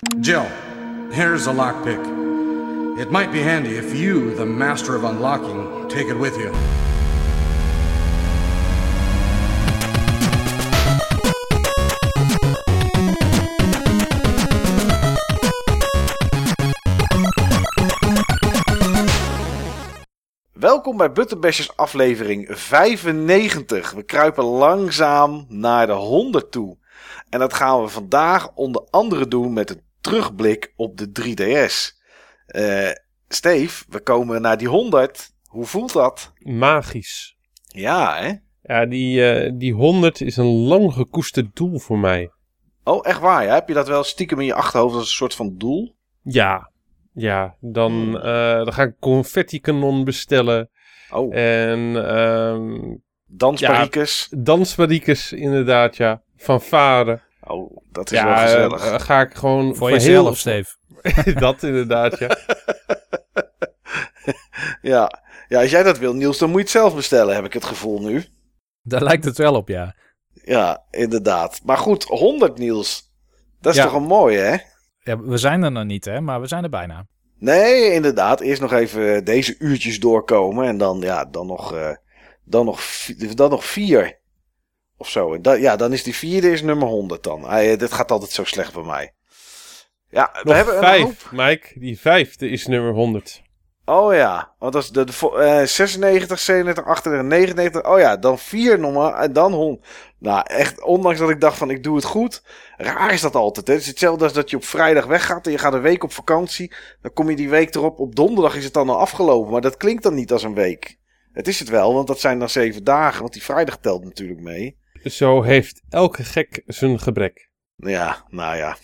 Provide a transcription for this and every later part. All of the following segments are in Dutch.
Jill, here's a lockpick. It might be handy if you, the master of unlocking, take it with you. Welkom bij Buttonbashers aflevering 95. We kruipen langzaam naar de 100 toe. En dat gaan we vandaag onder andere doen met een terugblik op de 3DS. Steve, we komen naar die 100. Hoe voelt dat? Magisch. Ja, hè? Ja, die 100 is een lang gekoesterd doel voor mij. Oh, echt waar? Ja? Heb je dat wel stiekem in je achterhoofd als een soort van doel? Ja, dan ga ik een confetti-kanon bestellen. Oh. En dansmariekes. Ja, dansmariekes, inderdaad, ja. Fanfare. Oh, dat is wel gezellig. Ga ik gewoon voor jezelf, Steve. Dat inderdaad, ja. Ja, als jij dat wil, Niels, dan moet je het zelf bestellen, heb ik het gevoel nu. Daar lijkt het wel op, ja. Ja, inderdaad. Maar goed, 100, Niels. Dat is toch een mooie, hè? Ja, we zijn er nog niet, hè, maar we zijn er bijna. Nee, inderdaad. Eerst nog even deze uurtjes doorkomen en dan nog 4 of zo. Dan is die 4e is nummer 100 dan. Dit gaat altijd zo slecht bij mij. Ja, we hebben 5, Mike. Die 5e is nummer 100. Oh ja, want dat is de 96, 97, 98, 99. Oh ja, dan 4 nummer en dan 100. Nou, echt, ondanks dat ik dacht van ik doe het goed. Raar is dat altijd, hè. Het is hetzelfde als dat je op vrijdag weggaat en je gaat een week op vakantie. Dan kom je die week erop. Op donderdag is het dan al afgelopen. Maar dat klinkt dan niet als een week. Het is het wel, want dat zijn dan 7 dagen. Want die vrijdag telt natuurlijk mee. Zo heeft elke gek zijn gebrek. Ja, nou ja.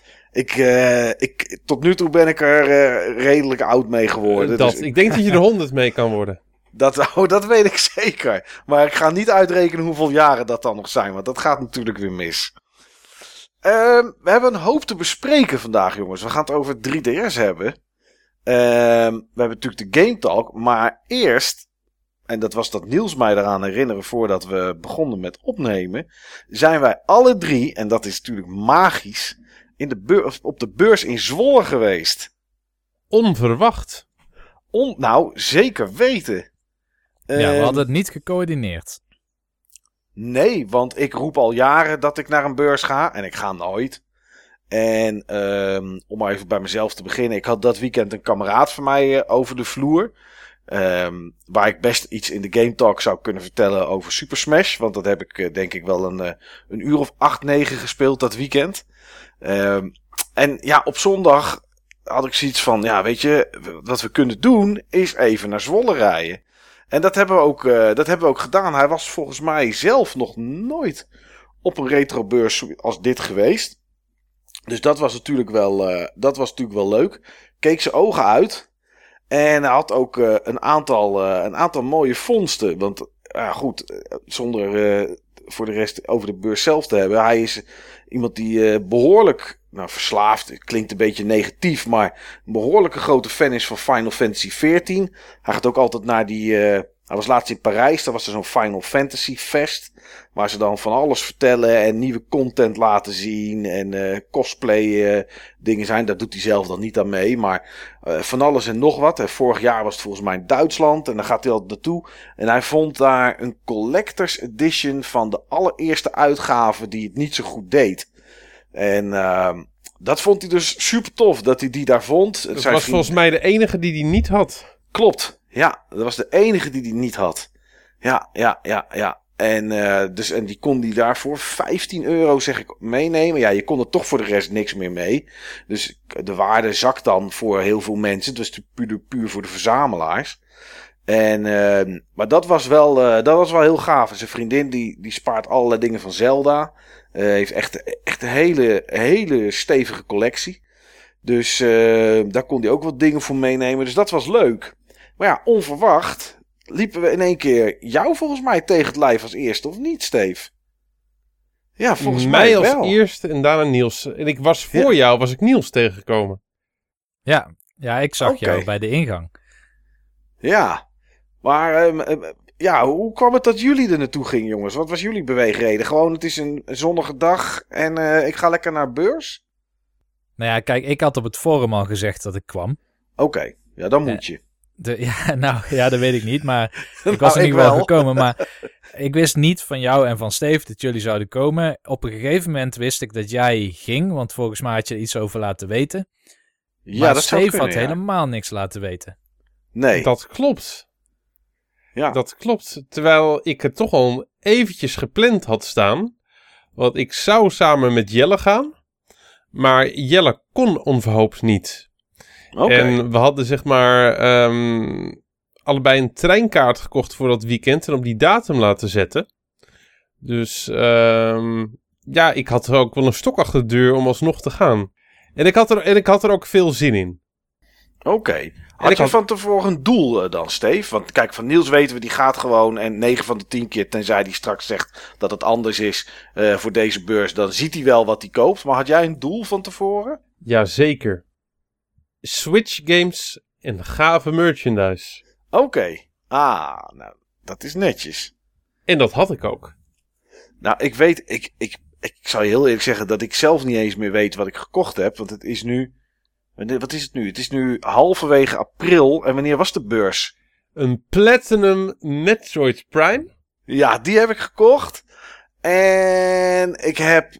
Tot nu toe ben ik er redelijk oud mee geworden. Ik denk dat je er 100 mee kan worden. Dat weet ik zeker. Maar ik ga niet uitrekenen hoeveel jaren dat dan nog zijn. Want dat gaat natuurlijk weer mis. We hebben een hoop te bespreken vandaag, jongens. We gaan het over 3DS hebben. We hebben natuurlijk de Game Talk. Maar eerst, en dat was dat Niels mij eraan herinneren voordat we begonnen met opnemen, zijn wij alle 3, en dat is natuurlijk magisch, op de beurs in Zwolle geweest. Onverwacht. Nou, zeker weten. Ja, we hadden het niet gecoördineerd. Nee, want ik roep al jaren dat ik naar een beurs ga. En ik ga nooit. En om maar even bij mezelf te beginnen. Ik had dat weekend een kameraad van mij over de vloer. Waar ik best iets in de Game Talk zou kunnen vertellen over Super Smash. Want dat heb ik denk ik wel een uur of 8, 9 gespeeld dat weekend. En ja, op zondag had ik zoiets van, ja, weet je, wat we kunnen doen is even naar Zwolle rijden. En dat hebben we ook gedaan. Hij was volgens mij zelf nog nooit op een retrobeurs als dit geweest. Dus dat was natuurlijk wel leuk. Keek zijn ogen uit. En hij had ook een aantal mooie vondsten. Want goed, zonder voor de rest over de beurs zelf te hebben. Hij is iemand die behoorlijk verslaafd, klinkt een beetje negatief, maar een behoorlijke grote fan is van Final Fantasy XIV. Hij gaat ook altijd naar hij was laatst in Parijs, daar was er zo'n Final Fantasy Fest, waar ze dan van alles vertellen en nieuwe content laten zien en cosplay dingen zijn. Daar doet hij zelf dan niet aan mee, maar van alles en nog wat. Vorig jaar was het volgens mij in Duitsland en dan gaat hij altijd naartoe. En hij vond daar een collector's edition van de allereerste uitgave die het niet zo goed deed. En dat vond hij dus super tof dat hij die daar vond. Dat was volgens mij de enige die hij niet had. Klopt, ja. Dat was de enige die hij niet had. Ja. En die kon die daarvoor €15 zeg ik meenemen. Ja, je kon er toch voor de rest niks meer mee. Dus de waarde zakt dan voor heel veel mensen. Het was puur voor de verzamelaars. Maar dat was wel heel gaaf. En zijn vriendin die spaart allerlei dingen van Zelda. Heeft echt een hele stevige collectie. Dus daar kon hij ook wat dingen voor meenemen. Dus dat was leuk. Maar ja, onverwacht liepen we in één keer jou volgens mij tegen het lijf als eerste, of niet, Steve? Ja, volgens mij als wel. eerste en daarna Niels. En ik was voor jou, was ik Niels tegengekomen. Ja, ik zag jou bij de ingang. Ja, maar hoe kwam het dat jullie er naartoe gingen, jongens? Wat was jullie beweegreden? Gewoon, het is een zonnige dag en ik ga lekker naar beurs? Nou ja, kijk, ik had op het forum al gezegd dat ik kwam. Oké, ja, dan moet je. Dat weet ik niet, maar ik was in ieder geval gekomen. Maar ik wist niet van jou en van Steve dat jullie zouden komen. Op een gegeven moment wist ik dat jij ging, want volgens mij had je er iets over laten weten. Ja, maar dat Steve zou had helemaal niks laten weten. Nee. Dat klopt. Ja. Dat klopt. Terwijl ik het toch al eventjes gepland had staan. Want ik zou samen met Jelle gaan. Maar Jelle kon onverhoopt niet. Oké. En we hadden zeg maar allebei een treinkaart gekocht voor dat weekend. En op die datum laten zetten. Dus ja, ik had er ook wel een stok achter de deur om alsnog te gaan. En ik had er ook veel zin in. Oké. Had je van tevoren een doel dan, Steve? Want kijk, van Niels weten we, die gaat gewoon. En 9 van de 10 keer, tenzij hij straks zegt dat het anders is voor deze beurs, dan ziet hij wel wat hij koopt. Maar had jij een doel van tevoren? Jazeker. Switch games en gave merchandise. Oké. Nou, dat is netjes. En dat had ik ook. Nou, ik weet, ik zal je heel eerlijk zeggen dat ik zelf niet eens meer weet wat ik gekocht heb. Want het is nu, wat is het nu? Het is nu halverwege april. En wanneer was de beurs? Een Platinum Metroid Prime. Ja, die heb ik gekocht. En ik heb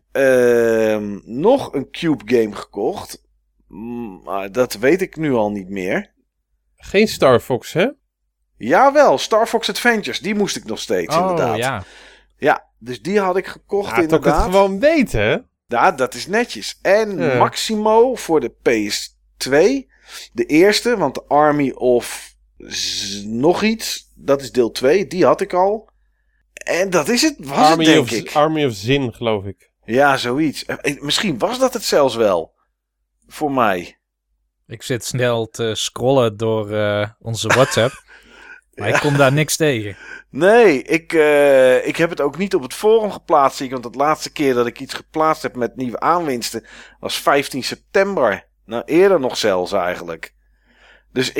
nog een Cube game gekocht. Maar dat weet ik nu al niet meer. Geen Star Fox, hè? Jawel, Star Fox Adventures. Die moest ik nog steeds, inderdaad. Ja. Ja, dus die had ik gekocht, inderdaad. Dat ik het gewoon weet, hè? Ja, dat is netjes. En Maximo voor de PS2. De eerste, want de Army of nog iets. Dat is deel 2, die had ik al. En dat is het, denk ik. Army of Zin, geloof ik. Ja, zoiets. Misschien was dat het zelfs wel. Voor mij. Ik zit snel te scrollen door onze WhatsApp. Maar ik kom daar niks tegen. Nee, ik heb het ook niet op het forum geplaatst. Want de laatste keer dat ik iets geplaatst heb met nieuwe aanwinsten was 15 september. Nou, eerder nog zelfs eigenlijk. Dus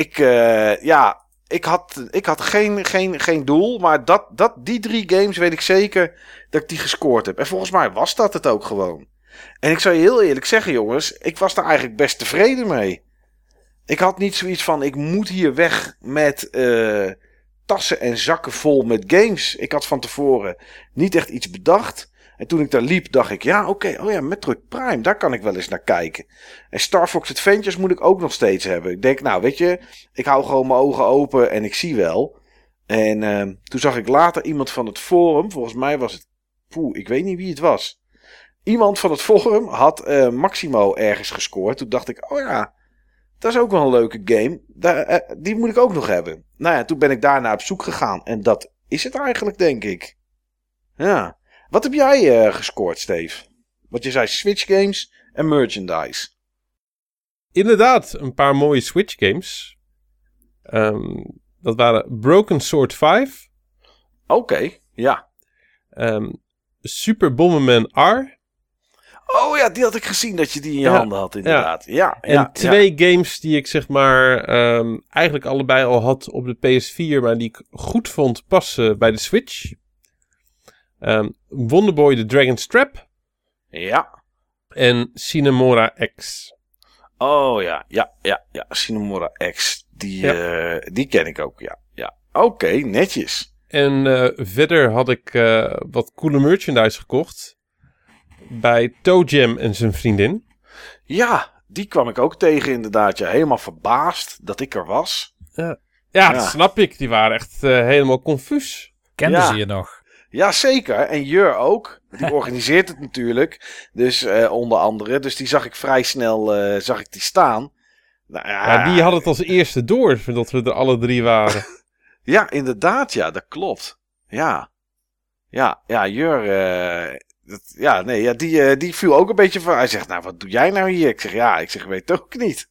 ik had geen doel. Maar die 3 games weet ik zeker dat ik die gescoord heb. En volgens mij was dat het ook gewoon. En ik zou je heel eerlijk zeggen, jongens, ik was daar eigenlijk best tevreden mee. Ik had niet zoiets van, ik moet hier weg met tassen en zakken vol met games. Ik had van tevoren niet echt iets bedacht. En toen ik daar liep, dacht ik, Metroid Prime, daar kan ik wel eens naar kijken. En Star Fox Adventures moet ik ook nog steeds hebben. Ik denk, nou weet je, ik hou gewoon mijn ogen open en ik zie wel. En toen zag ik later iemand van het forum, volgens mij was het, ik weet niet wie het was. Iemand van het forum had Maximo ergens gescoord. Toen dacht ik, dat is ook wel een leuke game. Die moet ik ook nog hebben. Nou ja, toen ben ik daarna op zoek gegaan. En dat is het eigenlijk, denk ik. Ja. Wat heb jij gescoord, Steve? Want je zei Switch games en merchandise. Inderdaad, een paar mooie Switch games. Dat waren Broken Sword 5. Oké, ja. Super Bomberman R. Oh ja, die had ik gezien dat je die in je handen had, inderdaad. Ja. En 2 games die ik zeg maar eigenlijk allebei al had op de PS4, maar die ik goed vond passen bij de Switch. Wonderboy The Dragon's Trap. Ja. En Cinemora X. Oh ja. Cinemora X. Die ken ik ook, ja. Oké, netjes. En verder had ik wat coole merchandise gekocht bij Toe Jam en zijn vriendin. Ja, die kwam ik ook tegen inderdaad. Ja, helemaal verbaasd dat ik er was. Ja, dat snap ik. Die waren echt helemaal confuus. Kenden ze je nog? Ja, zeker. En Jur ook. Die organiseert het natuurlijk. Dus onder andere. Dus die zag ik vrij snel die staan. Nou, ja, die had het als eerste door, dat we er alle 3 waren. Ja, inderdaad. Ja, dat klopt. Ja, Jur... die viel ook een beetje van. Hij zegt, nou, wat doe jij nou hier? Ik zeg, weet het ook niet.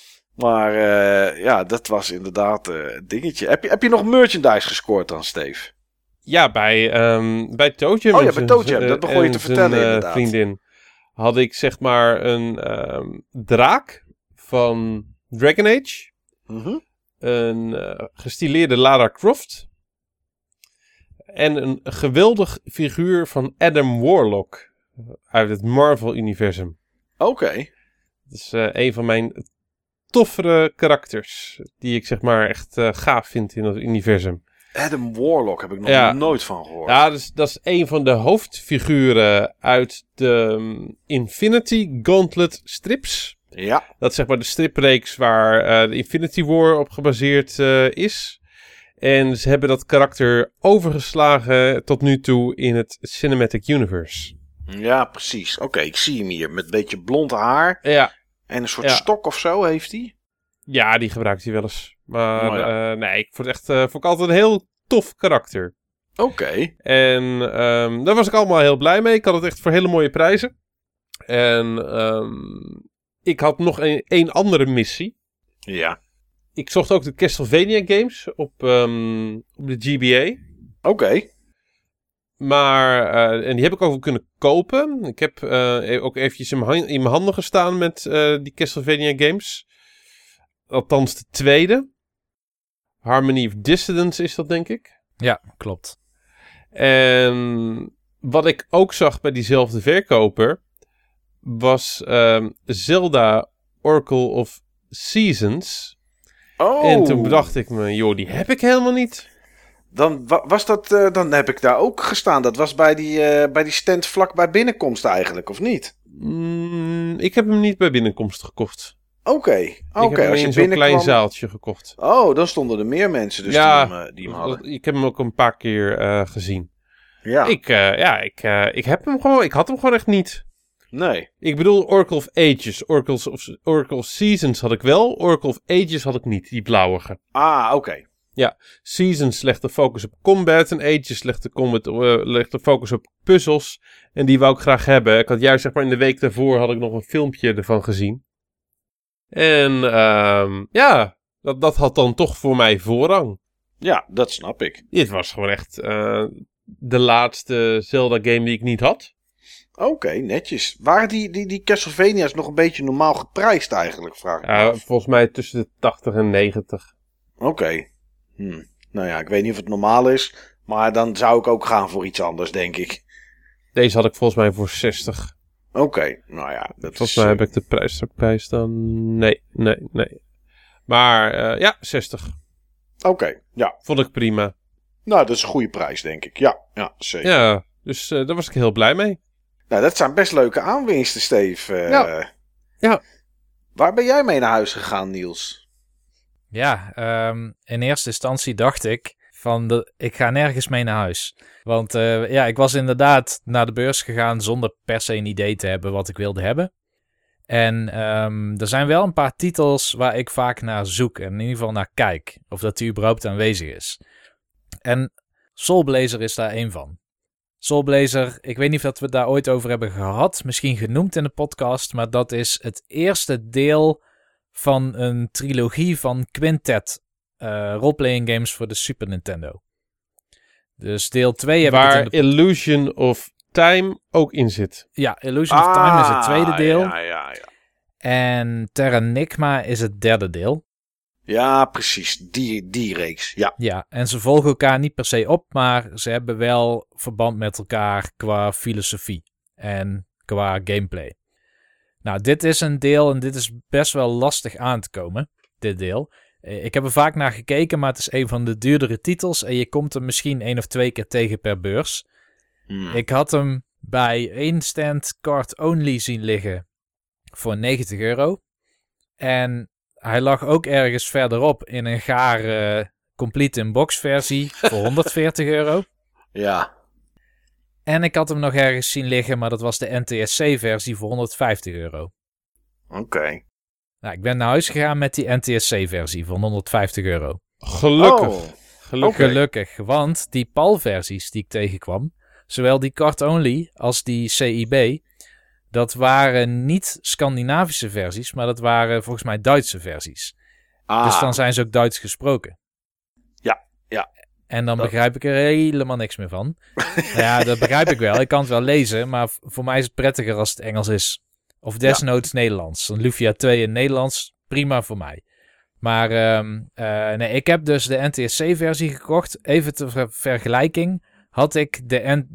Maar dat was inderdaad een dingetje. Heb je nog merchandise gescoord dan, Steve? Ja, bij Toe Jam. Oh ja, bij Toe Jam. Dat begon je te vertellen, inderdaad. Vriendin. Had ik zeg maar een draak van Dragon Age. Mm-hmm. Een gestileerde Lara Croft. En een geweldig figuur van Adam Warlock uit het Marvel-universum. Oké. is een van mijn toffere karakters. Die ik zeg maar echt gaaf vind in het universum. Adam Warlock heb ik nog nooit van gehoord. Ja, dat is een van de hoofdfiguren uit de Infinity Gauntlet strips. Ja. Dat is zeg maar de stripreeks waar de Infinity War op gebaseerd is. En ze hebben dat karakter overgeslagen tot nu toe in het Cinematic Universe. Ja, precies. Oké, ik zie hem hier met een beetje blond haar. Ja. En een soort stok of zo heeft hij. Ja, die gebruikt hij wel eens. Maar nee, ik vond het echt vond ik altijd een heel tof karakter. Oké. En daar was ik allemaal heel blij mee. Ik had het echt voor hele mooie prijzen. En ik had nog een andere missie. Ja. Ik zocht ook de Castlevania games op de GBA. Oké. Maar, en die heb ik ook wel kunnen kopen. Ik heb ook eventjes in mijn handen gestaan met die Castlevania games. Althans de tweede. Harmony of Dissonance is dat, denk ik. Ja, klopt. En wat ik ook zag bij diezelfde verkoper was Zelda Oracle of Seasons. Oh. En toen bedacht ik me, joh, die heb ik helemaal niet. Dan was dat, dan heb ik daar ook gestaan. Dat was bij die stand vlak bij binnenkomst eigenlijk, of niet? Ik heb hem niet bij binnenkomst gekocht. Oké. Ik heb hem in zo'n klein zaaltje gekocht. Oh, dan stonden er meer mensen dus die hem hadden. Ik heb hem ook een paar keer gezien. Ja. Ik heb hem gewoon. Ik had hem gewoon echt niet. Nee. Ik bedoel Oracle of Ages. Oracle of Seasons had ik wel. Oracle of Ages had ik niet. Die blauwige. Ah, oké. Ja. Seasons legt de focus op combat. En Ages legt de focus op puzzels. En die wou ik graag hebben. Ik had juist zeg maar in de week daarvoor had ik nog een filmpje ervan gezien. En dat had dan toch voor mij voorrang. Ja, dat snap ik. Dit was gewoon echt de laatste Zelda game die ik niet had. Oké, netjes. Waren die Castlevania's nog een beetje normaal geprijsd eigenlijk, vraag ik me af. Volgens mij tussen de 80 en 90. Oké. Nou ja, ik weet niet of het normaal is. Maar dan zou ik ook gaan voor iets anders, denk ik. Deze had ik volgens mij voor 60. Oké, nou ja. Volgens mij heb ik de prijs er ook bij staan. Nee. Maar 60. Oké, ja. Vond ik prima. Nou, dat is een goede prijs, denk ik. Ja, zeker. Ja, dus daar was ik heel blij mee. Nou, dat zijn best leuke aanwinsten, Steve. Ja. Waar ben jij mee naar huis gegaan, Niels? Ja, in eerste instantie dacht ik ik ga nergens mee naar huis. Want ik was inderdaad naar de beurs gegaan zonder per se een idee te hebben wat ik wilde hebben. En er zijn wel een paar titels waar ik vaak naar zoek en in ieder geval naar kijk. Of dat die überhaupt aanwezig is. En Soul Blazer is daar één van. Soul Blazer, ik weet niet of dat we het daar ooit over hebben gehad. Misschien genoemd in de podcast. Maar dat is het eerste deel van een trilogie van Quintet roleplaying games voor de Super Nintendo. Dus deel 2 heb waar ik Illusion of Time ook in zit. Ja, Illusion of Time is het tweede deel. Ja. En Terranigma is het derde deel. Ja, precies. Die reeks, ja. Ja, en ze volgen elkaar niet per se op, maar ze hebben wel verband met elkaar qua filosofie en qua gameplay. Nou, dit is een deel en dit is best wel lastig aan te komen, dit deel. Ik heb er vaak naar gekeken, maar het is een van de duurdere titels en je komt er misschien 1 of 2 keer tegen per beurs. Ik had hem bij één stand card only zien liggen voor €90. En hij lag ook ergens verderop in een gare complete in box versie voor €140. Ja. En ik had hem nog ergens zien liggen, maar dat was de NTSC versie voor €150. Oké. Nou, ik ben naar huis gegaan met die NTSC versie van €150. Gelukkig. Oh. Gelukkig, want die PAL versies die ik tegenkwam, zowel die card-only als die CIB, dat waren niet Scandinavische versies, maar dat waren volgens mij Duitse versies. Dus dan zijn ze ook Duits gesproken. Ja. En dan begrijp ik er helemaal niks meer van. Nou ja, dat begrijp ik wel. Ik kan het wel lezen, maar voor mij is het prettiger als het Engels is. Of desnoods Nederlands. Dan Lufia 2 in Nederlands, prima voor mij. Maar nee, ik heb dus de NTSC-versie gekocht. Even ter vergelijking had ik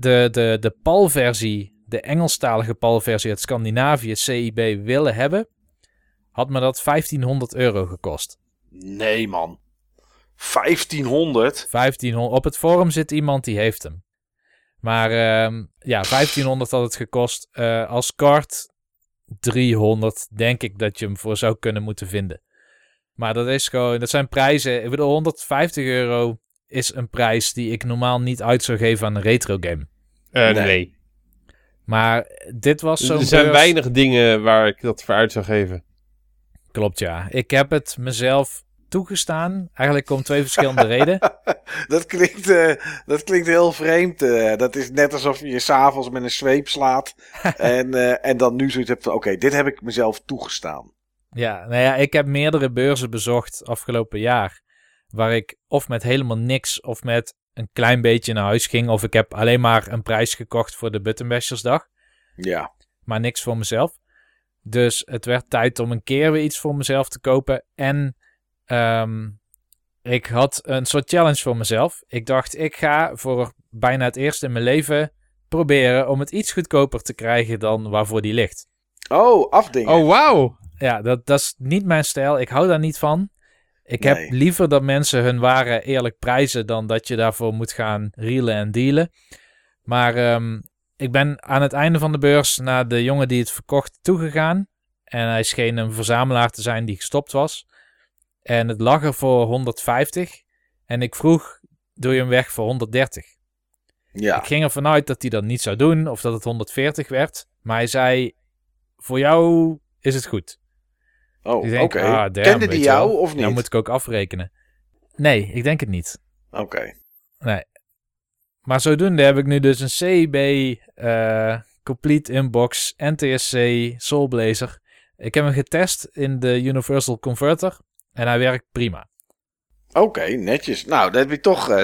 de PAL-versie, de Engelstalige PAL-versie uit Scandinavië, CIB, willen hebben. had me dat €1500 gekost. Nee, man. 1500? 1500. Op het forum zit iemand die heeft hem. Maar ja, 1500 had het gekost. Als kaart 300 denk ik dat je hem voor zou kunnen moeten vinden. Maar dat zijn prijzen. Ik bedoel, €150 is een prijs die ik normaal niet uit zou geven aan een retro game. Nee. Maar dit was zo'n Er zijn beurs... weinig dingen waar ik dat voor uit zou geven. Klopt, ja. Ik heb het mezelf toegestaan. Eigenlijk om 2 verschillende redenen. Dat klinkt heel vreemd. Dat is net alsof je je 's avonds met een zweep slaat. en dan nu zoiets hebt van, oké, dit heb ik mezelf toegestaan. Ja, nou ja, ik heb meerdere beurzen bezocht afgelopen jaar. Waar ik of met helemaal niks of met een klein beetje naar huis ging. Of ik heb alleen maar een prijs gekocht voor de Buttonbashersdag. Ja. Maar niks voor mezelf. Dus het werd tijd om een keer weer iets voor mezelf te kopen. En ik had een soort challenge voor mezelf. Ik dacht, ik ga voor bijna het eerst in mijn leven proberen om het iets goedkoper te krijgen dan waarvoor die ligt. Oh, afdingen. Oh, wauw. Ja, dat is niet mijn stijl. Ik hou daar niet van. Ik heb liever dat mensen hun waren eerlijk prijzen dan dat je daarvoor moet gaan reelen en dealen. Maar ik ben aan het einde van de beurs naar de jongen die het verkocht toegegaan. En hij scheen een verzamelaar te zijn die gestopt was. En het lag er voor 150. En ik vroeg, doe je hem weg voor 130? Ja. Ik ging ervan uit dat hij dat niet zou doen of dat het 140 werd. Maar hij zei, voor jou is het goed. Oh, oké. Kende die jou of niet? Dan moet ik ook afrekenen. Nee, ik denk het niet. Oké. Nee. Maar zodoende heb ik nu dus een CB Complete Inbox NTSC Soulblazer. Ik heb hem getest in de Universal Converter en hij werkt prima. Oké, netjes. Nou, dan heb je toch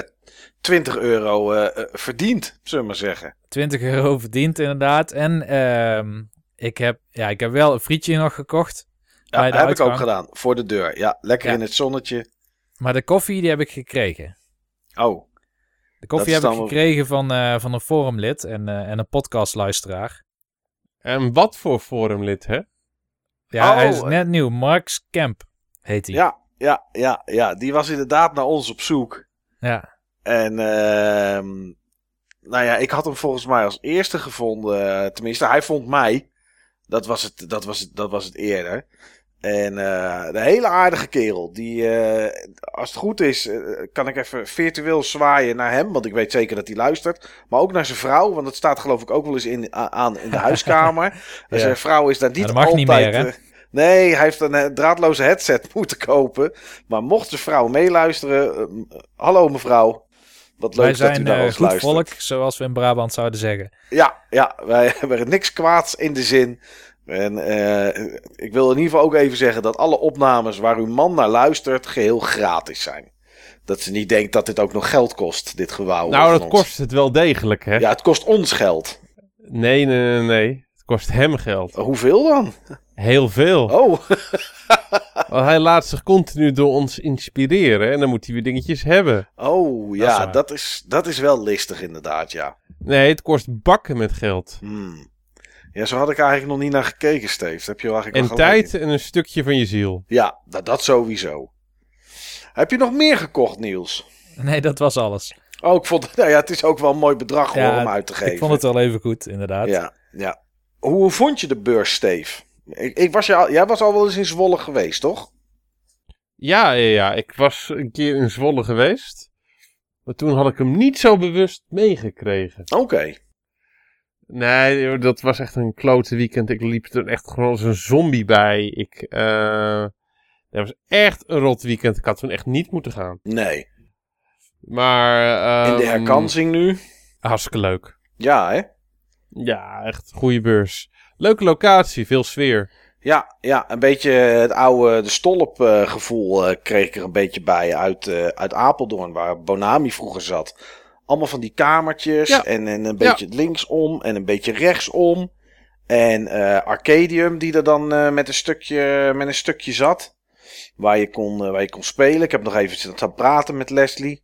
€20 verdiend, zullen we maar zeggen. €20 verdiend inderdaad. En ik heb wel een frietje nog gekocht. Ja, dat heb ik ook gedaan. Voor de deur. Ja, lekker in het zonnetje. Maar de koffie die heb ik gekregen. Oh. De koffie heb ik gekregen van een forumlid en een podcastluisteraar. En wat voor forumlid, hè? Ja, hij is net nieuw. Marks Camp heet hij. Ja. Die was inderdaad naar ons op zoek. Ja. En nou ja, ik had hem volgens mij als eerste gevonden. Tenminste, hij vond mij. Dat was het eerder. En een hele aardige kerel. Die, als het goed is, kan ik even virtueel zwaaien naar hem. Want ik weet zeker dat hij luistert. Maar ook naar zijn vrouw. Want dat staat geloof ik ook wel eens in de huiskamer. En zijn vrouw is daar niet dat mag altijd... niet meer, hè? Nee, hij heeft een draadloze headset moeten kopen. Maar mocht zijn vrouw meeluisteren... hallo mevrouw. Wat leuk dat u naar ons luistert. Goed volk, zoals we in Brabant zouden zeggen. Ja, wij hebben niks kwaads in de zin... En ik wil in ieder geval ook even zeggen dat alle opnames waar uw man naar luistert geheel gratis zijn. Dat ze niet denkt dat dit ook nog geld kost, dit gewauw. Nou, dat kost het wel degelijk, hè? Ja, het kost ons geld. Nee. Het kost hem geld. Hoeveel dan? Heel veel. Oh. Want hij laat zich continu door ons inspireren en dan moet hij weer dingetjes hebben. Oh, ja, dat is wel listig inderdaad, ja. Nee, het kost bakken met geld. Ja, zo had ik eigenlijk nog niet naar gekeken, Steve. Heb je eigenlijk en tijd en een stukje van je ziel. Ja, dat sowieso. Heb je nog meer gekocht, Niels? Nee, dat was alles. Oh, ik vond het is ook wel een mooi bedrag om uit te geven. Ik vond het wel even goed, inderdaad. Ja. Hoe vond je de beurs, Steve? Jij was al wel eens in Zwolle geweest, toch? Ja. Ik was een keer in Zwolle geweest. Maar toen had ik hem niet zo bewust meegekregen. Oké. Nee, dat was echt een klote weekend. Ik liep er echt gewoon als een zombie bij. Dat was echt een rot weekend. Ik had toen echt niet moeten gaan. Nee. Maar... in de herkansing nu? Hartstikke leuk. Ja, hè? Ja, echt goede beurs. Leuke locatie, veel sfeer. Ja, een beetje het oude de Stolp gevoel kreeg ik er een beetje bij uit Apeldoorn, waar Bonami vroeger zat. Allemaal van die kamertjes en een beetje linksom en een beetje rechtsom. En Arcadium die er dan met een stukje zat. Waar je kon spelen. Ik heb nog even zitten praten met Leslie.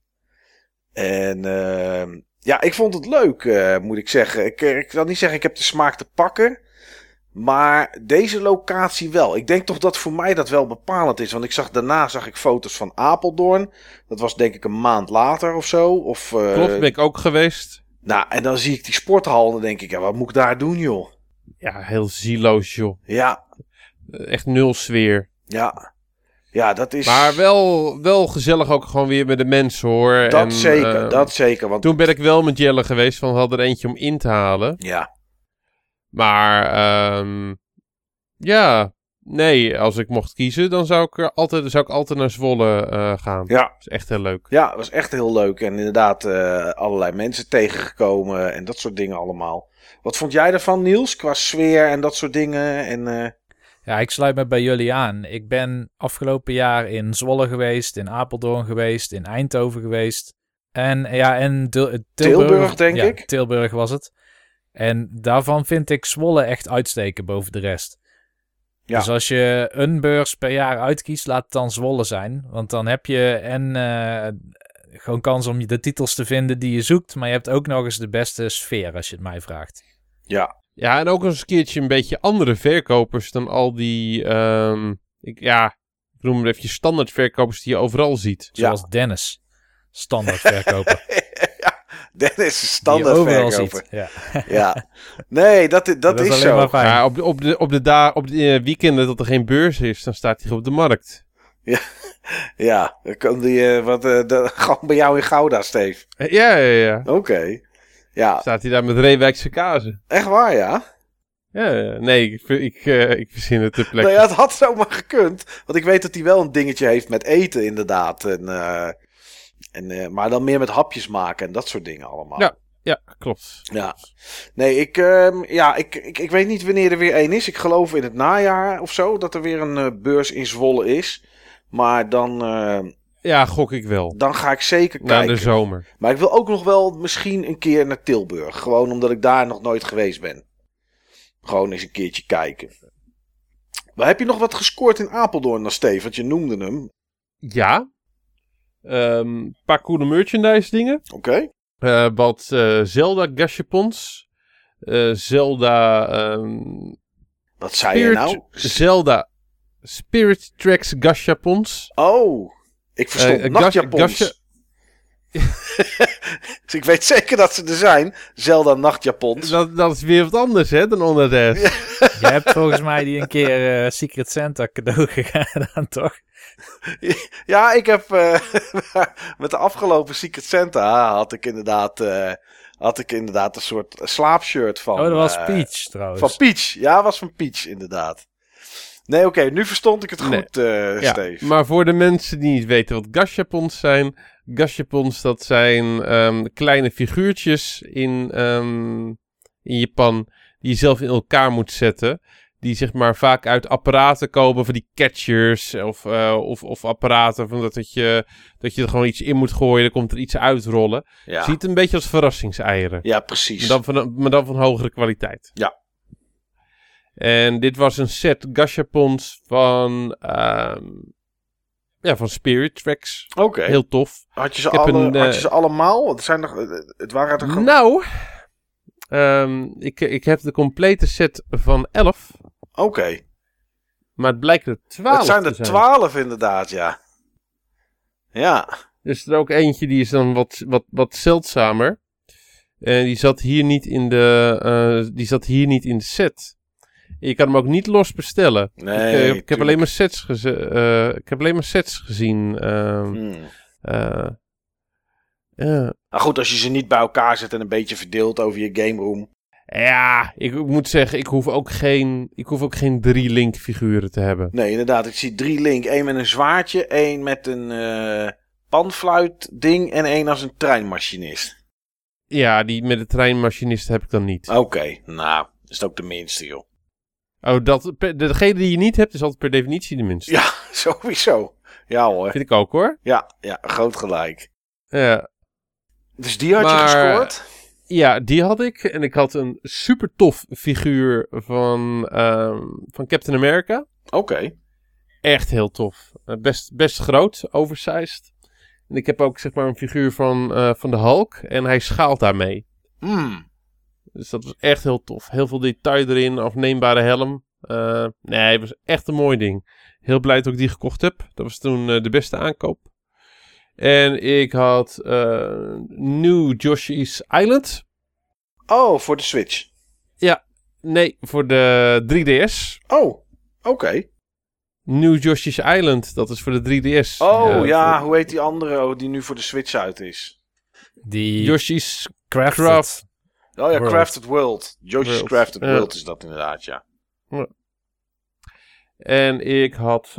En ik vond het leuk, moet ik zeggen. Ik zal niet zeggen ik heb de smaak te pakken. Maar deze locatie wel. Ik denk toch dat voor mij dat wel bepalend is. Want daarna zag ik foto's van Apeldoorn. Dat was denk ik een maand later of zo. Klopt, ben ik ook geweest. Nou, en dan zie ik die sporthal en dan denk ik, ja, wat moet ik daar doen, joh? Ja, heel zieloos, joh. Ja. Echt nul sfeer. Ja. Ja, dat is... Maar wel gezellig ook gewoon weer met de mensen, hoor. Dat zeker. Want... Toen ben ik wel met Jelle geweest, van we hadden er eentje om in te halen. Ja. Maar, ja, nee, als ik mocht kiezen, dan zou ik altijd naar Zwolle gaan. Ja. Dat is echt heel leuk. Ja, het was echt heel leuk. En inderdaad, allerlei mensen tegengekomen en dat soort dingen allemaal. Wat vond jij ervan, Niels, qua sfeer en dat soort dingen? En, Ja, ik sluit me bij jullie aan. Ik ben afgelopen jaar in Zwolle geweest, in Apeldoorn geweest, in Eindhoven geweest. En Tilburg, denk ik. Tilburg was het. En daarvan vind ik Zwolle echt uitsteken boven de rest. Ja. Dus als je een beurs per jaar uitkiest, laat het dan Zwolle zijn. Want dan heb je gewoon kans om de titels te vinden die je zoekt. Maar je hebt ook nog eens de beste sfeer, als je het mij vraagt. Ja. Ja, en ook eens een keertje een beetje andere verkopers dan al die, ik noem maar even standaard verkopers die je overal ziet. Zoals Dennis, standaard verkoper. Ja, Dennis is standaard verkoper. Ja. Ja. Nee, dat is zo. Ja, op de weekenden dat er geen beurs is, dan staat hij op de markt. Ja, dan kan die gewoon bij jou in Gouda, Steve. Ja. Oké. Ja. Staat hij daar met Reewijkse kazen. Echt waar, ja? Ja, nee, ik verzin het ter plekke. Nou ja, het had zomaar gekund. Want ik weet dat hij wel een dingetje heeft met eten, inderdaad. Maar dan meer met hapjes maken en dat soort dingen allemaal. Ja, klopt. Ja. Nee, ik weet niet wanneer er weer één is. Ik geloof in het najaar of zo, dat er weer een beurs in Zwolle is. Maar dan... ja, gok ik wel. Dan ga ik zeker kijken. Na de zomer. Maar ik wil ook nog wel misschien een keer naar Tilburg. Gewoon omdat ik daar nog nooit geweest ben. Gewoon eens een keertje kijken. Maar heb je nog wat gescoord in Apeldoorn dan, Steve? Want je noemde hem. Ja. Een paar coole merchandise dingen. Oké. Wat Zelda gashapons. Zelda... wat zei je nou? Zelda Spirit Tracks gashapons. Oh, ik verstond nachtjapons. Dus ik weet zeker dat ze er zijn. Zelda nachtjapons. Dat is weer wat anders, hè, dan onder de Je hebt volgens mij die een keer Secret Santa cadeau gedaan, toch? Ja, ik heb met de afgelopen Secret Santa had ik inderdaad een soort slaapshirt van. Oh, dat was Peach trouwens. Van Peach, ja, was van Peach inderdaad. Nee, oké, nu verstond ik het goed, Steve. Maar voor de mensen die niet weten wat gashapons zijn. Gashapons, dat zijn kleine figuurtjes in Japan die je zelf in elkaar moet zetten. Die zeg maar vaak uit apparaten komen, van die catchers of apparaten. Van dat je er gewoon iets in moet gooien, dan komt er iets uitrollen. Ja. Ziet een beetje als verrassingseieren. Ja, precies. Maar dan van hogere kwaliteit. Ja. En dit was een set gashapons van Spirit Tracks. Oké. Heel tof. Had je ze allemaal? Het waren er gewoon... Nou, ik heb de complete set van 11. Oké. Maar het blijkt er 12 te zijn. Het zijn er 12 inderdaad, ja. Ja. Dus er ook eentje die is dan wat zeldzamer. En die zat hier niet in de set. Je kan hem ook niet los bestellen. Nee, ik heb alleen maar sets gezien. Nou goed, als je ze niet bij elkaar zet en een beetje verdeelt over je game room. Ja, ik moet zeggen, ik hoef ook geen 3 Link figuren te hebben. Nee, inderdaad. Ik zie 3 Link. 1 met een zwaardje, 1 met een panfluit ding en 1 als een treinmachinist. Ja, die met de treinmachinist heb ik dan niet. Oké, nou, is het ook de minste, joh. Oh, degene die je niet hebt is altijd per definitie de minste. Ja, sowieso. Ja hoor. Vind ik ook hoor. Ja, groot gelijk. Ja. Dus die had je gescoord? Ja, die had ik. En ik had een super tof figuur van Captain America. Oké. Echt heel tof. Best groot, oversized. En ik heb ook zeg maar een figuur van de Hulk. En hij schaalt daarmee. Dus dat was echt heel tof. Heel veel detail erin, afneembare helm. Nee, het was echt een mooi ding. Heel blij dat ik die gekocht heb. Dat was toen de beste aankoop. En ik had New Yoshi's Island. Oh, voor de Switch? Ja, nee, voor de 3DS. Oh, oké. New Yoshi's Island, dat is voor de 3DS. Oh ja, hoe heet die andere die nu voor de Switch uit is? Die Yoshi's Crafted. Oh ja, World. Crafted World. Yoshi's World. Crafted World is dat inderdaad, ja. En ik had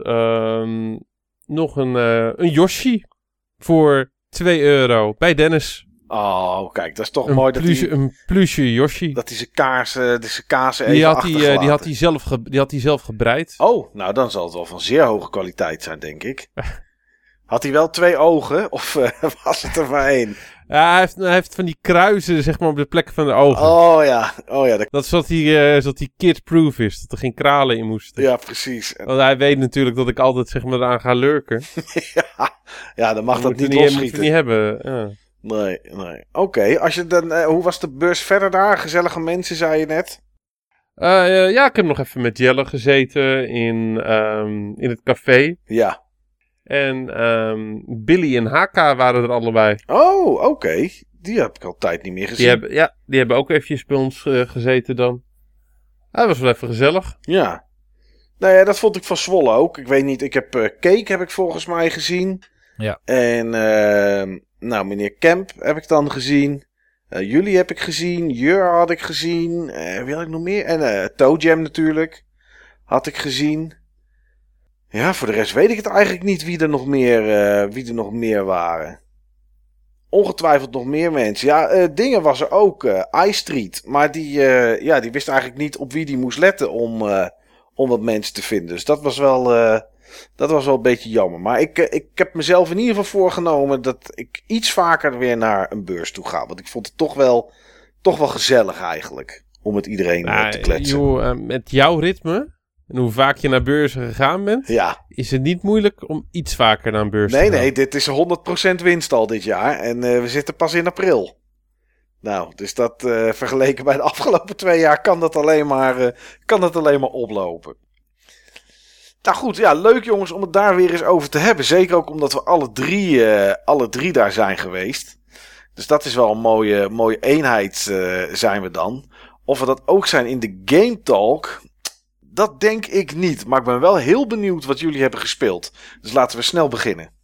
nog een Yoshi voor €2 bij Dennis. Oh, kijk, dat is toch mooi dat Een pluche Yoshi. dat hij zijn kaarsen Die even had achtergelaten. hij zelf gebreid. Oh, nou dan zal het wel van zeer hoge kwaliteit zijn, denk ik. Had hij wel 2 ogen of was het er maar 1? Ja, hij heeft van die kruisen zeg maar op de plekken van de ogen. Oh ja, Dat is zodat hij kid-proof is. Dat er geen kralen in moesten. ja, precies. Want hij weet natuurlijk dat ik altijd zeg maar eraan ga lurken. Ja, dan mag dat niet Moeten we losschieten. niet hebben. Ja. Nee. Oké, als je dan, hoe was de beurs verder daar? Gezellige mensen, zei je net. Ja, ik heb nog even met Jelle gezeten in het café. Ja. En Billy en Haka waren er allebei. Oh, oké. Die heb ik al tijd niet meer gezien. Die hebben ook eventjes bij ons gezeten dan. Dat was wel even gezellig. Ja. Nou ja, dat vond ik van Zwolle ook. Ik weet niet, ik heb Cake heb ik volgens mij gezien. Ja. En nou, meneer Kemp heb ik dan gezien. Jullie heb ik gezien. Jur had ik gezien. Wie had ik nog meer? En Toe Jam natuurlijk. Had ik gezien. Ja, voor de rest weet ik het eigenlijk niet wie er nog meer waren. Ongetwijfeld nog meer mensen. Ja, Dingen was er ook. Ice Street. Maar die wist eigenlijk niet op wie die moest letten om wat mensen te vinden. Dus dat was wel een beetje jammer. Maar ik heb mezelf in ieder geval voorgenomen dat ik iets vaker weer naar een beurs toe ga. Want ik vond het toch wel gezellig eigenlijk. Om met iedereen te kletsen. Joh, met jouw ritme en hoe vaak je naar beurzen gegaan bent, Ja. is het niet moeilijk om iets vaker naar een beurs te gaan. Nee, dit is 100% winst al dit jaar. En we zitten pas in april. Nou, dus dat vergeleken bij de afgelopen 2 jaar kan dat alleen maar oplopen. Nou goed, ja, leuk jongens om het daar weer eens over te hebben. Zeker ook omdat we alle drie daar zijn geweest. Dus dat is wel een mooie eenheid zijn we dan. Of we dat ook zijn in de Game Talk, dat denk ik niet. Maar ik ben wel heel benieuwd wat jullie hebben gespeeld. Dus laten we snel beginnen.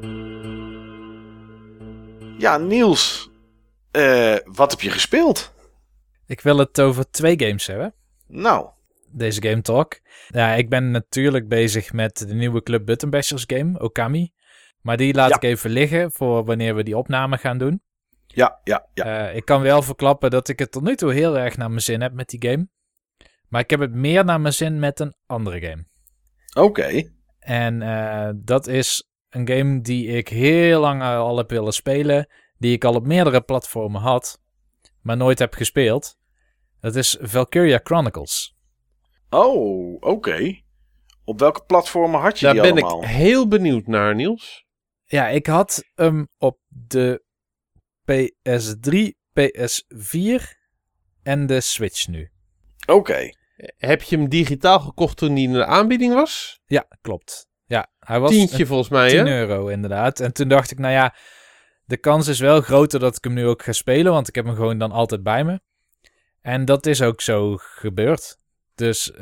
Ja, Niels, wat heb je gespeeld? Ik wil het over 2 games hebben. Nou. Deze Game Talk. Ja, ik ben natuurlijk bezig met de nieuwe Club Button Bashers game, Okami. Maar die laat ik even liggen voor wanneer we die opname gaan doen. Ja. Ik kan wel verklappen dat ik het tot nu toe heel erg naar mijn zin heb met die game. Maar ik heb het meer naar mijn zin met een andere game. Oké. En dat is een game die ik heel lang al heb willen spelen. Die ik al op meerdere platformen had, maar nooit heb gespeeld. Dat is Valkyria Chronicles. Oh, oké. Op welke platformen had je die allemaal? Daar ben ik heel benieuwd naar, Niels. Ja, ik had hem op de PS3, PS4 en de Switch nu. Oké. Heb je hem digitaal gekocht toen hij in de aanbieding was? Ja, klopt. Ja, hij was €10 volgens mij, hè? €10 inderdaad. En toen dacht ik, nou ja, de kans is wel groter dat ik hem nu ook ga spelen, want ik heb hem gewoon dan altijd bij me. En dat is ook zo gebeurd. Dus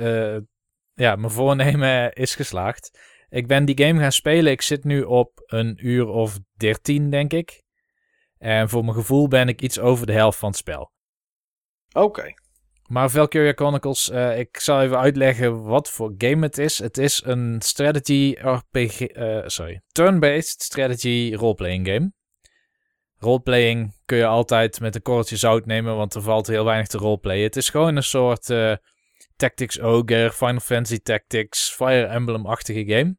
mijn voornemen is geslaagd. Ik ben die game gaan spelen. Ik zit nu op 1 uur of 13, denk ik. En voor mijn gevoel ben ik iets over de helft van het spel. Oké. Maar Valkyria Chronicles, ik zal even uitleggen wat voor game het is. Het is een strategy RPG, turn-based strategy roleplaying game. Roleplaying kun je altijd met een korreltje zout nemen, want er valt heel weinig te roleplayen. Het is gewoon een soort Tactics Ogre, Final Fantasy Tactics, Fire Emblem-achtige game.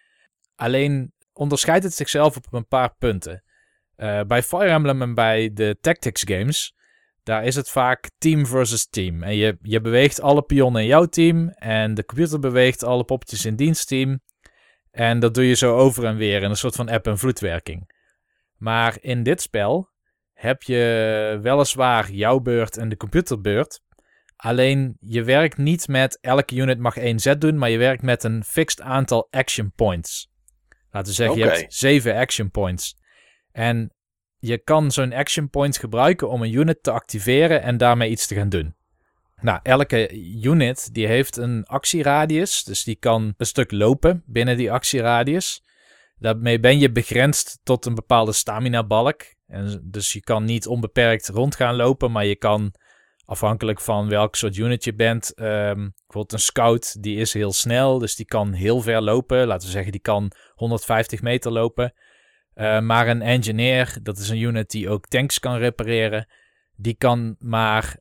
Alleen onderscheidt het zichzelf op een paar punten. Bij Fire Emblem en bij de Tactics games, daar is het vaak team versus team. En je beweegt alle pionnen in jouw team en de computer beweegt alle poppetjes in diens team. En dat doe je zo over en weer in een soort van eb- en vloedwerking. Maar in dit spel heb je weliswaar jouw beurt en de computerbeurt. Alleen je werkt niet met elke unit mag 1 zet doen, maar je werkt met een fixed aantal action points. Laten we zeggen, je hebt 7 action points. En je kan zo'n action point gebruiken om een unit te activeren en daarmee iets te gaan doen. Nou, elke unit die heeft een actieradius, dus die kan een stuk lopen binnen die actieradius. Daarmee ben je begrensd tot een bepaalde stamina-balk. En dus je kan niet onbeperkt rond gaan lopen, maar je kan, afhankelijk van welk soort unit je bent, bijvoorbeeld een scout, die is heel snel, dus die kan heel ver lopen. Laten we zeggen, die kan 150 meter lopen. Maar een engineer, dat is een unit die ook tanks kan repareren, die kan maar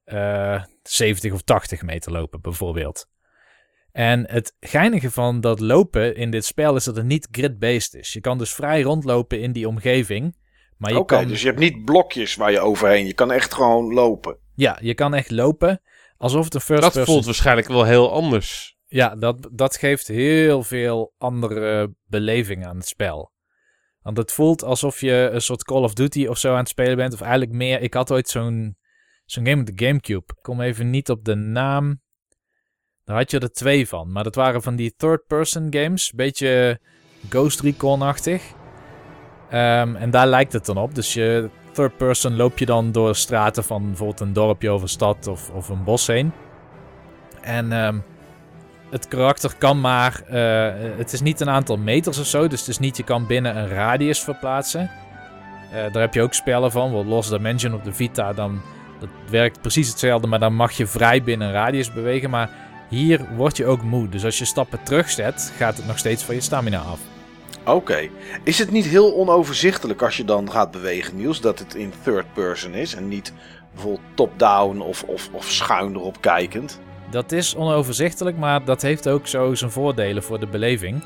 70 of 80 meter lopen, bijvoorbeeld. En het geinige van dat lopen in dit spel is dat het niet grid-based is. Je kan dus vrij rondlopen in die omgeving. Oké, dus je hebt niet blokjes waar je overheen. Je kan echt gewoon lopen. Ja, je kan echt lopen alsof het een first person... Dat voelt waarschijnlijk wel heel anders. Ja, dat geeft heel veel andere beleving aan het spel. Want het voelt alsof je een soort Call of Duty of zo aan het spelen bent. Of eigenlijk meer... Ik had ooit zo'n game op de Gamecube. Ik kom even niet op de naam... Daar had je er 2 van. Maar dat waren van die third-person games. Beetje Ghost Recon-achtig. En daar lijkt het dan op. Dus je third-person loop je dan door straten van bijvoorbeeld een dorpje of een stad of een bos heen. En het karakter kan maar... het is niet een aantal meters of zo. Dus het is niet, je kan binnen een radius verplaatsen. Daar heb je ook spellen van. Wel Lost Dimension op de Vita. Dat werkt precies hetzelfde. Maar dan mag je vrij binnen een radius bewegen. Maar... Hier word je ook moe. Dus als je stappen terugzet, gaat het nog steeds van je stamina af. Oké. Is het niet heel onoverzichtelijk als je dan gaat bewegen, Niels, dat het in third person is en niet bijvoorbeeld top-down of schuin erop kijkend? Dat is onoverzichtelijk, maar dat heeft ook zo zijn voordelen voor de beleving.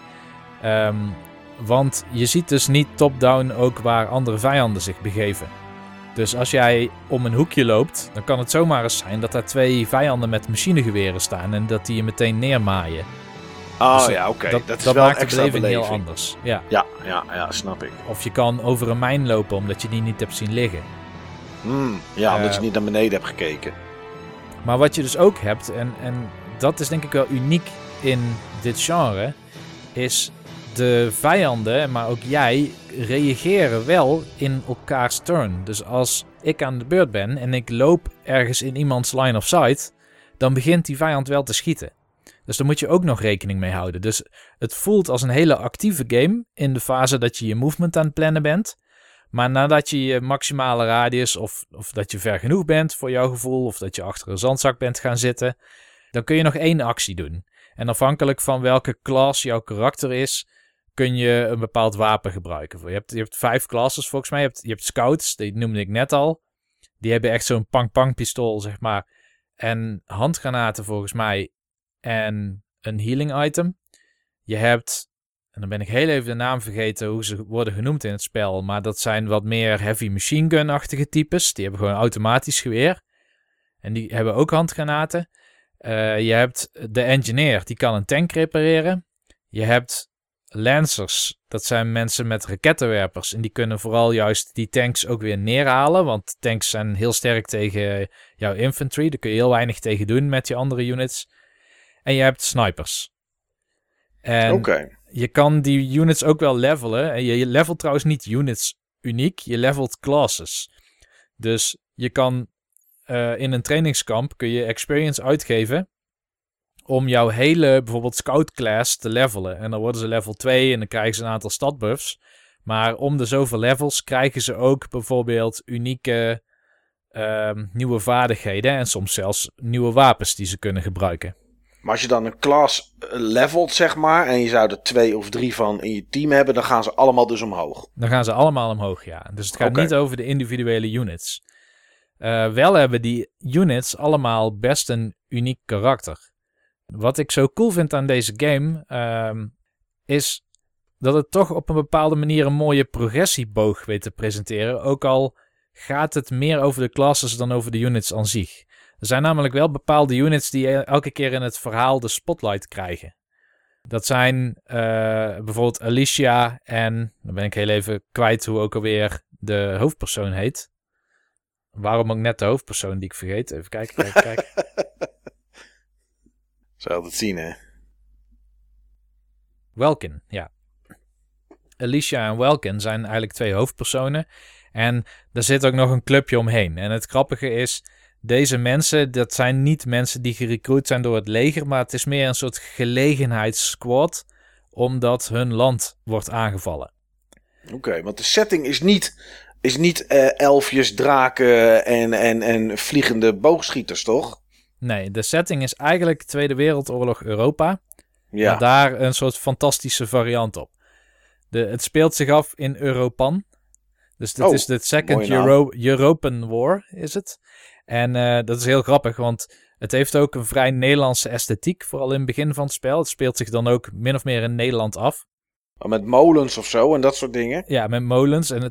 Want je ziet dus niet top-down ook waar andere vijanden zich begeven. Dus als jij om een hoekje loopt, dan kan het zomaar eens zijn dat daar 2 vijanden met machinegeweren staan en dat die je meteen neermaaien. Oh dus ja, oké. Dat is wel maakt de extra beleving heel anders. Ja, snap ik. Of je kan over een mijn lopen omdat je die niet hebt zien liggen. Omdat je niet naar beneden hebt gekeken. Maar wat je dus ook hebt, en dat is denk ik wel uniek in dit genre, is de vijanden, maar ook jij, reageren wel in elkaars turn. Dus als ik aan de beurt ben en ik loop ergens in iemands line of sight, dan begint die vijand wel te schieten. Dus daar moet je ook nog rekening mee houden. Dus het voelt als een hele actieve game in de fase dat je je movement aan het plannen bent. Maar nadat je je maximale radius of dat je ver genoeg bent voor jouw gevoel, of dat je achter een zandzak bent gaan zitten, dan kun je nog 1 actie doen. En afhankelijk van welke class jouw karakter is, kun je een bepaald wapen gebruiken. Je hebt 5 classes volgens mij. Je hebt scouts, die noemde ik net al. Die hebben echt zo'n pang-pang pistool, zeg maar. En handgranaten volgens mij. En een healing item. Je hebt, en dan ben ik heel even de naam vergeten hoe ze worden genoemd in het spel. Maar dat zijn wat meer heavy machine gun-achtige types. Die hebben gewoon een automatisch geweer. En die hebben ook handgranaten. Je hebt de engineer, die kan een tank repareren. Je hebt lancers, dat zijn mensen met rakettenwerpers. En die kunnen vooral juist die tanks ook weer neerhalen. Want tanks zijn heel sterk tegen jouw infantry. Daar kun je heel weinig tegen doen met je andere units. En je hebt snipers. En je kan die units ook wel levelen. En je levelt trouwens niet units uniek. Je levelt classes. Dus je kan in een trainingskamp kun je experience uitgeven om jouw hele bijvoorbeeld scout class te levelen. En dan worden ze level 2 en dan krijgen ze een aantal statbuffs. Maar om de zoveel levels krijgen ze ook bijvoorbeeld unieke nieuwe vaardigheden en soms zelfs nieuwe wapens die ze kunnen gebruiken. Maar als je dan een class levelt, zeg maar, en je zou er 2 of 3 van in je team hebben, dan gaan ze allemaal dus omhoog. Dan gaan ze allemaal omhoog, ja. Dus het gaat niet over de individuele units. Wel hebben die units allemaal best een uniek karakter. Wat ik zo cool vind aan deze game is dat het toch op een bepaalde manier een mooie progressieboog weet te presenteren. Ook al gaat het meer over de classes dan over de units aan zich. Er zijn namelijk wel bepaalde units die elke keer in het verhaal de spotlight krijgen. Dat zijn bijvoorbeeld Alicia en, dan ben ik heel even kwijt hoe ook alweer de hoofdpersoon heet. Waarom ook net de hoofdpersoon die ik vergeet? Even kijken. Zou het zien, hè? Welkin, ja. Alicia en Welkin zijn eigenlijk 2 hoofdpersonen. En daar zit ook nog een clubje omheen. En het grappige is, deze mensen, dat zijn niet mensen die gerecruit zijn door het leger, maar het is meer een soort gelegenheidssquad, omdat hun land wordt aangevallen. Oké, want de setting is niet elfjes, draken en vliegende boogschieters, toch? Nee, de setting is eigenlijk Tweede Wereldoorlog Europa. Ja. Maar daar een soort fantastische variant op. Het speelt zich af in Europan. Dus dit is de Second European War, is het. En dat is heel grappig, want het heeft ook een vrij Nederlandse esthetiek, vooral in het begin van het spel. Het speelt zich dan ook min of meer in Nederland af. Met molens of zo en dat soort dingen? Ja, met molens. En het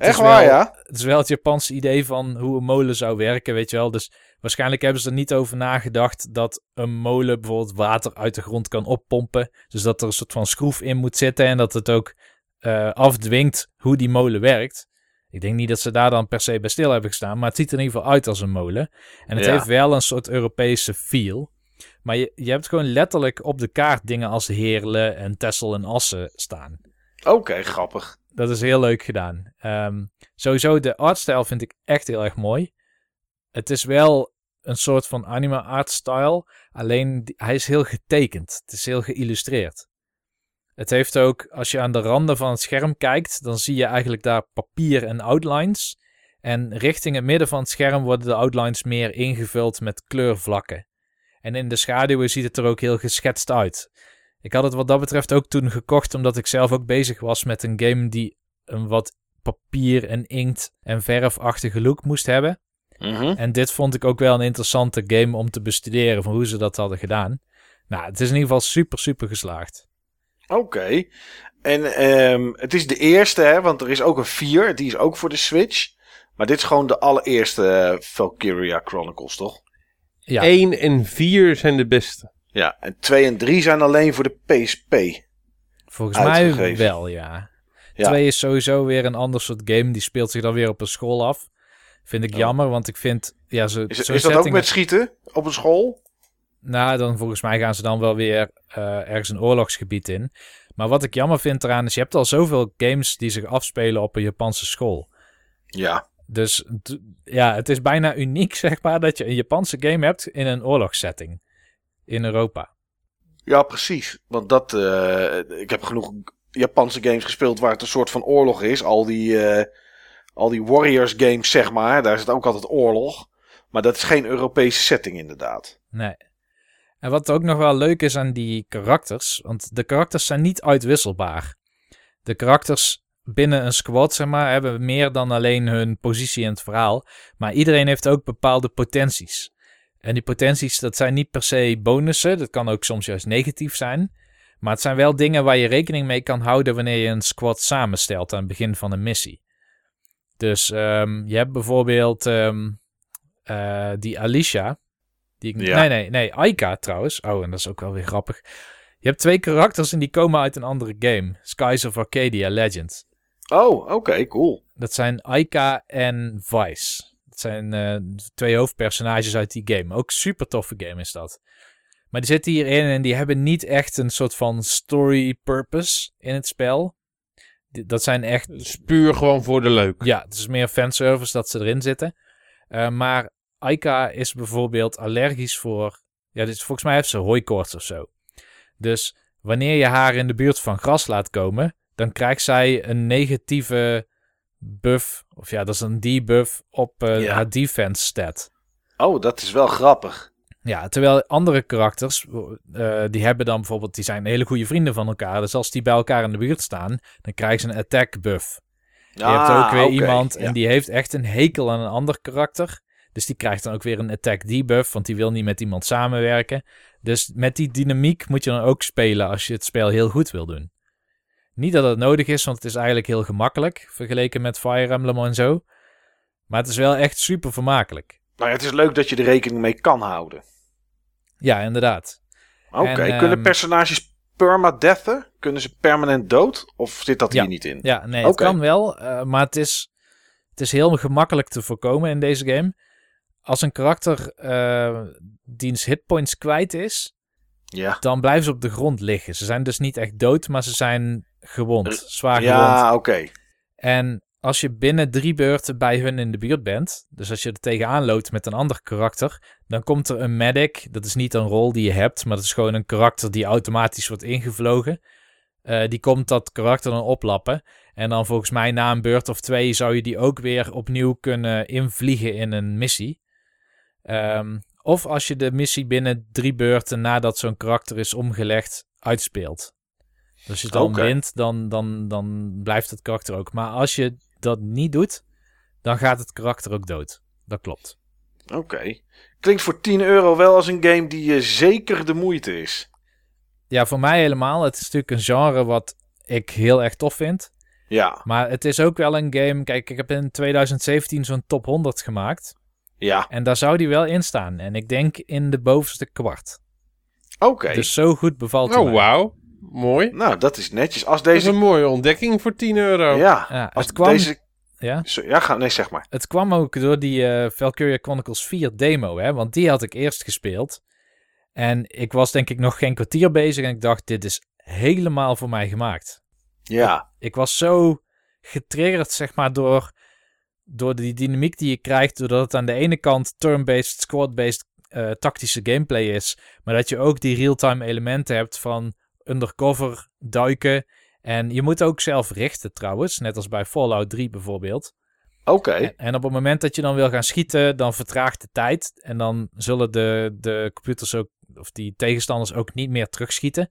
is wel het Japanse idee van hoe een molen zou werken, weet je wel. Dus waarschijnlijk hebben ze er niet over nagedacht dat een molen bijvoorbeeld water uit de grond kan oppompen. Dus dat er een soort van schroef in moet zitten en dat het ook afdwingt hoe die molen werkt. Ik denk niet dat ze daar dan per se bij stil hebben gestaan, maar het ziet er in ieder geval uit als een molen. En het heeft wel een soort Europese feel. Maar je hebt gewoon letterlijk op de kaart dingen als Heerlen en Texel en Assen staan. Oké, grappig. Dat is heel leuk gedaan. Sowieso, de artstijl vind ik echt heel erg mooi. Het is wel een soort van anime artstyle, alleen hij is heel getekend. Het is heel geïllustreerd. Het heeft ook, als je aan de randen van het scherm kijkt, dan zie je eigenlijk daar papier en outlines. En richting het midden van het scherm worden de outlines meer ingevuld met kleurvlakken. En in de schaduwen ziet het er ook heel geschetst uit. Ik had het wat dat betreft ook toen gekocht, omdat ik zelf ook bezig was met een game die een wat papier en inkt en verfachtige look moest hebben. Mm-hmm. En dit vond ik ook wel een interessante game om te bestuderen van hoe ze dat hadden gedaan. Nou, het is in ieder geval super, super geslaagd. Oké. En het is de eerste, hè, want er is ook een 4. Die is ook voor de Switch. Maar dit is gewoon de allereerste Valkyria Chronicles, toch? Ja. 1 en 4 zijn de beste. Ja, en 2 en 3 zijn alleen voor de PSP. Volgens mij wel, ja. 2 is sowieso weer een ander soort game. Die speelt zich dan weer op een school af. Vind ik jammer, want ik vind... Ja, is dat ook met schieten op een school? Nou, dan volgens mij gaan ze dan wel weer ergens een oorlogsgebied in. Maar wat ik jammer vind eraan is, je hebt al zoveel games die zich afspelen op een Japanse school. Ja. Dus ja, het is bijna uniek, zeg maar, dat je een Japanse game hebt in een oorlogssetting. In Europa. Ja, precies. Want ik heb genoeg Japanse games gespeeld waar het een soort van oorlog is. Al al die Warriors games, zeg maar. Daar is het ook altijd oorlog. Maar dat is geen Europese setting inderdaad. Nee. En wat ook nog wel leuk is aan die karakters, want de karakters zijn niet uitwisselbaar. De karakters binnen een squad, zeg maar, hebben meer dan alleen hun positie in het verhaal. Maar iedereen heeft ook bepaalde potenties. En die potenties, dat zijn niet per se bonussen. Dat kan ook soms juist negatief zijn. Maar het zijn wel dingen waar je rekening mee kan houden wanneer je een squad samenstelt aan het begin van een missie. Dus je hebt bijvoorbeeld die Alicia. Nee, Aika trouwens. Oh, en dat is ook wel weer grappig. Je hebt 2 karakters en die komen uit een andere game. Skies of Arcadia Legends. Oh, oké, cool. Dat zijn Aika en Vice. Dat zijn 2 hoofdpersonages uit die game. Ook super toffe game is dat. Maar die zitten hierin en die hebben niet echt een soort van story purpose in het spel. Dat zijn echt... Dus puur gewoon voor de leuk. Ja, het is meer fanservice dat ze erin zitten. Maar Aika is bijvoorbeeld allergisch voor... Ja, dus volgens mij heeft ze hooikoorts of zo. Dus wanneer je haar in de buurt van gras laat komen, dan krijgt zij een negatieve buff. Of ja, dat is een debuff op haar defense stat. Oh, dat is wel grappig. Ja, terwijl andere karakters, die hebben dan bijvoorbeeld, die zijn hele goede vrienden van elkaar. Dus als die bij elkaar in de buurt staan, dan krijgen ze een attack buff. Je hebt ook weer iemand en die heeft echt een hekel aan een ander karakter. Dus die krijgt dan ook weer een attack debuff, want die wil niet met iemand samenwerken. Dus met die dynamiek moet je dan ook spelen als je het spel heel goed wil doen. Niet dat het nodig is, want het is eigenlijk heel gemakkelijk, vergeleken met Fire Emblem en zo. Maar het is wel echt super vermakelijk. Nou ja, het is leuk dat je er rekening mee kan houden. Ja, inderdaad. Oké, kunnen personages permadeathen? Kunnen ze permanent dood? Of zit dat hier niet in? Ja, nee, het kan wel. Maar het is heel gemakkelijk te voorkomen in deze game. Als een karakter diens hitpoints kwijt is, dan blijven ze op de grond liggen. Ze zijn dus niet echt dood, maar ze zijn gewond. Zwaar gewond. Ja, oké. En als je binnen 3 beurten bij hun in de buurt bent, dus als je er tegenaan loopt met een ander karakter, dan komt er een medic. Dat is niet een rol die je hebt, maar dat is gewoon een karakter die automatisch wordt ingevlogen. Die komt dat karakter dan oplappen. En dan volgens mij na een beurt of 2 zou je die ook weer opnieuw kunnen invliegen in een missie. Of als je de missie binnen 3 beurten nadat zo'n karakter is omgelegd uitspeelt. Dus als je dan wint, dan blijft het karakter ook. Maar als je dat niet doet, dan gaat het karakter ook dood. Dat klopt. Oké. Klinkt voor €10 wel als een game die zeker de moeite is. Ja, voor mij helemaal. Het is natuurlijk een genre wat ik heel erg tof vind. Ja. Maar het is ook wel een game... Kijk, ik heb in 2017 zo'n top 100 gemaakt. Ja. En daar zou die wel in staan. En ik denk in de bovenste kwart. Oké. Dus zo goed bevalt hij mij. Wauw. Mooi. Nou, dat is netjes. Als Dat deze... is een mooie ontdekking voor €10. Ja. Als het kwam... deze... Ja? Nee, zeg maar. Het kwam ook door die Valkyria Chronicles 4 demo, hè? Want die had ik eerst gespeeld. En ik was denk ik nog geen kwartier bezig en ik dacht, dit is helemaal voor mij gemaakt. Ja. Ik was zo getriggerd, zeg maar, door die dynamiek die je krijgt, doordat het aan de ene kant turn-based, squad-based tactische gameplay is, maar dat je ook die real-time elementen hebt van undercover duiken. En je moet ook zelf richten trouwens, net als bij Fallout 3 bijvoorbeeld. Oké. En op het moment dat je dan wil gaan schieten, dan vertraagt de tijd. En dan zullen de computers ook, of die tegenstanders ook niet meer terugschieten.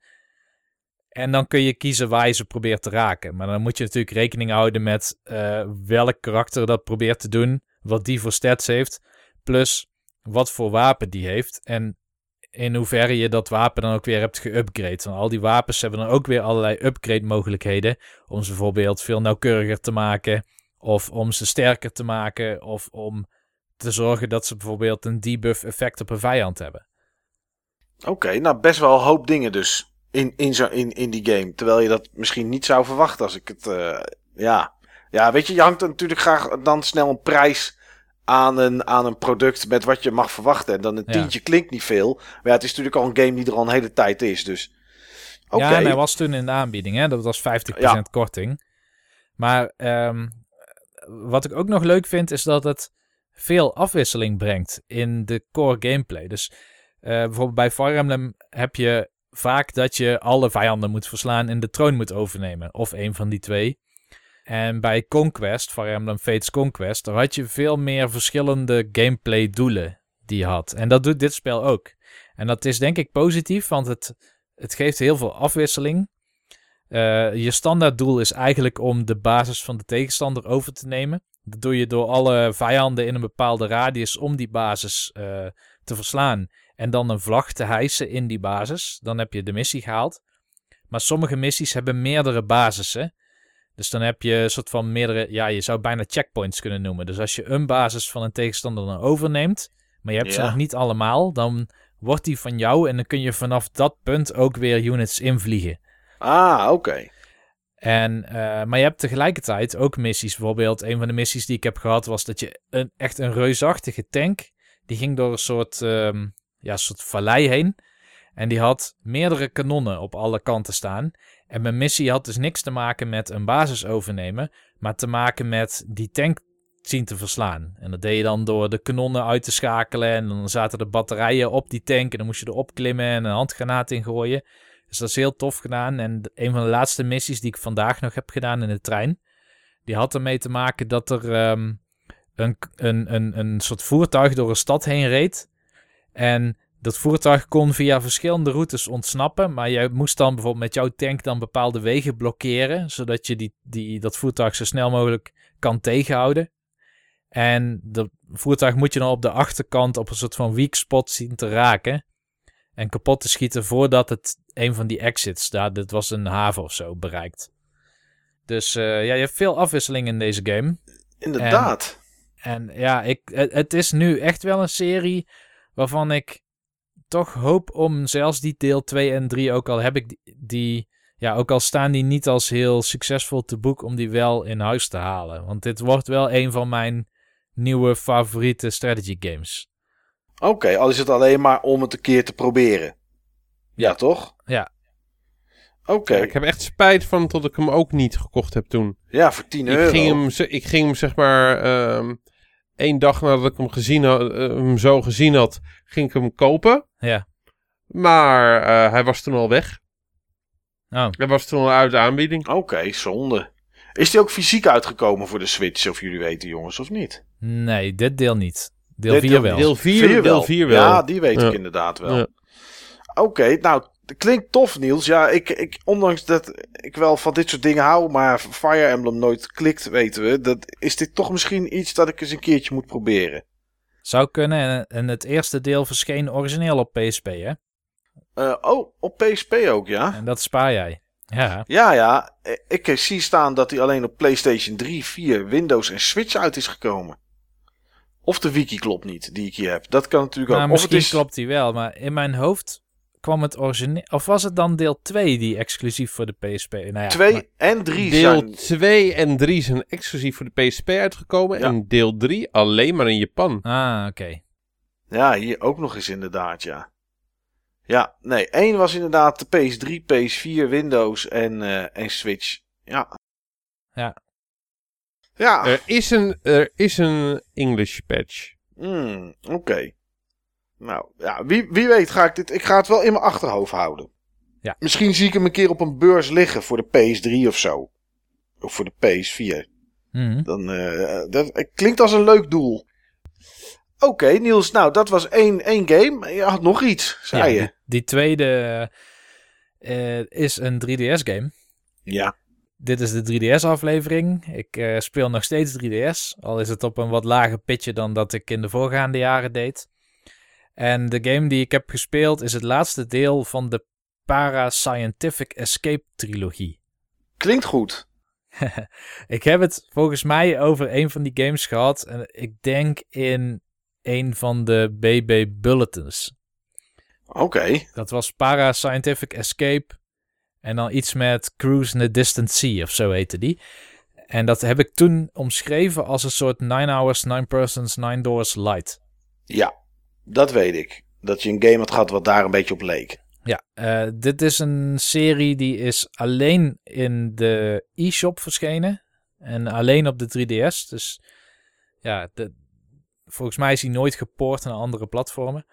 En dan kun je kiezen waar je ze probeert te raken. Maar dan moet je natuurlijk rekening houden met welk karakter dat probeert te doen. Wat die voor stats heeft. Plus wat voor wapen die heeft. En in hoeverre je dat wapen dan ook weer hebt geupgrade. Want al die wapens hebben dan ook weer allerlei upgrade mogelijkheden. Om ze bijvoorbeeld veel nauwkeuriger te maken. Of om ze sterker te maken. Of om te zorgen dat ze bijvoorbeeld een debuff effect op een vijand hebben. Oké, nou best wel een hoop dingen dus. In die game. Terwijl je dat misschien niet zou verwachten als ik het... Ja, weet je, je hangt natuurlijk graag dan snel een prijs aan een product met wat je mag verwachten. En dan een tientje klinkt niet veel. Maar ja, het is natuurlijk al een game die er al een hele tijd is. Dus Ja, en hij was toen in de aanbieding. Hè? Dat was 50% korting. Maar wat ik ook nog leuk vind is dat het veel afwisseling brengt in de core gameplay. Dus bijvoorbeeld bij Fire Emblem heb je vaak dat je alle vijanden moet verslaan en de troon moet overnemen. Of een van die twee. En bij Conquest, Fire Emblem Fates Conquest, daar had je veel meer verschillende gameplay doelen die je had. En dat doet dit spel ook. En dat is denk ik positief, want het geeft heel veel afwisseling. Je standaard doel is eigenlijk om de basis van de tegenstander over te nemen. Dat doe je door alle vijanden in een bepaalde radius om die basis te verslaan. En dan een vlag te hijsen in die basis. Dan heb je de missie gehaald. Maar sommige missies hebben meerdere basissen. Dus dan heb je een soort van meerdere... Ja, je zou bijna checkpoints kunnen noemen. Dus als je een basis van een tegenstander dan overneemt... maar je hebt ze nog niet allemaal... dan wordt die van jou... en dan kun je vanaf dat punt ook weer units invliegen. Ah, oké. Maar je hebt tegelijkertijd ook missies. Bijvoorbeeld, een van de missies die ik heb gehad... was dat je echt een reusachtige tank... die ging door een soort vallei heen... en die had meerdere kanonnen op alle kanten staan... En mijn missie had dus niks te maken met een basis overnemen, maar te maken met die tank zien te verslaan. En dat deed je dan door de kanonnen uit te schakelen en dan zaten de batterijen op die tank en dan moest je erop klimmen en een handgranaat ingooien. Dus dat is heel tof gedaan. En een van de laatste missies die ik vandaag nog heb gedaan in de trein, die had ermee te maken dat er een soort voertuig door een stad heen reed. En dat voertuig kon via verschillende routes ontsnappen, maar jij moest dan bijvoorbeeld met jouw tank dan bepaalde wegen blokkeren, zodat je dat voertuig zo snel mogelijk kan tegenhouden. En dat voertuig moet je dan op de achterkant op een soort van weak spot zien te raken en kapot te schieten voordat het een van die exits, dit was een haven of zo, bereikt. Dus je hebt veel afwisseling in deze game. Inderdaad. En het is nu echt wel een serie waarvan ik toch hoop om zelfs die deel 2 en 3, ook al heb ik ook al staan die niet als heel succesvol te boek, om die wel in huis te halen. Want dit wordt wel een van mijn nieuwe favoriete strategy games. Oké, al is het alleen maar om het een keer te proberen. Ja, toch? Ja. Oké. Ja, ik heb echt spijt van dat ik hem ook niet gekocht heb toen. Ja, voor €10. Ik ging hem zeg maar 1 dag nadat ik hem zo gezien had, ging ik hem kopen. Ja. Maar hij was toen al weg. Oh. Hij was toen al uit de aanbieding. Oké, zonde. Is die ook fysiek uitgekomen voor de Switch, of jullie weten, jongens, of niet? Nee, dit deel niet. Deel 4 wel. Deel 4 wel. Ja, die weet ik inderdaad wel. Ja. Oké, nou, dat klinkt tof, Niels. Ja, ik ondanks dat ik wel van dit soort dingen hou, maar Fire Emblem nooit klikt, weten we. Is dit toch misschien iets dat ik eens een keertje moet proberen? Zou kunnen. En het eerste deel verscheen origineel op PSP, hè? Op PSP ook, ja? En dat spaar jij. Ja. Ja. Ik zie staan dat hij alleen op PlayStation 3, 4, Windows en Switch uit is gekomen. Of de wiki klopt niet, die ik hier heb. Dat kan natuurlijk ook. Misschien klopt die wel, maar in mijn hoofd kwam het origineel... Of was het dan deel 2 die exclusief voor de PSP... 2 en 3 Deel 2 en 3 zijn exclusief voor de PSP uitgekomen. Ja. En deel 3 alleen maar in Japan. Ah, oké. Ja, hier ook nog eens inderdaad, ja. Ja, nee, 1 was inderdaad de PS3, PS4, Windows en Switch. Ja. Er is een English patch. Oké. Nou, ja, wie weet ik ga het wel in mijn achterhoofd houden. Ja. Misschien zie ik hem een keer op een beurs liggen voor de PS3 of zo. Of voor de PS4. Mm-hmm. Dat klinkt als een leuk doel. Oké, Niels, nou, dat was één game. Je had nog iets, zei je. Die tweede is een 3DS-game. Ja. Dit is de 3DS-aflevering. Ik speel nog steeds 3DS. Al is het op een wat lager pitje dan dat ik in de voorgaande jaren deed. En de game die ik heb gespeeld is het laatste deel van de Parascientific Escape trilogie. Klinkt goed. Ik heb het volgens mij over een van die games gehad. En ik denk in een van de BB Bulletins. Oké. Dat was Parascientific Escape. En dan iets met Cruise in the Distant Sea of zo heette die. En dat heb ik toen omschreven als een soort 9 Hours, 9 Persons, 9 Doors light. Ja, dat weet ik. Dat je een game had gehad wat daar een beetje op leek. Ja, dit is een serie die is alleen in de eShop verschenen. En alleen op de 3DS. Dus ja, volgens mij is hij nooit gepoord naar andere platformen.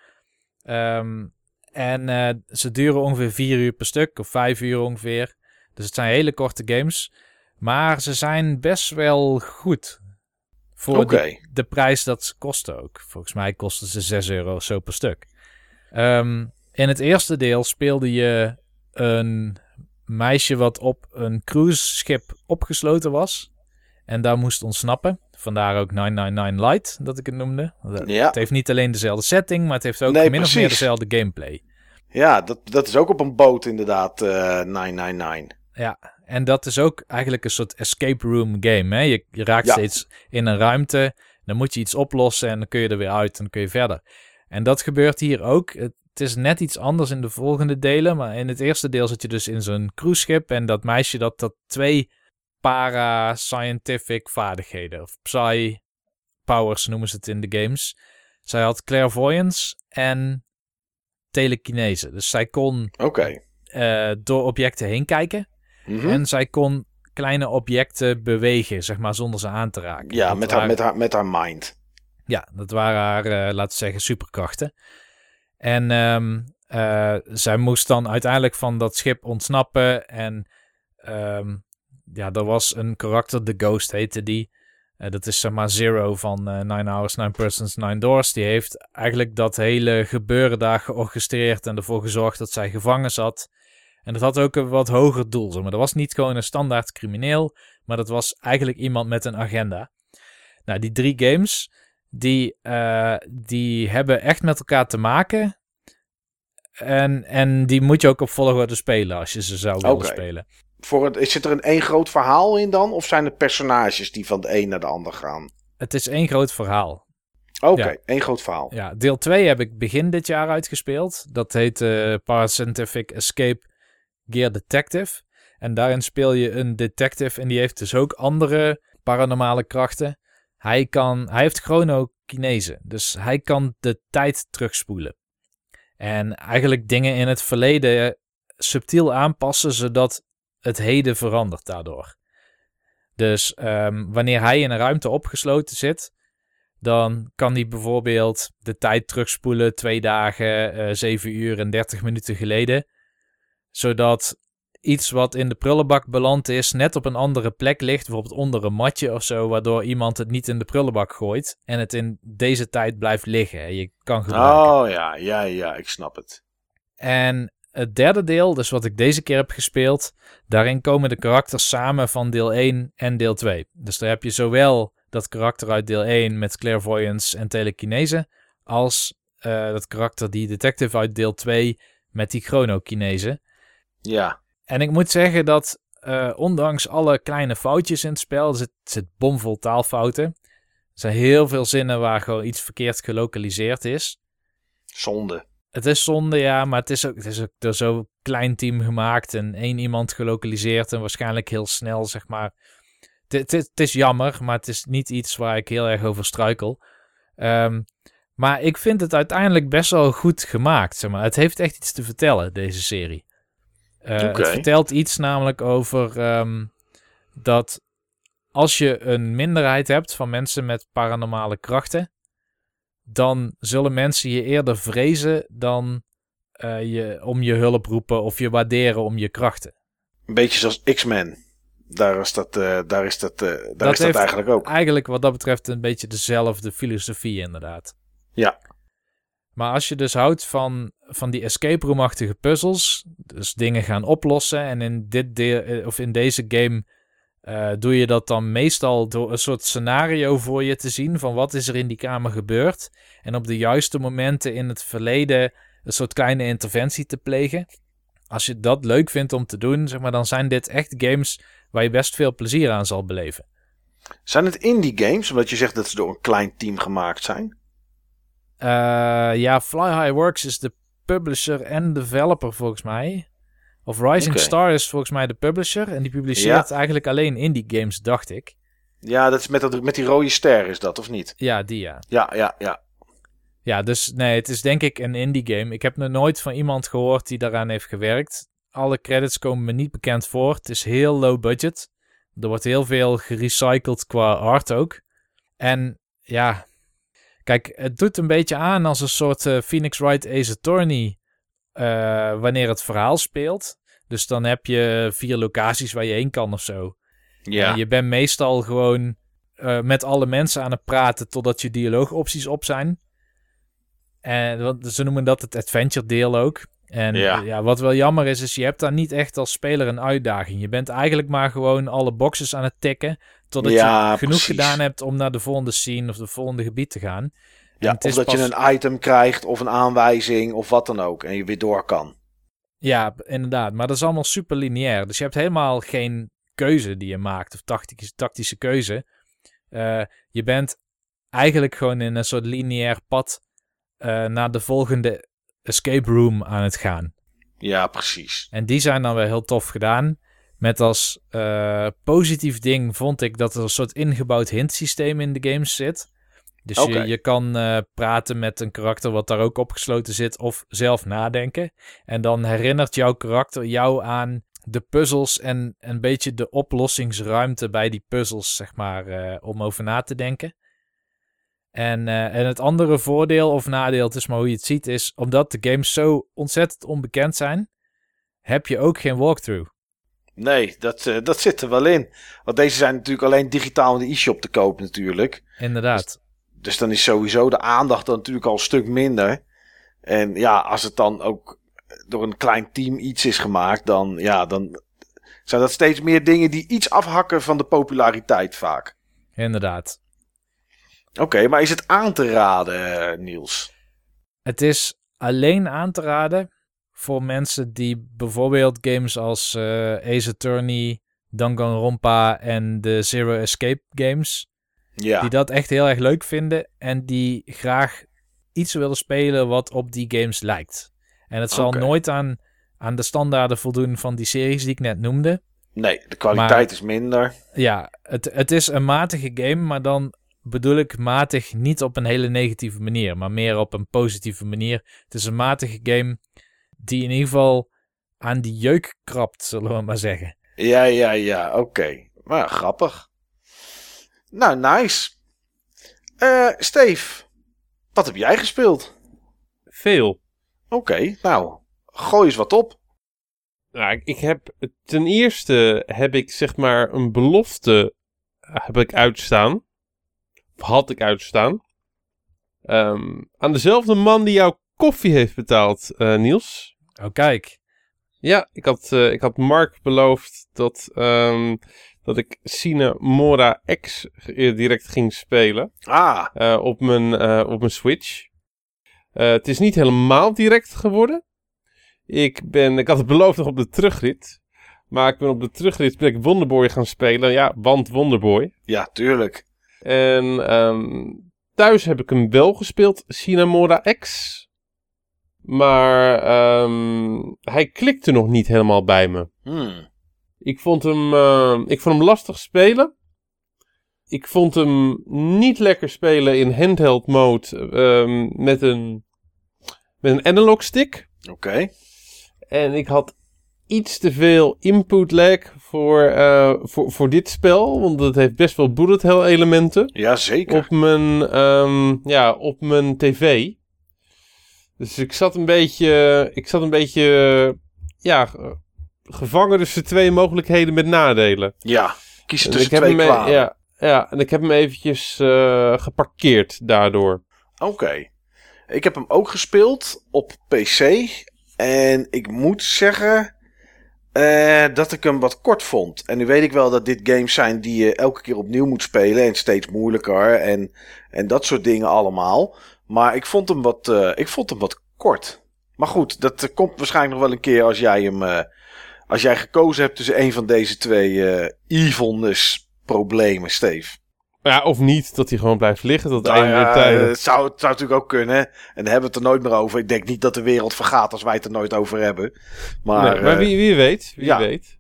Ze duren ongeveer 4 uur per stuk. Of 5 uur ongeveer. Dus het zijn hele korte games. Maar ze zijn best wel goed. Voor de prijs dat ze kosten ook. Volgens mij kosten ze €6 of zo per stuk. In het eerste deel speelde je een meisje wat op een cruiseschip opgesloten was. En daar moest ontsnappen. Vandaar ook 999 Light, dat ik het noemde. Het heeft niet alleen dezelfde setting, maar het heeft ook min of meer dezelfde gameplay. Ja, dat is ook op een boot inderdaad, 999. Ja, en dat is ook eigenlijk een soort escape room game. Hè? Je raakt steeds in een ruimte, dan moet je iets oplossen en dan kun je er weer uit en dan kun je verder. En dat gebeurt hier ook. Het is net iets anders in de volgende delen, maar in het eerste deel zit je dus in zo'n cruiseschip en dat meisje dat 2 para-scientific vaardigheden, of psy-powers noemen ze het in de games. Zij had clairvoyance en telekinese. Dus zij kon door objecten heen kijken. Mm-hmm. En zij kon kleine objecten bewegen, zeg maar, zonder ze aan te raken. Ja, met haar mind. Ja, dat waren haar, laten we zeggen, superkrachten. En zij moest dan uiteindelijk van dat schip ontsnappen. En er was een karakter, The Ghost heette die. Dat is zeg maar Zero van 9 Hours, 9 Persons, 9 Doors. Die heeft eigenlijk dat hele gebeuren daar georchestreerd en ervoor gezorgd dat zij gevangen zat. En dat had ook een wat hoger doel. Zeg maar. Dat was niet gewoon een standaard crimineel, maar dat was eigenlijk iemand met een agenda. Nou, die 3 games, die hebben echt met elkaar te maken. En die moet je ook op volgorde spelen als je ze zou willen spelen. Zit er een één groot verhaal in dan? Of zijn het personages die van de een naar de ander gaan? Het is één groot verhaal. Één groot verhaal. Ja, deel 2 heb ik begin dit jaar uitgespeeld. Dat heet Parascientific Escape Gear Detective. En daarin speel je een detective en die heeft dus ook andere paranormale krachten. Hij heeft chronokinese, dus hij kan de tijd terugspoelen. En eigenlijk dingen in het verleden subtiel aanpassen, zodat het heden verandert daardoor. Dus wanneer hij in een ruimte opgesloten zit, dan kan hij bijvoorbeeld de tijd terugspoelen 2 dagen, 7 uur en 30 minuten geleden. Zodat iets wat in de prullenbak beland is, net op een andere plek ligt, bijvoorbeeld onder een matje of zo, waardoor iemand het niet in de prullenbak gooit en het in deze tijd blijft liggen. Je kan gebruiken. Ja, ik snap het. En het derde deel, dus wat ik deze keer heb gespeeld, daarin komen de karakters samen van deel 1 en deel 2. Dus daar heb je zowel dat karakter uit deel 1 met clairvoyance en telekinese, als dat karakter, die detective uit deel 2 met die chronokinese. Ja. En ik moet zeggen dat ondanks alle kleine foutjes in het spel, er zit bomvol taalfouten. Er zijn heel veel zinnen waar gewoon iets verkeerd gelokaliseerd is. Zonde. Het is zonde, ja, maar het is ook door zo'n klein team gemaakt en 1 iemand gelokaliseerd en waarschijnlijk heel snel, zeg maar. Het is jammer, maar het is niet iets waar ik heel erg over struikel. Maar ik vind het uiteindelijk best wel goed gemaakt, zeg maar. Het heeft echt iets te vertellen, deze serie. Het vertelt iets namelijk over dat als je een minderheid hebt van mensen met paranormale krachten, dan zullen mensen je eerder vrezen dan om je hulp roepen of je waarderen om je krachten. Een beetje zoals X-Men. Daar is dat eigenlijk ook. Eigenlijk wat dat betreft een beetje dezelfde filosofie inderdaad. Ja. Maar als je dus houdt van die escape room-achtige puzzels, dus dingen gaan oplossen, en in dit deel of in deze game doe je dat dan meestal door een soort scenario voor je te zien van wat is er in die kamer gebeurd en op de juiste momenten in het verleden een soort kleine interventie te plegen. Als je dat leuk vindt om te doen, zeg maar, dan zijn dit echt games waar je best veel plezier aan zal beleven. Zijn het indie games, omdat je zegt dat ze door een klein team gemaakt zijn? Ja, Fly High Works is de publisher en developer volgens mij. Of Rising Star is volgens mij de publisher. En die publiceert eigenlijk alleen indie games, dacht ik. Ja, dat is met die rode ster is dat, of niet? Ja, die ja. Ja. Ja, dus nee, het is denk ik een indie game. Ik heb nog nooit van iemand gehoord die daaraan heeft gewerkt. Alle credits komen me niet bekend voor. Het is heel low budget. Er wordt heel veel gerecycled qua art ook. En ja, kijk, het doet een beetje aan als een soort Phoenix Wright Ace Attorney wanneer het verhaal speelt. Dus dan heb je 4 locaties waar je heen kan of zo. Ja. En je bent meestal gewoon met alle mensen aan het praten totdat je dialoogopties op zijn. En ze noemen dat het adventure deel ook. En ja, wat wel jammer is je hebt daar niet echt als speler een uitdaging. Je bent eigenlijk maar gewoon alle boxes aan het tikken totdat je genoeg gedaan hebt om naar de volgende scene of de volgende gebied te gaan. Ja, of dat je een item krijgt of een aanwijzing of wat dan ook en je weer door kan. Ja, inderdaad. Maar dat is allemaal super lineair. Dus je hebt helemaal geen keuze die je maakt of tactische keuze. Je bent eigenlijk gewoon in een soort lineair pad naar de volgende escape room aan het gaan. Ja, precies. En die zijn dan wel heel tof gedaan. Met als positief ding vond ik dat er een soort ingebouwd hintsysteem in de games zit. Dus je kan praten met een karakter wat daar ook opgesloten zit of zelf nadenken. En dan herinnert jouw karakter jou aan de puzzels en een beetje de oplossingsruimte bij die puzzels, zeg maar, om over na te denken. En het andere voordeel of nadeel, het is maar hoe je het ziet, is omdat de games zo ontzettend onbekend zijn, heb je ook geen walkthrough. Nee, dat zit er wel in. Want deze zijn natuurlijk alleen digitaal in de e-shop te koop natuurlijk. Inderdaad. Dus dan is sowieso de aandacht dan natuurlijk al een stuk minder. En ja, als het dan ook door een klein team iets is gemaakt, dan zijn dat steeds meer dingen die iets afhakken van de populariteit vaak. Inderdaad. Oké, maar is het aan te raden, Niels? Het is alleen aan te raden voor mensen die bijvoorbeeld games als Ace Attorney, Danganronpa en de Zero Escape games, die dat echt heel erg leuk vinden en die graag iets willen spelen wat op die games lijkt. En het zal nooit aan de standaarden voldoen van die series die ik net noemde. Nee, de kwaliteit is minder. Ja, het is een matige game, maar dan bedoel ik matig niet op een hele negatieve manier, maar meer op een positieve manier. Het is een matige game die in ieder geval aan die jeuk krabt, zullen we maar zeggen. Ja, oké. Maar grappig. Nou, nice. Steve, wat heb jij gespeeld? Veel. Oké, nou, gooi eens wat op. Nou, ik heb ten eerste zeg maar een belofte uitstaan. Of had ik uitstaan. Aan dezelfde man die jouw koffie heeft betaald, Niels. Oh, kijk. Ja, ik had Mark beloofd dat ik Sine Mora X direct ging spelen. Op mijn Switch. Het is niet helemaal direct geworden. Ik had het beloofd nog op de terugrit. Maar ik ben op de terugrit Wonderboy gaan spelen. Ja, want Wonderboy. Ja, tuurlijk. En thuis heb ik hem wel gespeeld, Sine Mora X. Maar hij klikte nog niet helemaal bij me. Ik vond hem lastig spelen. Ik vond hem niet lekker spelen in handheld mode met een analog stick. Oké. En ik had iets te veel input lag voor dit spel. Want het heeft best wel bullet hell elementen. Ja, zeker. Op mijn tv. Dus ik zat een beetje gevangen tussen twee mogelijkheden met nadelen. Ja, kies tussen twee kwaden. Ja, en ik heb hem eventjes geparkeerd daardoor. Oké. Ik heb hem ook gespeeld op PC. En ik moet zeggen dat ik hem wat kort vond. En nu weet ik wel dat dit games zijn die je elke keer opnieuw moet spelen. En steeds moeilijker. En dat soort dingen allemaal. Maar ik vond hem wat kort. Maar goed, dat komt waarschijnlijk nog wel een keer als jij gekozen hebt tussen een van deze twee evilness problemen, Steve. Ja, of niet, dat hij gewoon blijft liggen tot het einde der tijden. Het zou natuurlijk ook kunnen. En daar hebben we het er nooit meer over. Ik denk niet dat de wereld vergaat als wij het er nooit over hebben. Maar wie weet. Wie weet.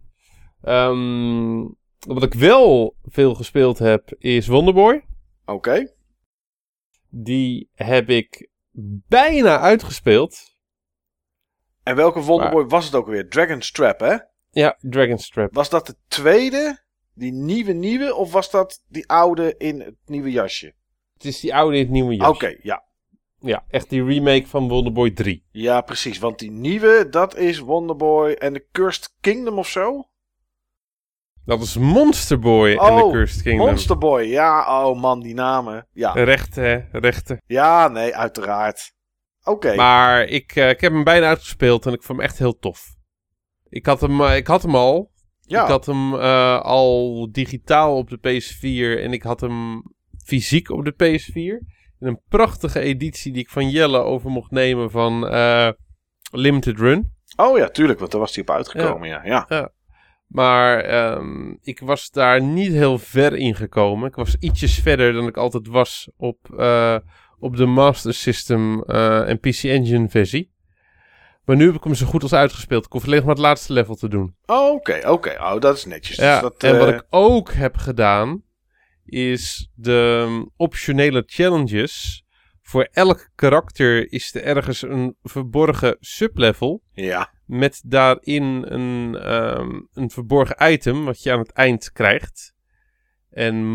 Wat ik wel veel gespeeld heb, is Wonderboy. Oké. Die heb ik bijna uitgespeeld. En welke Wonderboy was het ook weer? Dragon's Trap, hè? Ja, Dragon's Trap. Was dat de tweede? Die nieuwe? Of was dat die oude in het nieuwe jasje? Het is die oude in het nieuwe jasje. Oké, ja. Ja, echt die remake van Wonderboy 3. Ja, precies. Want die nieuwe, dat is Wonderboy en The Cursed Kingdom of zo? Dat is Monster Boy en The Cursed Kingdom. Monster Boy. Ja, oh man, die namen. Ja. Rechten, hè? Rechten. Ja, nee, uiteraard. Oké. Maar ik heb hem bijna uitgespeeld en ik vond hem echt heel tof. Ik had hem al. Ja. Ik had hem al digitaal op de PS4 en ik had hem fysiek op de PS4. In een prachtige editie die ik van Jelle over mocht nemen van Limited Run. Oh ja, tuurlijk, want daar was hij op uitgekomen, ja. Maar ik was daar niet heel ver in gekomen. Ik was ietsjes verder dan ik altijd was op de Master System en PC Engine versie. Maar nu heb ik hem zo goed als uitgespeeld. Ik hoef alleen nog maar het laatste level te doen. Oké. Oh, dat is netjes. Ja, dus dat, en wat ik ook heb gedaan, is de optionele challenges. Voor elk karakter is er ergens een verborgen sublevel. Ja. Met daarin een verborgen item wat je aan het eind krijgt. En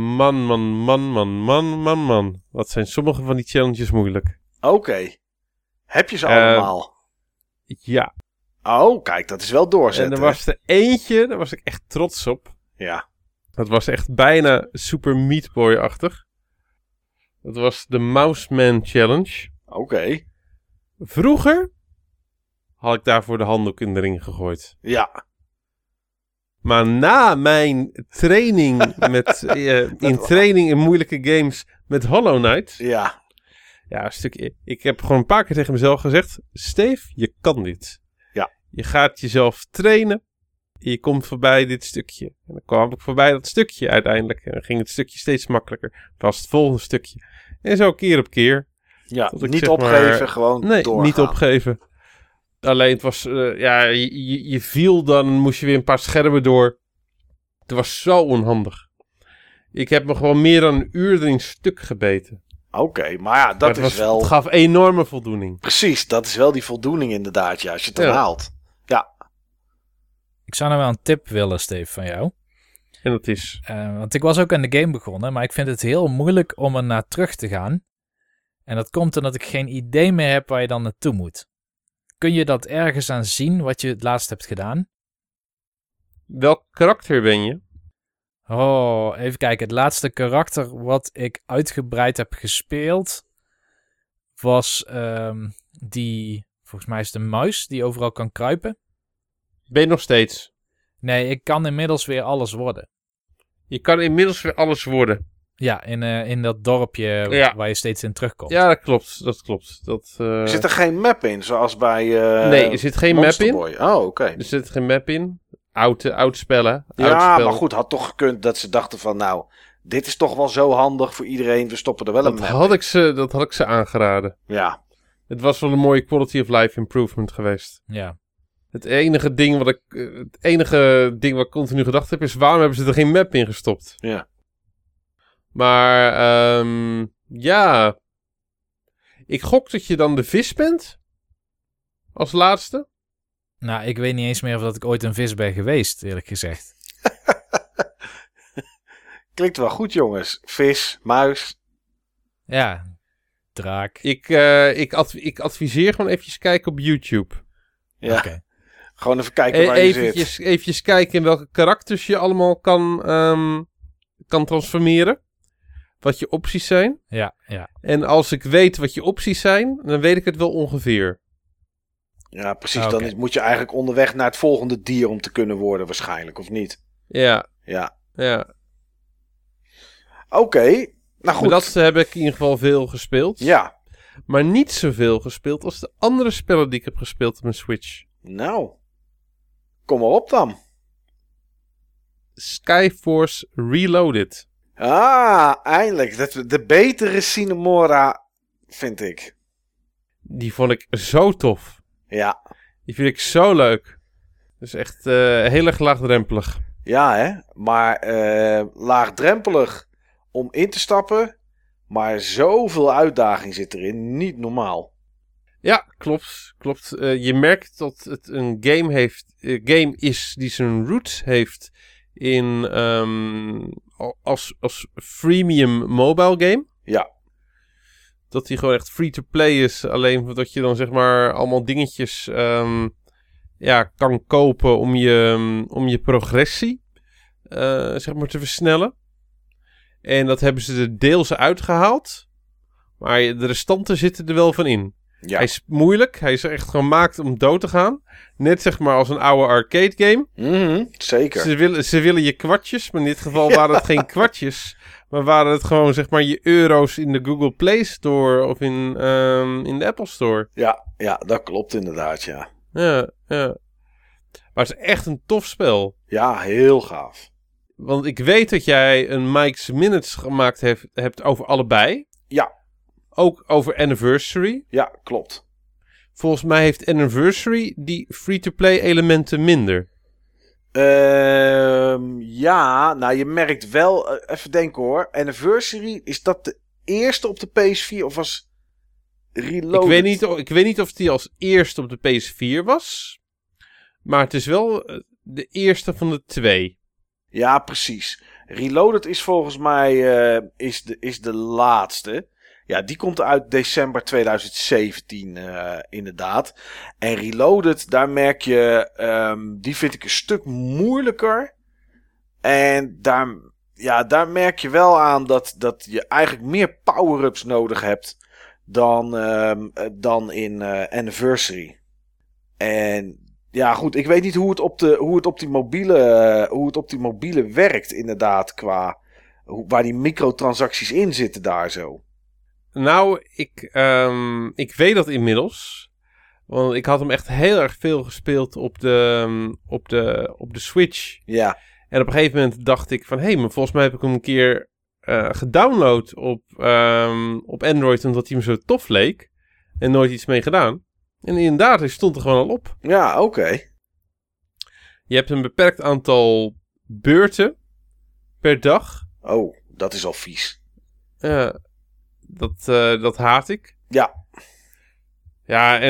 man. Wat zijn sommige van die challenges moeilijk. Oké. Heb je ze allemaal? Ja. Oh, kijk, dat is wel doorzetten. En er was er eentje, daar was ik echt trots op. Ja. Dat was echt bijna Super Meat Boy-achtig. Dat was de Mouseman Challenge. Oké. Vroeger had ik daarvoor de handdoek in de ring gegooid. Ja. Maar na mijn training training in moeilijke games met Hollow Knight. Ja. Ja, een stukje. Ik heb gewoon een paar keer tegen mezelf gezegd: Steve, je kan dit. Ja. Je gaat jezelf trainen. En je komt voorbij dit stukje. En dan kwam ik voorbij dat stukje uiteindelijk. En dan ging het stukje steeds makkelijker. Dat was het volgende stukje. En zo keer op keer. Ja, niet opgeven, gewoon doorgaan. Nee, niet opgeven. Alleen het was, je viel, dan moest je weer een paar schermen door. Het was zo onhandig. Ik heb me gewoon meer dan een uur erin stuk gebeten. Oké, maar ja, dat is wel... Het gaf enorme voldoening. Precies, dat is wel die voldoening inderdaad, ja, als je het dan haalt. Ja. Ik zou nou wel een tip willen, Steve, van jou. En dat is? Want ik was ook aan de game begonnen, maar ik vind het heel moeilijk om er naar terug te gaan. En dat komt omdat ik geen idee meer heb waar je dan naartoe moet. Kun je dat ergens aan zien, wat je het laatst hebt gedaan? Welk karakter ben je? Oh, even kijken. Het laatste karakter wat ik uitgebreid heb gespeeld was die, volgens mij is het een muis die overal kan kruipen. Ben je nog steeds? Nee, ik kan inmiddels weer alles worden. Je kan inmiddels weer alles worden? Ja, in dat dorpje waar je steeds in terugkomt. Ja, dat klopt. Zit er geen map in, zoals bij nee, er zit geen Monster map in. Boy? Oh, oké. Er zit geen map in. Oud spellen. Ja, maar goed, had toch gekund dat ze dachten van, nou, dit is toch wel zo handig voor iedereen, we stoppen er wel een map in. Dat had ik ze aangeraden. Ja. Het was wel een mooie quality of life improvement geweest. Ja. Het enige ding wat ik continu gedacht heb is, waarom hebben ze er geen map in gestopt? Ja. Maar, ja. Ik gok dat je dan de vis bent. Als laatste. Nou, ik weet niet eens meer of dat ik ooit een vis ben geweest, eerlijk gezegd. Klinkt wel goed, jongens. Vis, muis. Ja, draak. Ik adviseer gewoon eventjes kijken op YouTube. Ja, okay. Gewoon even kijken waar je zit. Eventjes kijken in welke karakters je allemaal kan transformeren. Wat je opties zijn. Ja. En als ik weet wat je opties zijn, dan weet ik het wel ongeveer. Ja, precies. Okay. Dan moet je eigenlijk onderweg naar het volgende dier om te kunnen worden waarschijnlijk, of niet? Ja. Oké, nou goed. Maar dat heb ik in ieder geval veel gespeeld. Ja. Maar niet zoveel gespeeld als de andere spellen die ik heb gespeeld op mijn Switch. Nou, kom maar op dan. Skyforce Reloaded. Ah, eindelijk. De betere Cinemora, vind ik. Die vond ik zo tof. Ja. Die vind ik zo leuk. Dus echt heel erg laagdrempelig. Ja, hè? Maar laagdrempelig om in te stappen. Maar zoveel uitdaging zit erin. Niet normaal. Ja, klopt. Je merkt dat het een game is die zijn roots heeft in als freemium mobile game. Ja. Dat hij gewoon echt free-to-play is. Alleen dat je dan zeg maar allemaal dingetjes kan kopen om je progressie zeg maar te versnellen. En dat hebben ze er deels uitgehaald. Maar de restanten zitten er wel van in. Ja. Hij is moeilijk. Hij is echt gemaakt om dood te gaan. Net zeg maar als een oude arcade game. Zeker. Ze willen je kwartjes. Maar in dit geval waren het geen kwartjes. Maar waren het gewoon zeg maar je euro's in de Google Play Store. Of in de Apple Store. Ja, dat klopt inderdaad, ja. Ja. Maar het is echt een tof spel. Ja, heel gaaf. Want ik weet dat jij een Mike's Minutes gemaakt hebt over allebei. Ja. Ook over Anniversary. Ja, klopt. Volgens mij heeft Anniversary die free-to-play elementen minder. Ja, nou je merkt wel... even denken hoor. Anniversary, is dat de eerste op de PS4 of was Reloaded? Ik weet niet of die als eerste op de PS4 was. Maar het is wel de eerste van de 2. Ja, precies. Reloaded is volgens mij is de laatste. Ja, die komt uit december 2017 inderdaad. En Reloaded, daar merk je... die vind ik een stuk moeilijker. En daar merk je wel aan dat je eigenlijk meer power-ups nodig hebt dan in Anniversary. En... Ja, goed. Ik weet niet hoe het op die mobiele werkt, inderdaad, waar die microtransacties in zitten daar zo. Nou, ik weet dat inmiddels. Want ik had hem echt heel erg veel gespeeld op de Switch. Ja. En op een gegeven moment dacht ik van... maar volgens mij heb ik hem een keer gedownload op Android... omdat hij me zo tof leek. En nooit iets mee gedaan. En inderdaad, hij stond er gewoon al op. Ja, oké. Je hebt een beperkt aantal beurten per dag. Oh, dat is al vies. Dat haat ik. Ja. Ja,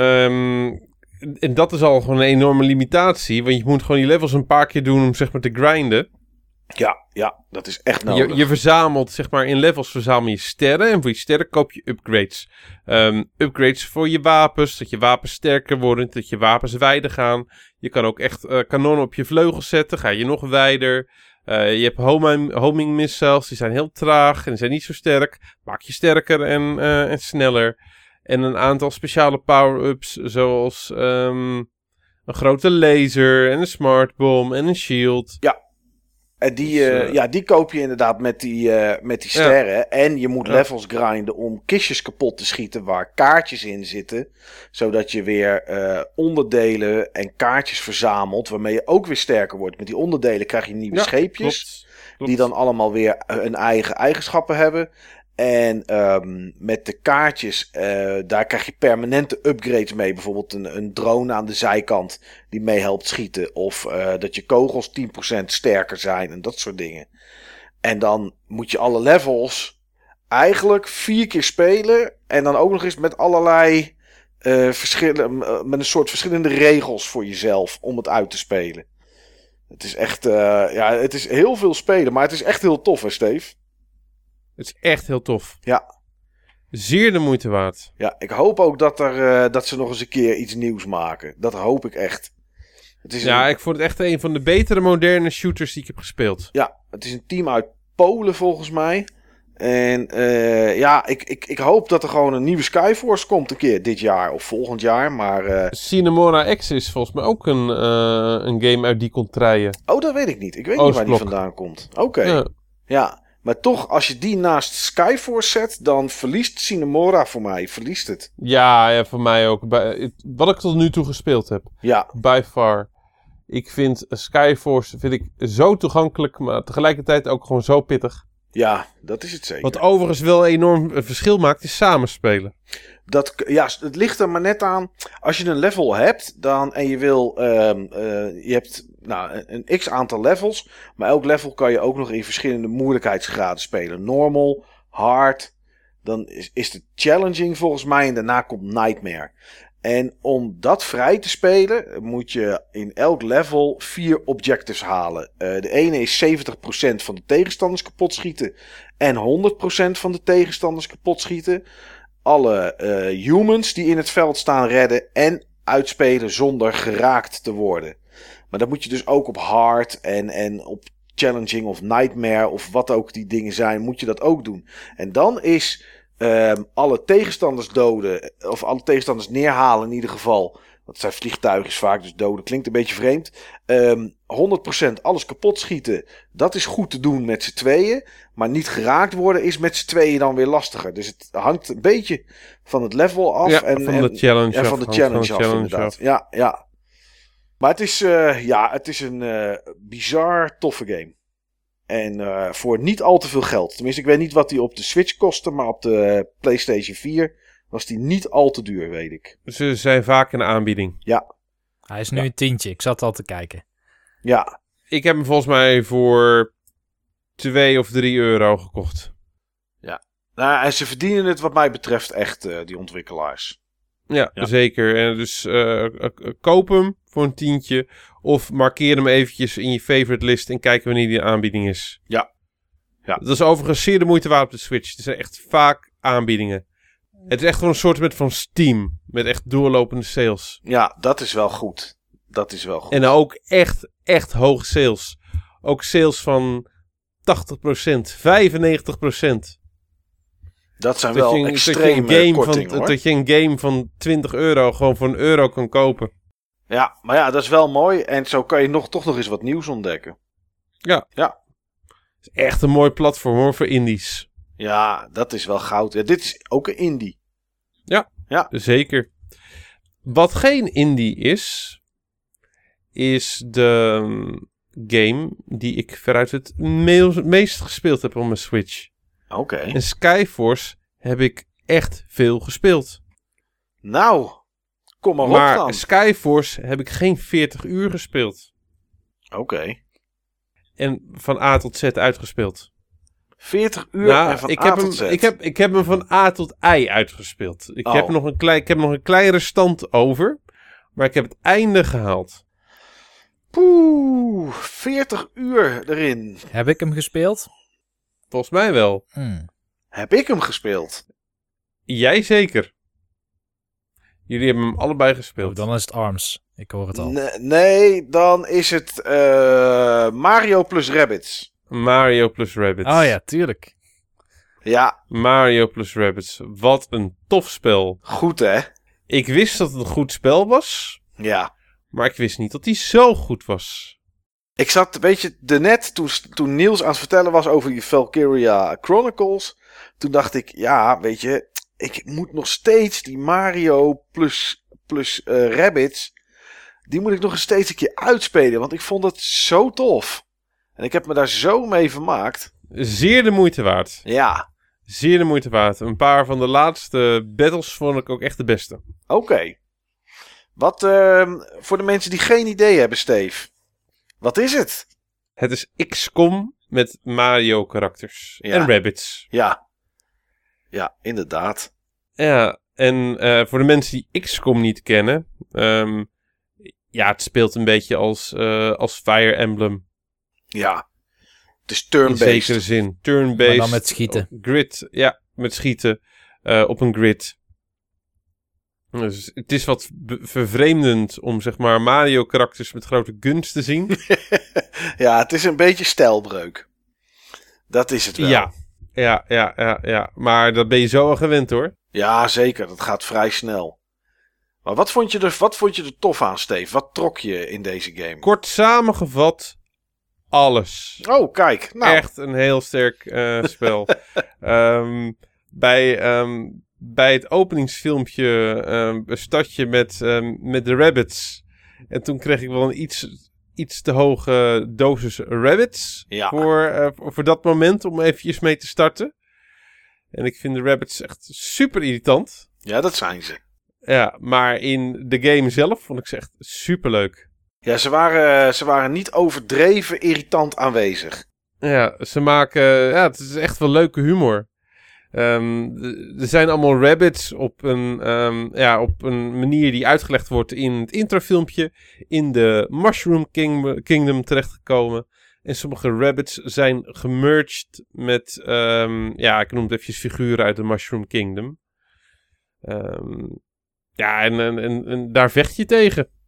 en dat is al gewoon een enorme limitatie. Want je moet gewoon die levels een paar keer doen om zeg maar te grinden. Ja, dat is echt nodig. Je verzamelt, zeg maar, in levels verzamel je sterren. En voor je sterren koop je upgrades. Upgrades voor je wapens, dat je wapens sterker worden, dat je wapens wijder gaan. Je kan ook echt kanonnen op je vleugels zetten, ga je nog wijder. Je hebt homing missiles, die zijn heel traag en die zijn niet zo sterk. Maak je sterker en sneller. En een aantal speciale power-ups, zoals een grote laser en een smart bomb en een shield. Ja. En die koop je inderdaad met die sterren. Ja. En je moet levels grinden om kistjes kapot te schieten waar kaartjes in zitten. Zodat je weer onderdelen en kaartjes verzamelt. Waarmee je ook weer sterker wordt. Met die onderdelen krijg je nieuwe scheepjes. Klopt. Die dan allemaal weer hun eigen eigenschappen hebben. En met de kaartjes, daar krijg je permanente upgrades mee. Bijvoorbeeld een drone aan de zijkant die mee helpt schieten. Of dat je kogels 10% sterker zijn en dat soort dingen. En dan moet je alle levels eigenlijk 4 keer spelen. En dan ook nog eens met allerlei met een soort verschillende regels voor jezelf om het uit te spelen. Het is echt, het is heel veel spelen, maar het is echt heel tof, hè, Steve? Het is echt heel tof. Ja. Zeer de moeite waard. Ja, ik hoop ook dat ze nog eens een keer iets nieuws maken. Dat hoop ik echt. Ik vond het echt een van de betere moderne shooters die ik heb gespeeld. Ja, het is een team uit Polen volgens mij. En ik hoop dat er gewoon een nieuwe Skyforce komt een keer dit jaar of volgend jaar. Maar Cinemora X is volgens mij ook een game uit die contraien. Oh, dat weet ik niet. Ik weet niet waar die vandaan komt. Oké. Ja. Maar toch, als je die naast Skyforce zet, dan verliest Cinemora voor mij. Verliest het. Ja, voor mij ook. Wat ik tot nu toe gespeeld heb. Ja. By far. Ik vind Skyforce zo toegankelijk, maar tegelijkertijd ook gewoon zo pittig. Ja, dat is het zeker. Wat overigens wel een enorm verschil maakt, is samenspelen. Het ligt er maar net aan. Als je een level hebt en je wil... je hebt een x-aantal levels. Maar elk level kan je ook nog in verschillende moeilijkheidsgraden spelen. Normal, hard. Dan is het challenging volgens mij. En daarna komt Nightmare. En om dat vrij te spelen, moet je in elk level 4 objectives halen. De ene is 70% van de tegenstanders kapot schieten. En 100% van de tegenstanders kapot schieten. Alle humans die in het veld staan redden. En uitspelen zonder geraakt te worden. Maar dat moet je dus ook op hard en op challenging of nightmare of wat ook die dingen zijn, moet je dat ook doen. En dan is alle tegenstanders doden, of alle tegenstanders neerhalen in ieder geval. Dat zijn vliegtuigen vaak, dus doden klinkt een beetje vreemd. 100% alles kapot schieten, dat is goed te doen met z'n tweeën. Maar niet geraakt worden is met z'n tweeën dan weer lastiger. Dus het hangt een beetje van het level af. Ja, van de challenge af. Van de challenge af, inderdaad. Ja. Maar het is een bizar toffe game. En voor niet al te veel geld. Tenminste, ik weet niet wat die op de Switch kostte, maar op de PlayStation 4 was die niet al te duur, weet ik. Ze zijn vaak in de aanbieding. Ja. Hij is nu een tientje. Ik zat al te kijken. Ja. Ik heb hem volgens mij voor 2 of 3 euro gekocht. Ja. Nou, en ze verdienen het wat mij betreft echt, die ontwikkelaars. Ja, zeker. En dus koop hem voor een tientje. Of markeer hem eventjes in je favorite list en kijk wanneer die aanbieding is. Ja. Dat is overigens zeer de moeite waard op de Switch. Er zijn echt vaak aanbiedingen. Het is echt gewoon een soort van Steam. Met echt doorlopende sales. Ja, dat is wel goed. En ook echt hoge sales. Ook sales van 80%, 95%. Dat zijn wel extreme kortingen, hoor. Dat je een game van €20 gewoon voor €1 kan kopen. Ja, maar ja, dat is wel mooi. En zo kan je toch nog eens wat nieuws ontdekken. Ja. Het is echt een mooi platform, hoor, voor indies. Ja, dat is wel goud. Ja, dit is ook een indie. Ja, zeker. Wat geen indie is de game die ik veruit het meest gespeeld heb op mijn Switch. Oké. En Skyforce heb ik echt veel gespeeld. Nou, kom maar op dan. Maar Skyforce heb ik geen 40 uur gespeeld. Oké. En van A tot Z uitgespeeld. 40 uur en van A tot Z? Ik heb hem van A tot I uitgespeeld. Ik heb nog een klein restant over. Maar ik heb het einde gehaald. Poeh, 40 uur erin. Heb ik hem gespeeld? Volgens mij wel. Heb ik hem gespeeld? Jij zeker. Jullie hebben hem allebei gespeeld. Oh, dan is het ARMS. Ik hoor het al. Nee, dan is het Mario plus Rabbids. Mario plus Rabbids. Oh ja, tuurlijk. Ja. Mario plus Rabbids. Wat een tof spel. Goed, hè? Ik wist dat het een goed spel was. Ja. Maar ik wist niet dat hij zo goed was. Ik zat, weet je, net toen Niels aan het vertellen was over die Valkyria Chronicles. Toen dacht ik, ja, weet je, ik moet nog steeds die Mario plus Rabbids. Die moet ik nog steeds een keer uitspelen. Want ik vond het zo tof. En ik heb me daar zo mee vermaakt. Zeer de moeite waard. Ja. Zeer de moeite waard. Een paar van de laatste battles vond ik ook echt de beste. Oké. Wat voor de mensen die geen idee hebben, Steve. Wat is het? Het is XCOM met Mario karakters. Ja. En Rabbids. Ja. Ja, inderdaad. Ja, en voor de mensen die XCOM niet kennen. Ja, het speelt een beetje als Fire Emblem. Ja. Het is turn-based. In zekere zin. Turn-based. Maar dan met schieten. Grid. Ja, met schieten. Op een grid. Dus het is wat vervreemdend om, zeg maar, Mario karakters met grote guns te zien. Ja, het is een beetje stijlbreuk. Dat is het wel. Ja. Maar dat ben je zo al gewend, hoor. Ja, zeker. Dat gaat vrij snel. Maar wat vond je er tof aan, Steve? Wat trok je in deze game? Kort samengevat, alles. Oh, kijk. Nou. Echt een heel sterk spel. Bij het openingsfilmpje start je met de Rabbids. En toen kreeg ik wel een iets te hoge dosis Rabbids. Ja. Voor dat moment om eventjes mee te starten. En ik vind de Rabbids echt super irritant. Ja, dat zijn ze. Ja, maar in de game zelf vond ik ze echt super leuk. Ja, ze waren niet overdreven irritant aanwezig. Ja, het is echt wel leuke humor. Er zijn allemaal rabbits op een manier die uitgelegd wordt in het introfilmpje in de Mushroom Kingdom terechtgekomen. En sommige rabbits zijn gemerged met, ik noem het eventjes figuren uit de Mushroom Kingdom. En daar vecht je tegen.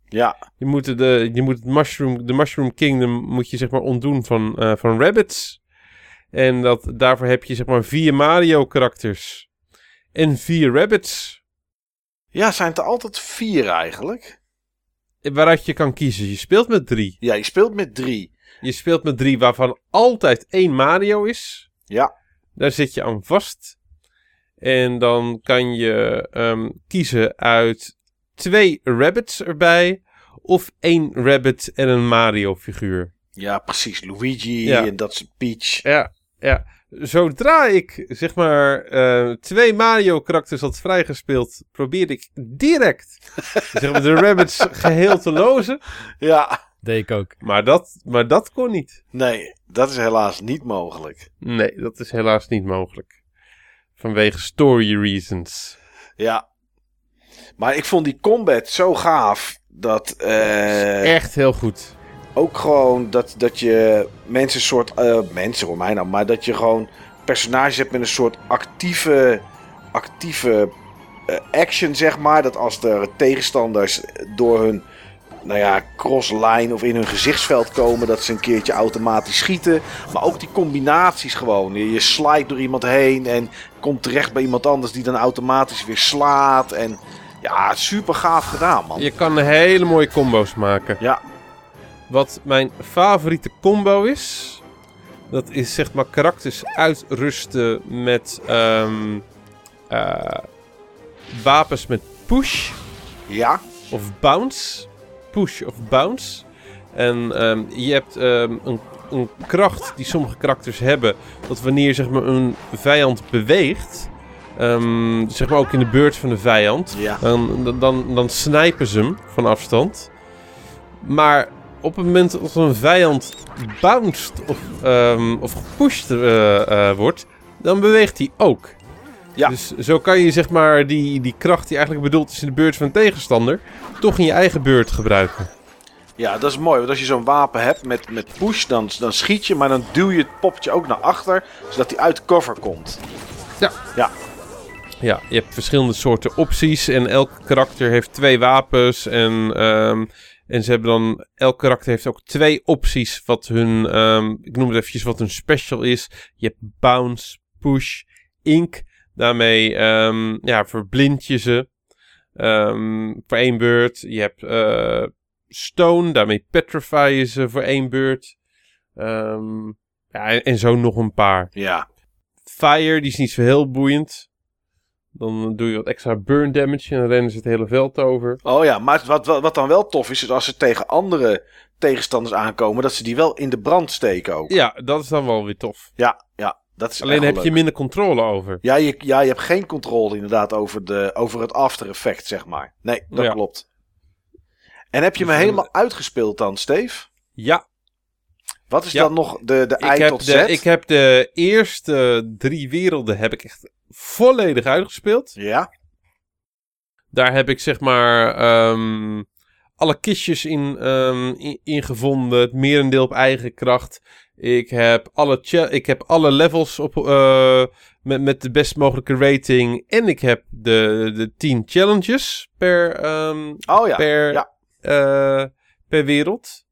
Ja. Je moet het Mushroom Kingdom moet je zeg maar ontdoen van rabbits. En daarvoor heb je zeg maar 4 Mario karakters. En 4 rabbits. Ja, zijn het er altijd 4 eigenlijk? Waaruit je kan kiezen. Je speelt met 3. Ja, je speelt met 3. Je speelt met 3 waarvan altijd 1 Mario is. Ja. Daar zit je aan vast. En dan kan je kiezen uit 2 rabbits erbij. Of 1 rabbit en een Mario figuur. Ja, precies. Luigi en dat is Peach. Ja. Zodra ik, zeg maar, 2 Mario karakters had vrijgespeeld, probeerde ik direct zeg maar, de rabbits geheel te lozen. Ja. Deed ik ook. Maar dat kon niet. Nee, dat is helaas niet mogelijk. Nee, dat is helaas niet mogelijk. Vanwege story reasons. Ja. Maar ik vond die combat zo gaaf. Dat echt heel goed. Ook gewoon dat je mensen hoor mij nou, maar dat je gewoon personages hebt met een soort actieve action, zeg maar. Dat als er tegenstanders door hun crossline of in hun gezichtsveld komen, dat ze een keertje automatisch schieten. Maar ook die combinaties gewoon. Je slide door iemand heen en komt terecht bij iemand anders die dan automatisch weer slaat. En ja, super gaaf gedaan, man. Je kan hele mooie combo's maken. Ja. Wat mijn favoriete combo is, dat is zeg maar karakters uitrusten met wapens met push. Ja. Of bounce. Push of bounce. En je hebt een kracht die sommige karakters hebben, dat wanneer zeg maar een vijand beweegt, zeg maar ook in de beurt van de vijand, ja. dan snijpen ze hem van afstand. Maar op het moment dat een vijand bounced of gepusht wordt, dan beweegt hij ook. Ja. Dus zo kan je zeg maar die kracht die eigenlijk bedoeld is in de beurt van een tegenstander, toch in je eigen beurt gebruiken. Ja, dat is mooi. Want als je zo'n wapen hebt met push, dan schiet je, maar dan duw je het poppetje ook naar achter, zodat hij uit cover komt. Ja. Ja, je hebt verschillende soorten opties en elk karakter heeft 2 wapens en ze hebben dan, elk karakter heeft ook 2 opties wat hun, ik noem het eventjes wat hun special is. Je hebt bounce, push, ink. Daarmee verblind je ze voor 1 beurt. Je hebt stone, daarmee petrify je ze voor 1 beurt. En zo nog een paar. Ja. Fire, die is niet zo heel boeiend. Dan doe je wat extra burn damage en dan rennen ze het hele veld over. Oh ja, maar wat dan wel tof is als ze tegen andere tegenstanders aankomen, dat ze die wel in de brand steken ook. Ja, dat is dan wel weer tof. Ja. Dat is alleen heb je minder controle over. Ja, je hebt geen controle inderdaad over het after effect, zeg maar. Nee, dat klopt. En heb je me helemaal uitgespeeld dan, Steve? Ja. Wat is dan nog de I tot Z? Ik heb de eerste 3 werelden heb ik echt volledig uitgespeeld. Ja. Daar heb ik zeg maar alle kistjes in gevonden. Het merendeel op eigen kracht. Ik heb alle levels op met de best mogelijke rating. En ik heb de 10 challenges per wereld.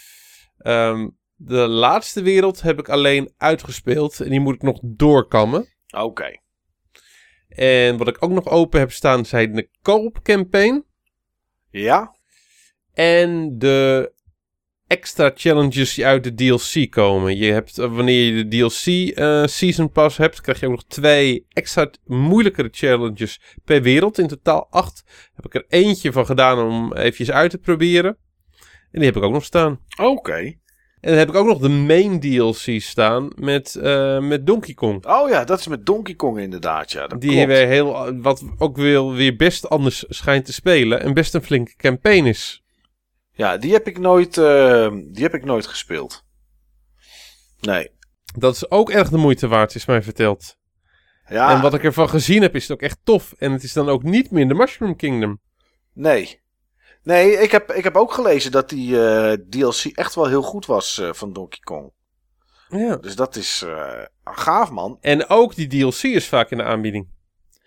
De laatste wereld heb ik alleen uitgespeeld. En die moet ik nog doorkammen. Oké. En wat ik ook nog open heb staan zijn de co-op campaign. Ja. En de extra challenges die uit de DLC komen. Je hebt, wanneer je de DLC Season Pass hebt, krijg je ook nog 2 extra moeilijkere challenges per wereld. In totaal 8. Heb ik er eentje van gedaan om eventjes uit te proberen. En die heb ik ook nog staan. Oké. En dan heb ik ook nog de main DLC staan met Donkey Kong. Oh ja, dat is met Donkey Kong inderdaad, ja. Dat die weer wat ook weer best anders schijnt te spelen. En best een flinke campaign is. Ja, die heb ik nooit gespeeld. Nee. Dat is ook erg de moeite waard, is mij verteld. Ja. En wat ik ervan gezien heb, is het ook echt tof. En het is dan ook niet meer de Mushroom Kingdom. Nee, ik heb ook gelezen dat die DLC echt wel heel goed was van Donkey Kong. Ja. Dus dat is gaaf, man. En ook die DLC is vaak in de aanbieding.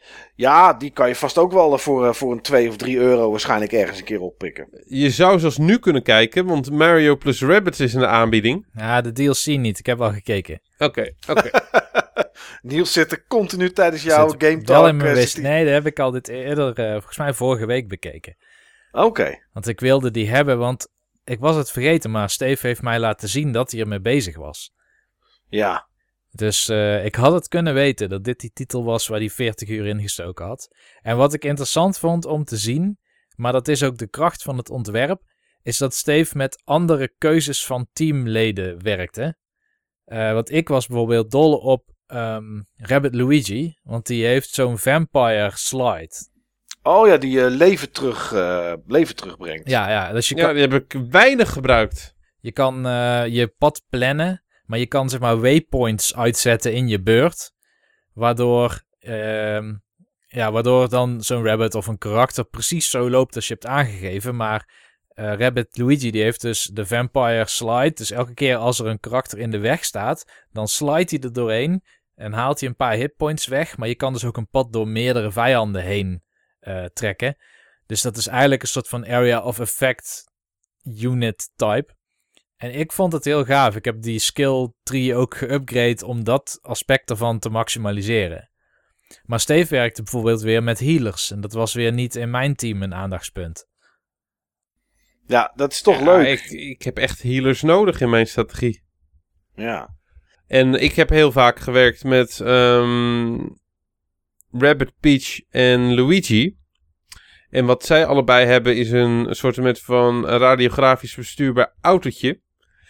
Ja, die kan je vast ook wel voor een 2 of 3 euro waarschijnlijk ergens een keer oppikken. Je zou zelfs nu kunnen kijken, want Mario plus Rabbids is in de aanbieding. Ja, de DLC niet. Ik heb al gekeken. Oké. Niels zit er continu tijdens jouw Game Wel Talk. in mijn wist. Nee, dat heb ik al dit eerder, volgens mij vorige week bekeken. Oké. Want ik wilde die hebben, want ik was het vergeten, maar Steve heeft mij laten zien dat hij ermee bezig was. Ja. Dus ik had het kunnen weten dat dit die titel was waar hij 40 uur in gestoken had. En wat ik interessant vond om te zien, maar dat is ook de kracht van het ontwerp, is dat Steve met andere keuzes van teamleden werkte. Want ik was bijvoorbeeld dol op Rabbid Luigi, want die heeft zo'n vampire slide. Oh ja, die leven terugbrengt. Ja, dus Die heb ik weinig gebruikt. je kan je pad plannen, maar je kan zeg maar waypoints uitzetten in je beurt, waardoor dan zo'n rabbit of een karakter precies zo loopt als je hebt aangegeven. Maar Rabbid Luigi die heeft dus de vampire slide, dus elke keer als er een karakter in de weg staat, dan slidet hij er doorheen en haalt hij een paar hitpoints weg, maar je kan dus ook een pad door meerdere vijanden heen trekken. Dus dat is eigenlijk een soort van area of effect unit type. En ik vond het heel gaaf. Ik heb die skill tree ook geupgrade om dat aspect ervan te maximaliseren. Maar Steve werkte bijvoorbeeld weer met healers. En dat was weer niet in mijn team een aandachtspunt. Ja, dat is toch leuk. Ik heb echt healers nodig in mijn strategie. Ja. En ik heb heel vaak gewerkt met Rabbid, Peach en Luigi. En wat zij allebei hebben is een soort van radiografisch bestuurbaar autootje.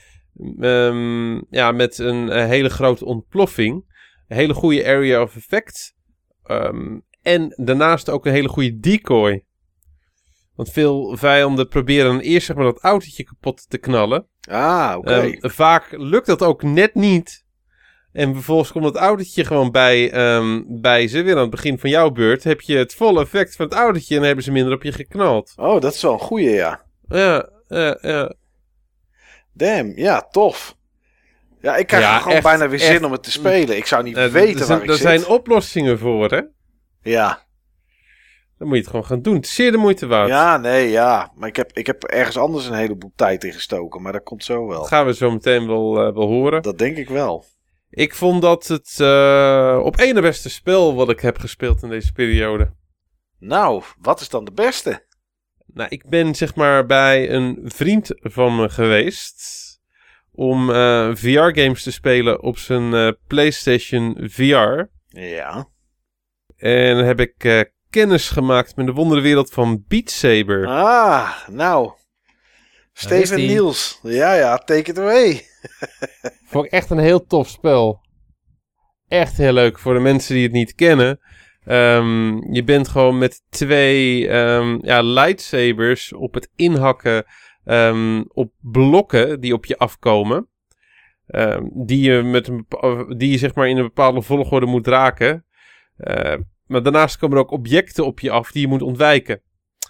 Met een hele grote ontploffing. Een hele goede area of effect. En daarnaast ook een hele goede decoy. Want veel vijanden proberen dan eerst zeg maar dat autootje kapot te knallen. Ah, oké. Vaak lukt dat ook net niet. En vervolgens komt het autootje gewoon bij ze. Weer aan het begin van jouw beurt heb je het volle effect van het autootje en dan hebben ze minder op je geknald. Oh, dat is wel een goeie, ja. Ja. Damn, ja, tof. Ja, ik krijg gewoon bijna weer zin om het te spelen. Ik zou niet weten waar ik zit. Er zijn oplossingen voor, hè? Ja. Dan moet je het gewoon gaan doen. Het is zeer de moeite waard. Ja. Maar ik heb ergens anders een heleboel tijd in gestoken. Maar dat komt zo wel. Dat gaan we zo meteen wel horen. Dat denk ik wel. Ik vond dat het op één de beste spel wat ik heb gespeeld in deze periode. Nou, wat is dan de beste? Nou, ik ben zeg maar bij een vriend van me geweest om VR-games te spelen op zijn PlayStation VR. Ja. En dan heb ik kennis gemaakt met de wonderwereld van Beat Saber. Ah, nou. Steven Niels. Ja, take it away. Vond ik echt een heel tof spel. Echt heel leuk voor de mensen die het niet kennen. Je bent gewoon met 2 lightsabers op het inhakken op blokken die op je afkomen. Die je zeg maar in een bepaalde volgorde moet raken. Maar daarnaast komen er ook objecten op je af die je moet ontwijken.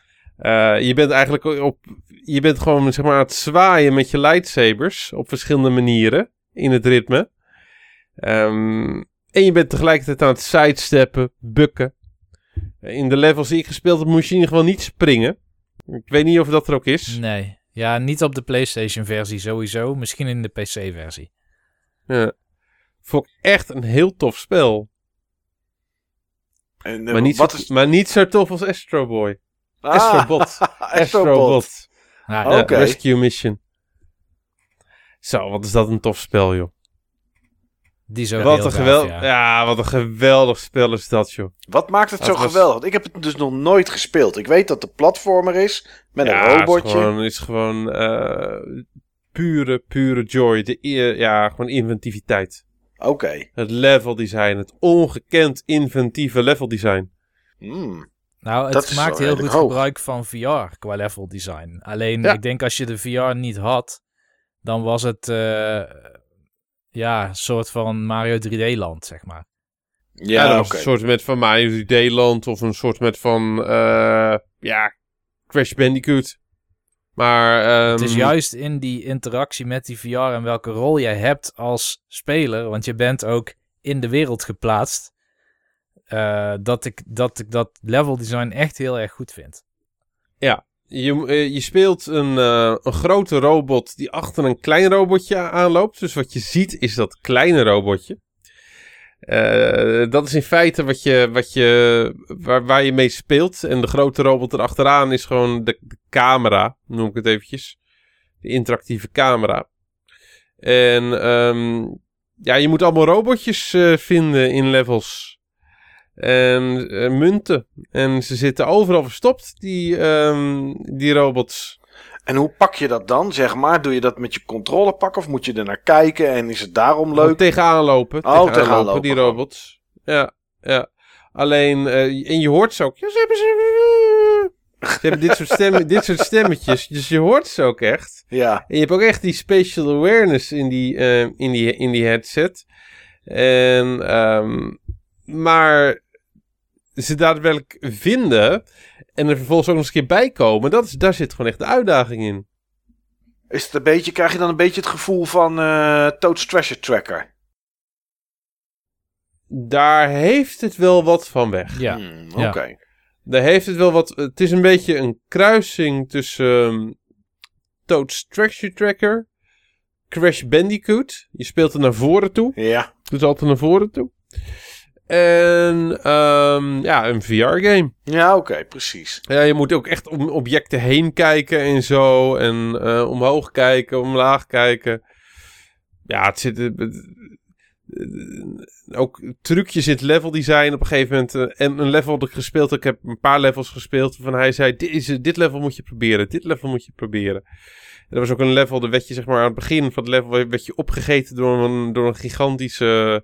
Je bent gewoon zeg maar aan het zwaaien met je lightsabers op verschillende manieren in het ritme. En je bent tegelijkertijd aan het sidesteppen, bukken. In de levels die ik gespeeld heb moest je in ieder geval niet springen. Ik weet niet of dat er ook is. Nee, ja, niet op de PlayStation versie sowieso. Misschien in de PC versie. Ja. Vond ik echt een heel tof spel. En, maar niet zo tof als Astro Boy. Astrobot. Astrobot. Nou, Oké. Rescue Mission. Zo, wat is dat een tof spel, joh. Die is ook Wat heel een gaaf, ja. wat een geweldig spel is dat, joh. Wat maakt het zo Dat was- geweldig? Ik heb het dus nog nooit gespeeld. Ik weet dat het een platformer is. Met een robotje. Het is gewoon pure joy. Gewoon inventiviteit. Oké. Het level design. Het ongekend inventieve level design. Nou, Dat het is maakt wel heel goed redelijk hoog. gebruik van VR qua level design. Alleen, Ja. ik denk als je de VR niet had, dan was het een soort van Mario 3D-land, zeg maar. Ja, dat oké. was een soort met van Mario 3D-land of een soort met van Crash Bandicoot. Maar Het is juist in die interactie met die VR en welke rol jij hebt als speler, want je bent ook in de wereld geplaatst. dat ik dat level design echt heel erg goed vind. Ja, je speelt een grote robot die achter een klein robotje aanloopt. Dus wat je ziet is dat kleine robotje. Dat is in feite waar je mee speelt. En de grote robot erachteraan is gewoon de camera, noem ik het eventjes. De interactieve camera. En je moet allemaal robotjes vinden in levels. En munten. En ze zitten overal verstopt, die robots. En hoe pak je dat dan, zeg maar? Doe je dat met je controlepak of moet je er naar kijken en is het daarom leuk? Tegenaan lopen. Tegenaan lopen, die robots. Ja. Alleen, en je hoort ze ook. Ja, ze hebben dit soort stemmetjes. Dus je hoort ze ook echt. Ja. En je hebt ook echt die spatial awareness in die headset. Maar ze daadwerkelijk vinden en er vervolgens ook nog eens een keer bij komen, daar zit gewoon echt de uitdaging in. Is het krijg je dan een beetje het gevoel van Toad's Treasure Tracker? Daar heeft het wel wat van weg. Ja. Oké. Daar heeft het wel wat. Het is een beetje een kruising tussen Toad's Treasure Tracker, Crash Bandicoot. Je speelt er naar voren toe. Ja. Doet altijd naar voren toe. En een VR-game. Ja, oké, precies. Ja, je moet ook echt om objecten heen kijken en zo. En omhoog kijken, omlaag kijken. Ja, het zit... ook trucjes in het level design op een gegeven moment. En een level dat ik gespeeld heb. Ik heb een paar levels gespeeld. Van hij zei, dit level moet je proberen. Dit level moet je proberen. En er was ook een level, daar werd je zeg maar aan het begin van het level werd je opgegeten door een gigantische...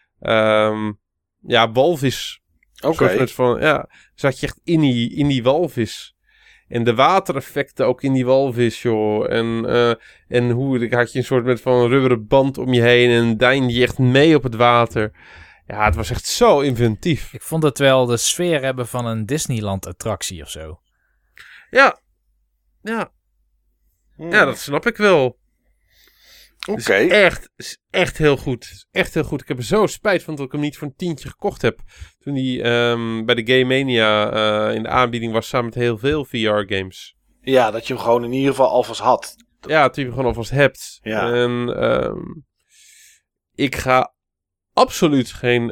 walvis. Oké. Zat je echt in die walvis. En de watereffecten ook in die walvis, joh. En had je een soort van een rubberen band om je heen. En dein je echt mee op het water. Ja, het was echt zo inventief. Ik vond het wel de sfeer hebben van een Disneyland-attractie of zo. Ja. Ja, dat snap ik wel. Oké. Is echt heel goed. Echt heel goed. Ik heb er zo spijt van dat ik hem niet voor een $10 gekocht heb. Toen hij bij de Game Mania in de aanbieding was samen met heel veel VR-games. Ja, dat je hem gewoon in ieder geval alvast had. Ja, dat je hem gewoon alvast hebt. Ja. En ik ga absoluut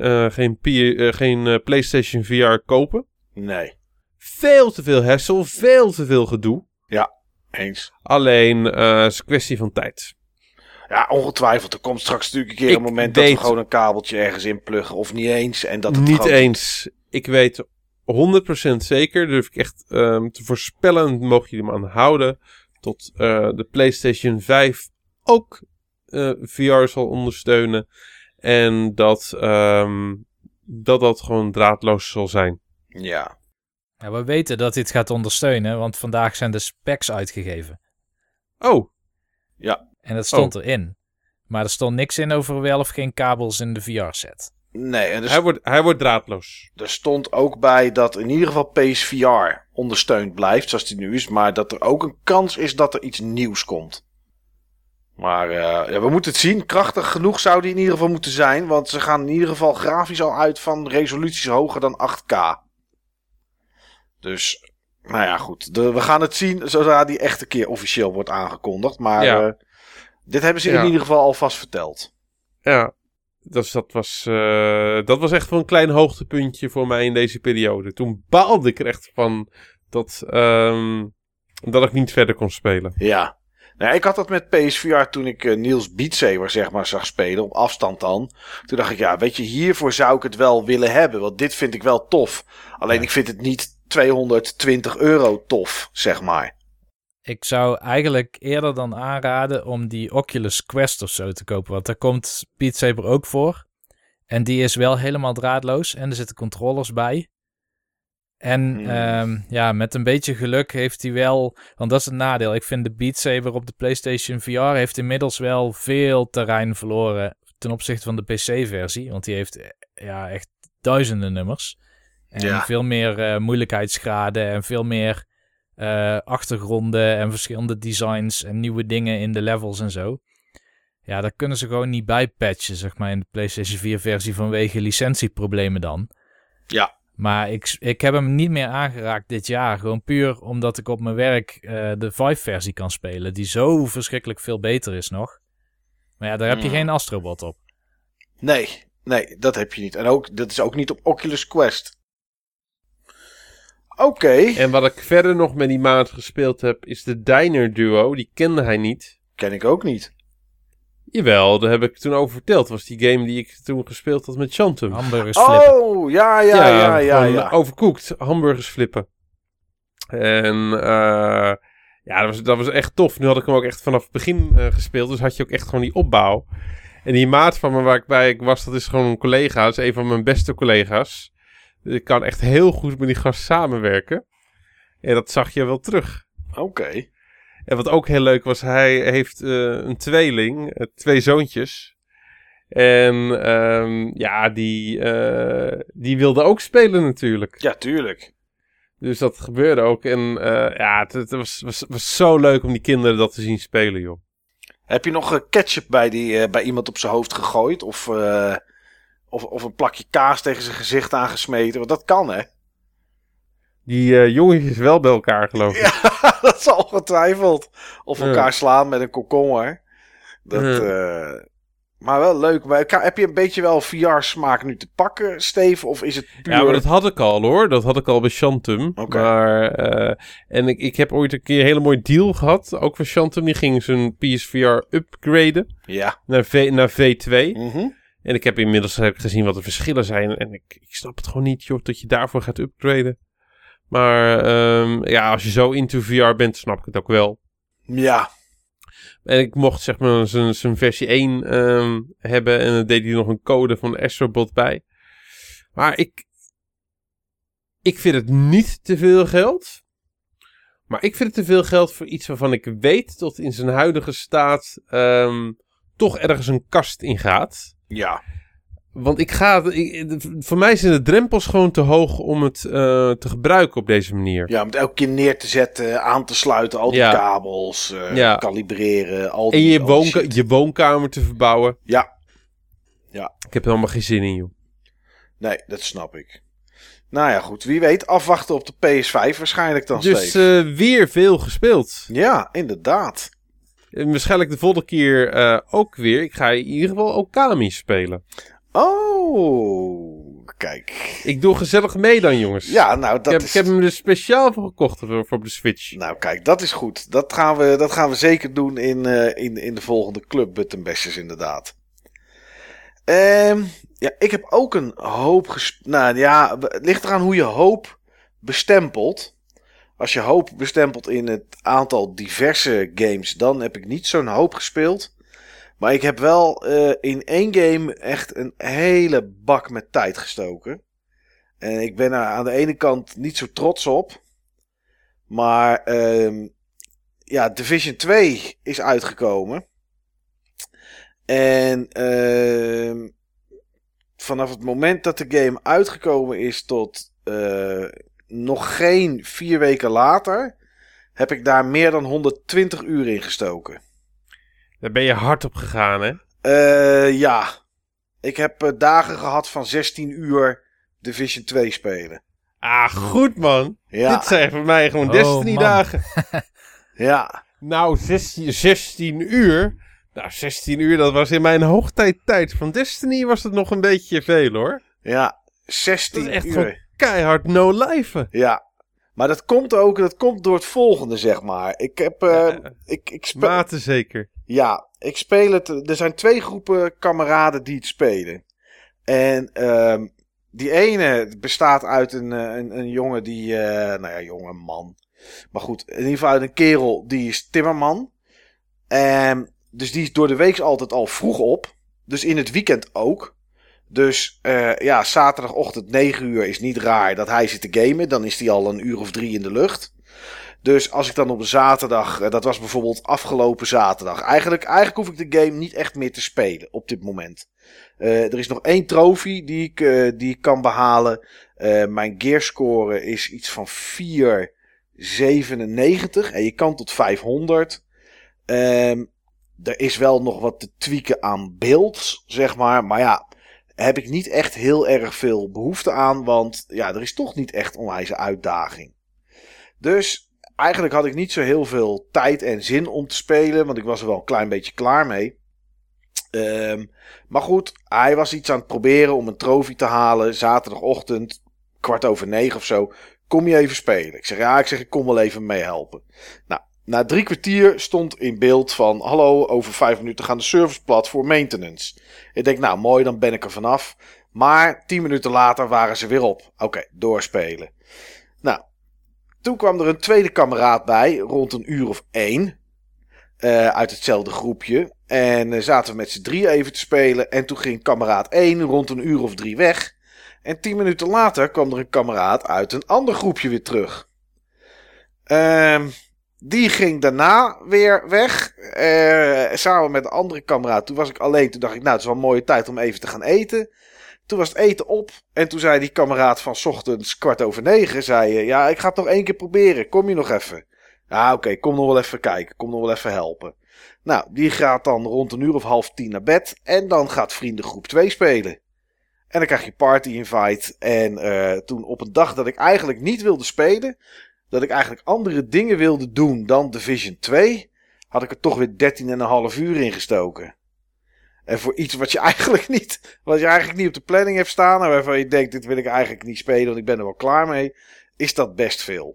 geen PlayStation VR kopen. Nee. Veel te veel hassle, veel te veel gedoe. Ja, eens. Alleen, het is een kwestie van tijd. Ja, ongetwijfeld. Er komt straks natuurlijk een keer een moment dat we gewoon een kabeltje ergens inpluggen. Of niet eens. En dat het niet gewoon... eens. Ik weet 100% zeker. Durf ik echt te voorspellen. Mogen jullie me aan houden. Tot de PlayStation 5 ook VR zal ondersteunen. En dat gewoon draadloos zal zijn. Ja. Ja, we weten dat dit gaat ondersteunen. Want vandaag zijn de specs uitgegeven. Oh. Ja. En dat stond erin. Maar er stond niks in over wel of geen kabels in de VR-set. Nee. En dus hij wordt draadloos. er stond ook bij dat in ieder geval PSVR ondersteund blijft, zoals die nu is. Maar dat er ook een kans is dat er iets nieuws komt. Maar we moeten het zien. Krachtig genoeg zou die in ieder geval moeten zijn. Want ze gaan in ieder geval grafisch al uit van resoluties hoger dan 8K. Dus, nou ja, goed. We gaan het zien zodra die echt een keer officieel wordt aangekondigd. Maar dit hebben ze in ieder geval alvast verteld. Ja, dat was echt wel een klein hoogtepuntje voor mij in deze periode. Toen baalde ik er echt van dat ik niet verder kon spelen. Ja. Nou, ik had dat met PSVR toen ik Niels Beat Saber zeg maar zag spelen, op afstand dan. Toen dacht ik, ja, weet je, hiervoor zou ik het wel willen hebben. Want dit vind ik wel tof. Alleen ik vind het niet €220 tof, zeg maar. Ik zou eigenlijk eerder dan aanraden om die Oculus Quest of zo te kopen. Want daar komt Beat Saber ook voor. En die is wel helemaal draadloos. En er zitten controllers bij. En met een beetje geluk heeft hij wel... Want dat is het nadeel. Ik vind de Beat Saber op de PlayStation VR heeft inmiddels wel veel terrein verloren ten opzichte van de PC-versie. Want die heeft echt duizenden nummers. En veel meer moeilijkheidsgraden en veel meer achtergronden en verschillende designs en nieuwe dingen in de levels en zo. Ja, daar kunnen ze gewoon niet bij patchen, zeg maar, in de PlayStation 4-versie vanwege licentieproblemen dan. Ja. Maar ik heb hem niet meer aangeraakt dit jaar. Gewoon puur omdat ik op mijn werk de Vive-versie kan spelen. Die zo verschrikkelijk veel beter is nog. Maar ja, daar heb je geen Astrobot op. Nee, dat heb je niet. En ook, dat is ook niet op Oculus Quest. Oké. En wat ik verder nog met die maat gespeeld heb, is de Diner Duo. Die kende hij niet. Ken ik ook niet. Jawel, daar heb ik toen over verteld. Dat was die game die ik toen gespeeld had met Shantum. Hamburgers flippen. Oh, ja. Overcooked, hamburgers flippen. En dat was echt tof. Nu had ik hem ook echt vanaf het begin gespeeld. Dus had je ook echt gewoon die opbouw. En die maat van me waar ik was, dat is gewoon een collega. Dat is een van mijn beste collega's. Ik kan echt heel goed met die gast samenwerken. En dat zag je wel terug. Oké. En wat ook heel leuk was, hij heeft een tweeling, 2 zoontjes. En die wilde ook spelen natuurlijk. Ja, tuurlijk. Dus dat gebeurde ook. En het was zo leuk om die kinderen dat te zien spelen, joh. Heb je nog ketchup bij iemand op zijn hoofd gegooid? Of een plakje kaas tegen zijn gezicht aangesmeten? Want dat kan, hè? Die jongetjes wel bij elkaar, geloof ik. Ja, dat is ongetwijfeld. Of elkaar slaan met een komkommer. Maar wel leuk. Maar heb je een beetje wel VR-smaak nu te pakken, Steven? Of is het puur... Ja, maar dat had ik al, hoor. Dat had ik al bij Shantum. Okay. Maar, en ik heb ooit een keer een hele mooie deal gehad. Ook van Shantum. Die ging zijn PSVR upgraden. Ja. Naar V2. Mm-hmm. En ik heb inmiddels gezien wat de verschillen zijn. En ik snap het gewoon niet, joh, dat je daarvoor gaat upgraden. Maar als je zo into VR bent, snap ik het ook wel. Ja. En ik mocht zeg maar zijn versie 1 hebben. En dan deed hij nog een code van Astrobot bij. Maar ik vind het niet te veel geld. Maar ik vind het te veel geld voor iets waarvan ik weet dat in zijn huidige staat toch ergens een kast in gaat. Ja. Want voor mij zijn de drempels gewoon te hoog om het te gebruiken op deze manier. Ja, om het elke keer neer te zetten, aan te sluiten, al die kabels, kalibreren, al die... En je woonkamer te verbouwen. Ja. Ik heb er helemaal geen zin in, joh. Nee, dat snap ik. Nou ja, goed. Wie weet, afwachten op de PS5 waarschijnlijk dan steeds. Dus weer veel gespeeld. Ja, inderdaad. En waarschijnlijk de volgende keer ook weer. Ik ga in ieder geval Okami spelen. Oh, kijk. Ik doe gezellig mee dan, jongens. Ja, nou, Ik heb hem er speciaal voor gekocht voor op de Switch. Nou, kijk, dat is goed. Dat gaan we zeker doen in de volgende Club Button Bashers, inderdaad. Ja, ik heb ook een hoop Nou ja, het ligt eraan hoe je hoop bestempelt. Als je hoop bestempelt in het aantal diverse games, dan heb ik niet zo'n hoop gespeeld. Maar ik heb wel in 1 game echt een hele bak met tijd gestoken. En ik ben er aan de ene kant niet zo trots op. Maar Division 2 is uitgekomen. En vanaf het moment dat de game uitgekomen is tot nog geen 4 weken later, heb ik daar meer dan 120 uur in gestoken. Daar ben je hard op gegaan, hè? Ja. Ik heb dagen gehad van 16 uur Division 2 spelen. Ah, goed, man. Ja. Dit zijn voor mij gewoon Destiny-dagen. Ja. Nou, 16 uur. Nou, 16 uur, dat was in mijn hoogtijd van Destiny was het nog een beetje veel, hoor. Ja, 16 dat is echt uur. gewoon keihard no-life. Ja. Maar dat komt door het volgende, zeg maar. Ik heb... Mate zeker. Ja, ik speel het... Er zijn 2 groepen kameraden die het spelen. En die ene bestaat uit een jongen die... jonge man. Maar goed, in ieder geval uit een kerel die is timmerman. Dus die is door de week altijd al vroeg op. Dus in het weekend ook. Dus zaterdagochtend 9 uur is niet raar dat hij zit te gamen. Dan is hij al een uur of 3 in de lucht. Dus als ik dan op een zaterdag... dat was bijvoorbeeld afgelopen zaterdag. Eigenlijk hoef ik de game niet echt meer te spelen op dit moment. Er is nog 1 trofee die ik kan behalen. Mijn gearscore is iets van 497. En je kan tot 500. Er is wel nog wat te tweaken aan beelds, zeg maar. Maar ja, heb ik niet echt heel erg veel behoefte aan. Want ja, er is toch niet echt onwijze uitdaging. Dus eigenlijk had ik niet zo heel veel tijd en zin om te spelen. Want ik was er wel een klein beetje klaar mee. Maar goed, hij was iets aan het proberen om een trofee te halen. Zaterdagochtend, 9:15 of zo. Kom je even spelen? Ik zeg, ik kom wel even meehelpen. Nou, na 3 kwartier stond in beeld van... Hallo, over 5 minuten gaan de servers plat voor maintenance. Ik denk, nou mooi, dan ben ik er vanaf. Maar 10 minuten later waren ze weer op. Oké, doorspelen. Nou, toen kwam er een tweede kameraad bij, rond 1:01. Uit hetzelfde groepje. En zaten we met z'n 3 even te spelen. En toen ging kameraad 1 rond 1:03 weg. En 10 minuten later kwam er een kameraad uit een ander groepje weer terug. Die ging daarna weer weg. Samen met een andere kameraad. Toen was ik alleen. Toen dacht ik, nou, het is wel een mooie tijd om even te gaan eten. Toen was het eten op. En toen zei die kameraad van 's ochtends 9:15. Zei, ja, ik ga het nog 1 keer proberen. Kom je nog even? Ja, oké, kom nog wel even kijken. Kom nog wel even helpen. Nou, die gaat dan rond 9:30 naar bed. En dan gaat vriendengroep 2 spelen. En dan krijg je party invite. En toen op een dag dat ik eigenlijk niet wilde spelen... dat ik eigenlijk andere dingen wilde doen dan Division 2... had ik er toch weer 13,5 uur in gestoken. En voor iets wat je eigenlijk niet op de planning hebt staan... en waarvan je denkt, dit wil ik eigenlijk niet spelen... want ik ben er wel klaar mee... is dat best veel.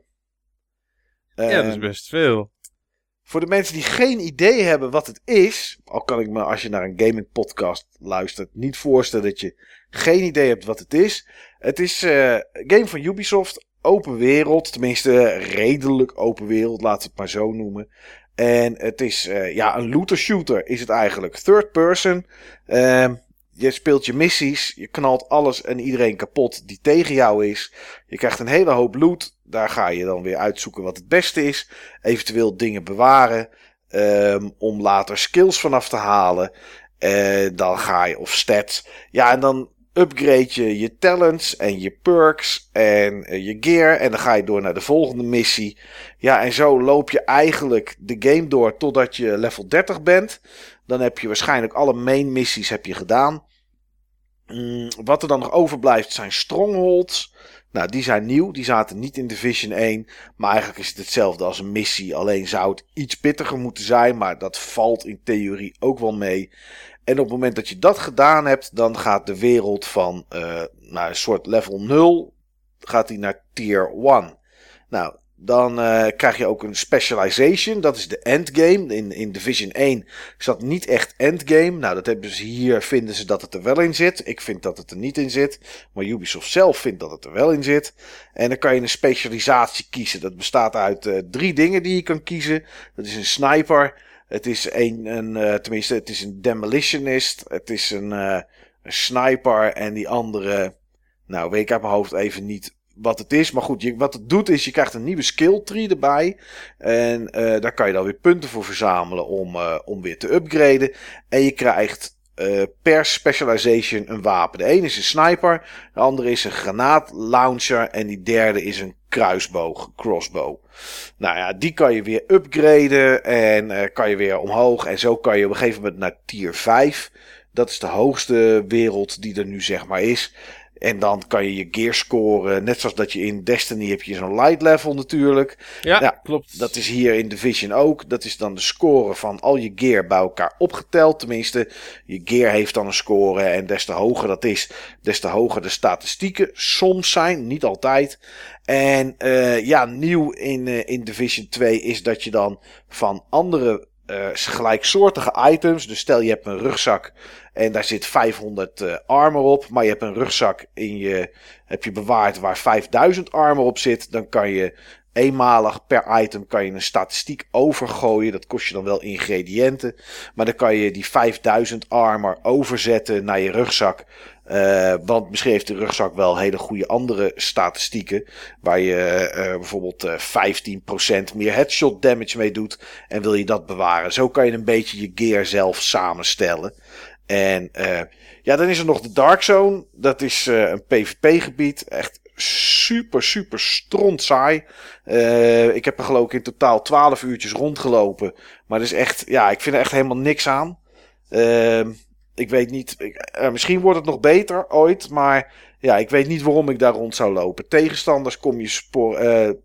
Ja, dat is best veel. Voor de mensen die geen idee hebben wat het is... al kan ik me, als je naar een gaming podcast luistert... niet voorstellen dat je geen idee hebt wat het is. Het is een game van Ubisoft, open wereld. Tenminste, redelijk open wereld, laten we het maar zo noemen. En het is een looter-shooter is het eigenlijk. Third person. Je speelt je missies. Je knalt alles en iedereen kapot die tegen jou is. Je krijgt een hele hoop loot. Daar ga je dan weer uitzoeken wat het beste is. Eventueel dingen bewaren. Om later skills vanaf te halen. Dan ga je, of stats. Ja, en dan upgrade je talents en je perks en je gear. En dan ga je door naar de volgende missie. Ja, en zo loop je eigenlijk de game door totdat je level 30 bent. Dan heb je waarschijnlijk alle main missies heb je gedaan. Wat er dan nog overblijft zijn strongholds. Nou, die zijn nieuw. Die zaten niet in Division 1. Maar eigenlijk is het hetzelfde als een missie. Alleen zou het iets pittiger moeten zijn. Maar dat valt in theorie ook wel mee. En op het moment dat je dat gedaan hebt, dan gaat de wereld van een soort level 0, gaat die naar tier 1. Nou, dan krijg je ook een specialization, dat is de endgame. In Division 1 zat niet echt endgame. Nou, dat hebben ze hier, vinden ze dat het er wel in zit. Ik vind dat het er niet in zit. Maar Ubisoft zelf vindt dat het er wel in zit. En dan kan je een specialisatie kiezen. Dat bestaat uit 3 dingen die je kan kiezen. Dat is een sniper. Het is het is een demolitionist. Het is een sniper. En die andere, nou weet ik uit mijn hoofd even niet wat het is. Maar goed, wat het doet is, je krijgt een nieuwe skill tree erbij. En daar kan je dan weer punten voor verzamelen om weer te upgraden. En je krijgt per specialization een wapen. De ene is een sniper. De andere is een granaatlauncher. En die derde is een kruisboog, crossbow. Nou ja, die kan je weer upgraden. En kan je weer omhoog. En zo kan je op een gegeven moment naar tier 5. Dat is de hoogste wereld die er nu zeg maar is. En dan kan je je gear scoren. Net zoals dat je in Destiny heb je zo'n light level natuurlijk. Ja, nou, klopt. Dat is hier in Division ook. Dat is dan de score van al je gear bij elkaar opgeteld. Tenminste, je gear heeft dan een score. En des te hoger dat is, des te hoger de statistieken soms zijn. Niet altijd. En nieuw in Division 2 is dat je dan van andere gelijksoortige items. Dus stel je hebt een rugzak en daar zit 500 armor op. Maar je hebt een rugzak heb je bewaard waar 5000 armor op zit. Dan kan je eenmalig per item kan je een statistiek overgooien. Dat kost je dan wel ingrediënten. Maar dan kan je die 5000 armor overzetten naar je rugzak. Want misschien heeft de rugzak wel hele goede andere statistieken. Waar je bijvoorbeeld 15% meer headshot damage mee doet. En wil je dat bewaren. Zo kan je een beetje je gear zelf samenstellen. En dan is er nog de Dark Zone. Dat is een PvP gebied. Echt super stront saai. Ik heb er geloof ik in totaal 12 uurtjes rondgelopen. Maar dat is echt, ik vind er echt helemaal niks aan. Ik weet niet, misschien wordt het nog beter ooit, maar ja, ik weet niet waarom ik daar rond zou lopen. Tegenstanders kom je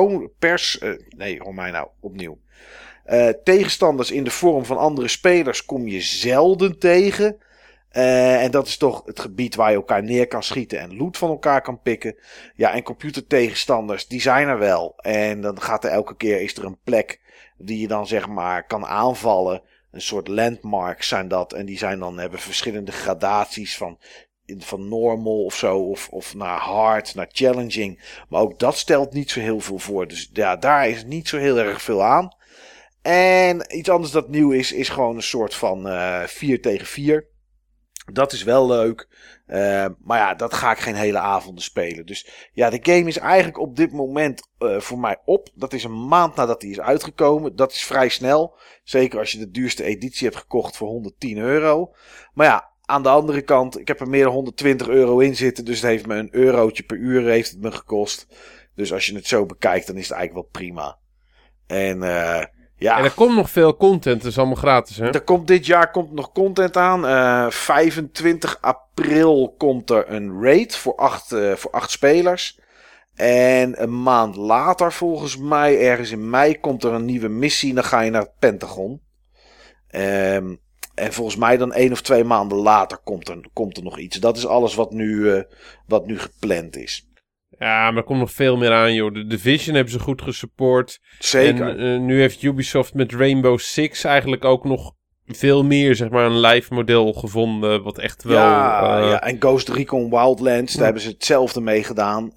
opnieuw. Tegenstanders in de vorm van andere spelers kom je zelden tegen. En dat is toch het gebied waar je elkaar neer kan schieten en loot van elkaar kan pikken. Ja, en computertegenstanders, die zijn er wel. En dan gaat er elke keer is er een plek die je dan zeg maar kan aanvallen. Een soort landmarks zijn dat. En die zijn dan, hebben verschillende gradaties van normal of zo. Of naar hard, naar challenging. Maar ook dat stelt niet zo heel veel voor. Dus ja, daar is niet zo heel erg veel aan. En iets anders dat nieuw is gewoon een soort van 4 tegen 4. Dat is wel leuk. Maar ja, dat ga ik geen hele avonden spelen. Dus ja, de game is eigenlijk op dit moment voor mij op. Dat is een maand nadat die is uitgekomen. Dat is vrij snel. Zeker als je de duurste editie hebt gekocht voor €110. Maar ja, aan de andere kant, ik heb er meer dan €120 in zitten. Dus het heeft me €1 per uur heeft het me gekost. Dus als je het zo bekijkt, dan is het eigenlijk wel prima. En ja. En er komt nog veel content, dat is allemaal gratis, hè? Dit jaar komt nog content aan. 25 april komt er een raid voor 8 spelers. En een maand later, volgens mij, ergens in mei, komt er een nieuwe missie. Dan ga je naar het Pentagon. En volgens mij dan 1 of 2 maanden later komt er nog iets. Dat is alles wat nu gepland is. Ja, maar er komt nog veel meer aan, joh. De Division hebben ze goed gesupport. Zeker. En nu heeft Ubisoft met Rainbow Six eigenlijk ook nog veel meer, zeg maar, een live model gevonden. Wat echt wel... Ja, en Ghost Recon Wildlands, daar hebben ze hetzelfde mee gedaan.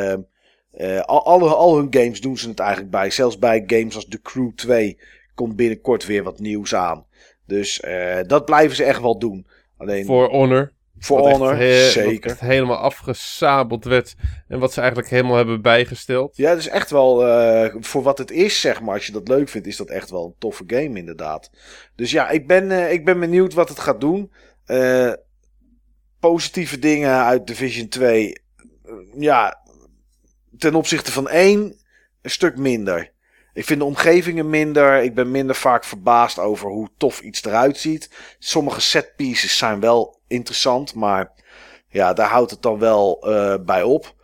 Al hun games doen ze het eigenlijk bij. Zelfs bij games als The Crew 2 komt binnenkort weer wat nieuws aan. Dus dat blijven ze echt wel doen. Alleen... For Honor. For Honor, zeker. Wat helemaal afgesabeld werd. En wat ze eigenlijk helemaal hebben bijgesteld. Ja, het is echt wel... voor wat het is, zeg maar. Als je dat leuk vindt, is dat echt wel een toffe game, inderdaad. Dus ja, ik ben benieuwd wat het gaat doen. Positieve dingen uit Division 2. Ja, ten opzichte van 1 een stuk minder. Ik vind de omgevingen minder. Ik ben minder vaak verbaasd over hoe tof iets eruit ziet. Sommige setpieces zijn wel interessant, maar ja, daar houdt het dan wel bij op.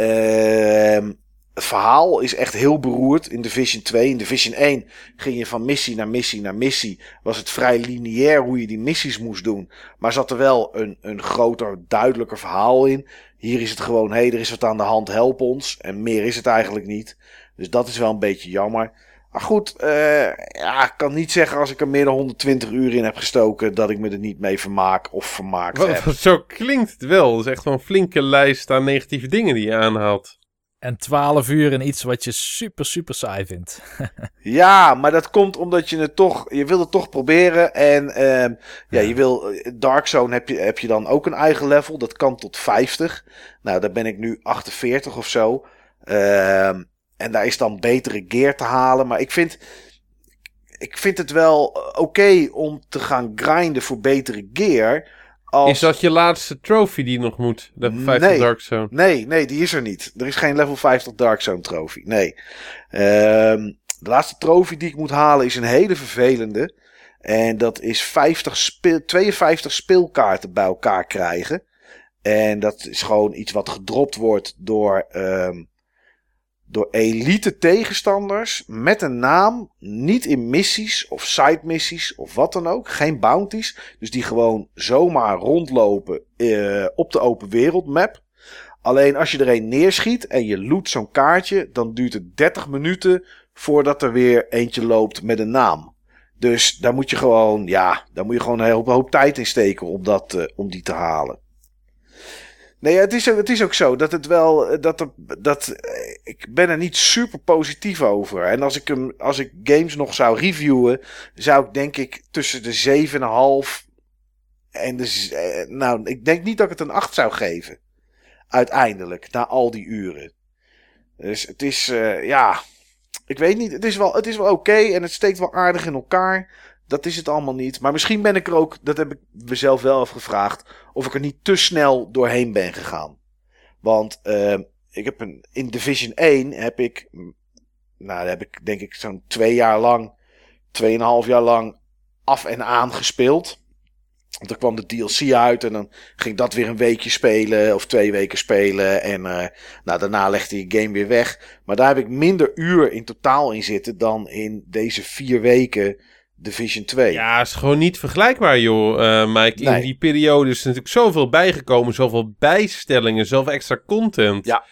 Het verhaal is echt heel beroerd in Division 2. In Division 1 ging je van missie naar missie naar missie. Was het vrij lineair hoe je die missies moest doen. Maar zat er wel een groter, duidelijker verhaal in. Hier is het gewoon, er is wat aan de hand, help ons. En meer is het eigenlijk niet. Dus dat is wel een beetje jammer. Maar goed, ik kan niet zeggen als ik er meer dan 120 uur in heb gestoken dat ik me er niet mee vermaak of vermaakt heb. Zo klinkt het wel. Dat is echt wel een flinke lijst aan negatieve dingen die je aanhaalt. En 12 uur in iets wat je super, super saai vindt. Ja, maar dat komt omdat je wil het toch proberen. En je wil, Dark Zone heb je dan ook een eigen level. Dat kan tot 50. Nou, daar ben ik nu 48 of zo. En daar is dan betere gear te halen. Maar ik vind het wel oké om te gaan grinden voor betere gear. Is dat je laatste trophy die nog moet? Level 50 Dark Zone? Nee, die is er niet. Er is geen level 50 Dark Zone trophy. Nee. De laatste trophy die ik moet halen is een hele vervelende. En dat is 52 speelkaarten bij elkaar krijgen. En dat is gewoon iets wat gedropt wordt door elite tegenstanders met een naam, niet in missies of side missies of wat dan ook, geen bounties, dus die gewoon zomaar rondlopen op de open wereld map. Alleen als je er een neerschiet en je loot zo'n kaartje, dan duurt het 30 minuten voordat er weer eentje loopt met een naam. Dus daar moet je gewoon, een hele hoop tijd in steken om die te halen. Nee, het is ook zo dat het wel. Ik ben er niet super positief over. En als ik games nog zou reviewen, zou ik denk ik tussen de 7,5 en de. Ik denk niet dat ik het een 8 zou geven. Uiteindelijk, na al die uren. Dus het is, ik weet niet. Het is wel oké en het steekt wel aardig in elkaar. Dat is het allemaal niet. Maar misschien ben ik er ook, dat heb ik mezelf wel afgevraagd, of ik er niet te snel doorheen ben gegaan. Want ik heb in Division 1 heb ik denk ik zo'n 2,5 jaar lang af en aan gespeeld. Want dan kwam de DLC uit en dan ging dat weer een weekje spelen of 2 weken spelen. En daarna legde je game weer weg. Maar daar heb ik minder uur in totaal in zitten dan in deze 4 weken Division 2. Ja, is gewoon niet vergelijkbaar, joh, Mike. In die periode is er natuurlijk zoveel bijgekomen, zoveel bijstellingen, zoveel extra content. Ja.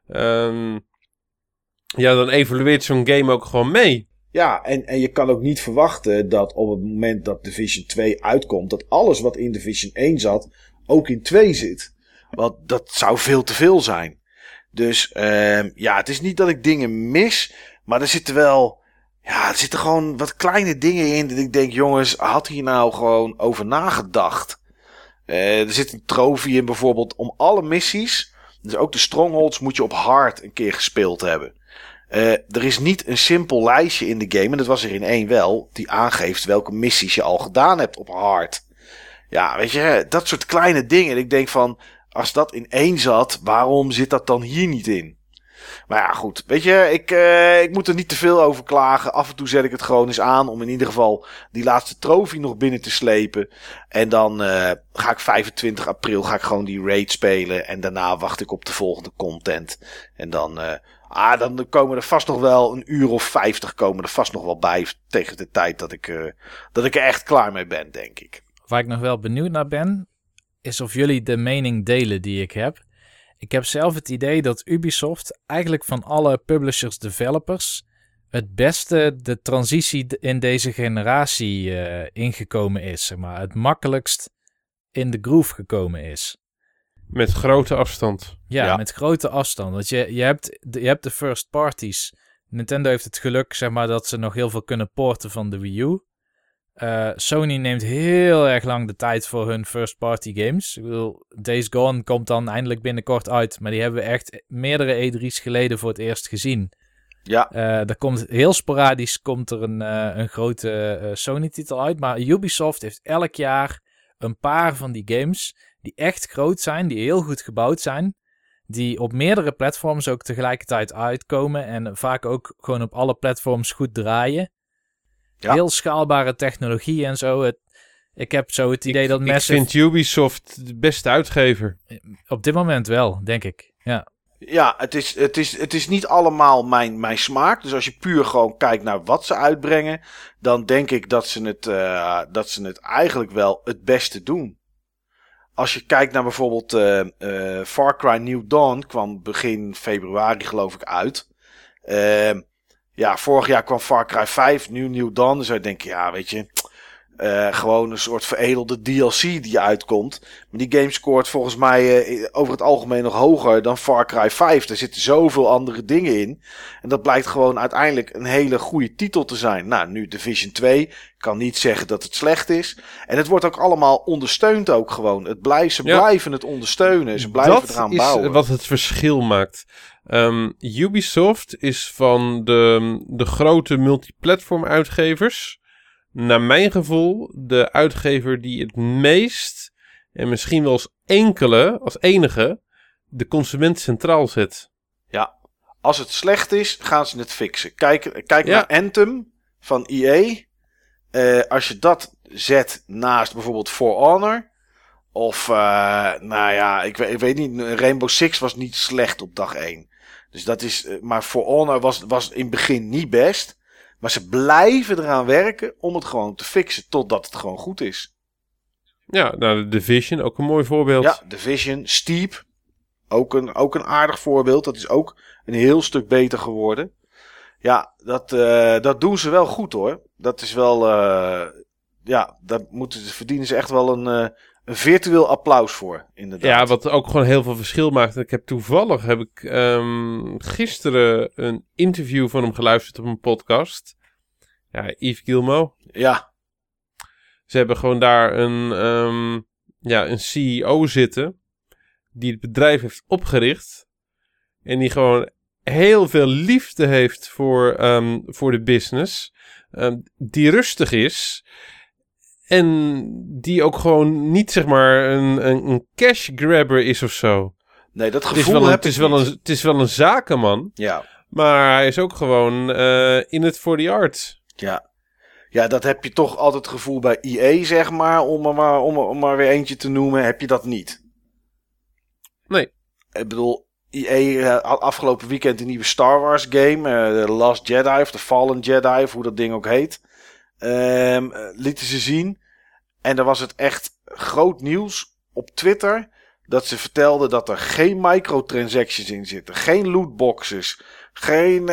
Dan evolueert zo'n game ook gewoon mee. Ja, en je kan ook niet verwachten dat op het moment dat Division 2 uitkomt, dat alles wat in Division 1 zat, ook in 2 zit. Want dat zou veel te veel zijn. Dus het is niet dat ik dingen mis, maar er zitten gewoon wat kleine dingen in dat ik denk, jongens, had hier nou gewoon over nagedacht? Er zit een trofee in bijvoorbeeld om alle missies, dus ook de strongholds moet je op hard een keer gespeeld hebben. Er is niet een simpel lijstje in de game, en dat was er in 1 wel, die aangeeft welke missies je al gedaan hebt op hard. Ja, weet je, dat soort kleine dingen. Ik denk van, als dat in 1 zat, waarom zit dat dan hier niet in? Maar ja, goed. Weet je, ik moet er niet te veel over klagen. Af en toe zet ik het gewoon eens aan om in ieder geval die laatste trofee nog binnen te slepen. En dan ga ik 25 april gewoon die raid spelen. En daarna wacht ik op de volgende content. En dan komen er vast nog wel een uur of 50 komen er vast nog wel bij tegen de tijd dat ik er echt klaar mee ben, denk ik. Waar ik nog wel benieuwd naar ben, is of jullie de mening delen die ik heb. Ik heb zelf het idee dat Ubisoft eigenlijk van alle publishers, developers, het beste de transitie in deze generatie ingekomen is. Zeg maar. Het makkelijkst in de groove gekomen is. Met grote afstand. Ja, met grote afstand. Want je hebt de first parties. Nintendo heeft het geluk, zeg maar, dat ze nog heel veel kunnen porten van de Wii U. Sony neemt heel erg lang de tijd voor hun first party games. Ik bedoel, Days Gone komt dan eindelijk binnenkort uit. Maar die hebben we echt meerdere E3's geleden voor het eerst gezien. Ja. Er komt heel sporadisch er een grote Sony-titel uit. Maar Ubisoft heeft elk jaar een paar van die games die echt groot zijn, die heel goed gebouwd zijn. Die op meerdere platforms ook tegelijkertijd uitkomen. En vaak ook gewoon op alle platforms goed draaien. Ja. Heel schaalbare technologie en zo. Ik heb zo het idee dat Massive... Ik vind Ubisoft de beste uitgever. Op dit moment wel, denk ik. Ja, het is niet allemaal mijn smaak. Dus als je puur gewoon kijkt naar wat ze uitbrengen, dan denk ik dat ze het eigenlijk wel het beste doen. Als je kijkt naar bijvoorbeeld Far Cry New Dawn, kwam begin februari geloof ik uit. Vorig jaar kwam Far Cry 5, nu New Dawn. Dus ik denk, ja, weet je, gewoon een soort veredelde DLC die uitkomt. Maar die game scoort volgens mij over het algemeen nog hoger dan Far Cry 5. Er zitten zoveel andere dingen in. En dat blijkt gewoon uiteindelijk een hele goede titel te zijn. Nou, nu Division 2. Ik kan niet zeggen dat het slecht is. En het wordt ook allemaal ondersteund ook gewoon. Ze blijven het ondersteunen. Ze blijven eraan bouwen. Dat is wat het verschil maakt. Ubisoft is van de grote multiplatform uitgevers, naar mijn gevoel, de uitgever die het meest, en misschien wel als enige, de consument centraal zet. Ja, als het slecht is, gaan ze het fixen. Kijk naar Anthem van EA. Als je dat zet naast bijvoorbeeld For Honor, of, ik weet niet, Rainbow Six was niet slecht op dag 1. Dus dat is, maar For Honor was in het begin niet best. Maar ze blijven eraan werken om het gewoon te fixen totdat het gewoon goed is. Ja, nou, de Division, ook een mooi voorbeeld. Ja, Division, Steep, ook een aardig voorbeeld. Dat is ook een heel stuk beter geworden. Ja, dat doen ze wel goed hoor. Dat is wel, daar verdienen ze echt wel een virtueel applaus voor, inderdaad. Ja, wat ook gewoon heel veel verschil maakt. Ik heb toevallig gisteren een interview van hem geluisterd op een podcast. Ja, Yves Guillemot. Ja. Ze hebben gewoon daar een CEO zitten die het bedrijf heeft opgericht en die gewoon heel veel liefde heeft voor de business, die rustig is. En die ook gewoon niet, zeg maar, een cash grabber is of zo. Nee, dat gevoel heb ik niet. Het is wel een zakenman. Ja. Maar hij is ook gewoon in het voor the art. Ja. Ja, dat heb je toch altijd het gevoel bij EA, zeg maar. Om maar weer eentje te noemen, heb je dat niet. Nee. Ik bedoel, EA had afgelopen weekend een nieuwe Star Wars game. The Last Jedi of The Fallen Jedi, of hoe dat ding ook heet. Lieten ze zien. En dan was het echt groot nieuws op Twitter. Dat ze vertelden dat er geen microtransactions in zitten. Geen lootboxes. Geen,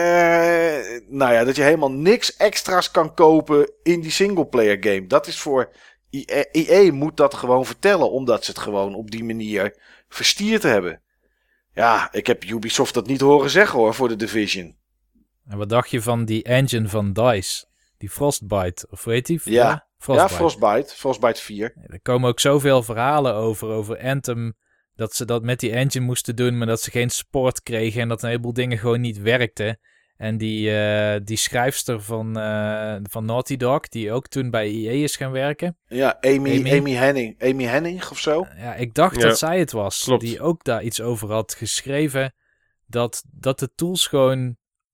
dat je helemaal niks extra's kan kopen in die singleplayer game. Dat is voor EA moet dat gewoon vertellen. Omdat ze het gewoon op die manier verstierd hebben. Ja, ik heb Ubisoft dat niet horen zeggen hoor, voor de Division. En wat dacht je van die engine van DICE? Die Frostbite, of hoe heet die? Ja, Frostbite. Frostbite 4. Er komen ook zoveel verhalen over Anthem. Dat ze dat met die engine moesten doen, maar dat ze geen support kregen. En dat een heleboel dingen gewoon niet werkten. En die schrijfster van Naughty Dog, die ook toen bij EA is gaan werken. Ja, Amy Henning of zo. Ja, ik dacht dat zij het was. Klopt. Die ook daar iets over had geschreven. Dat de tools gewoon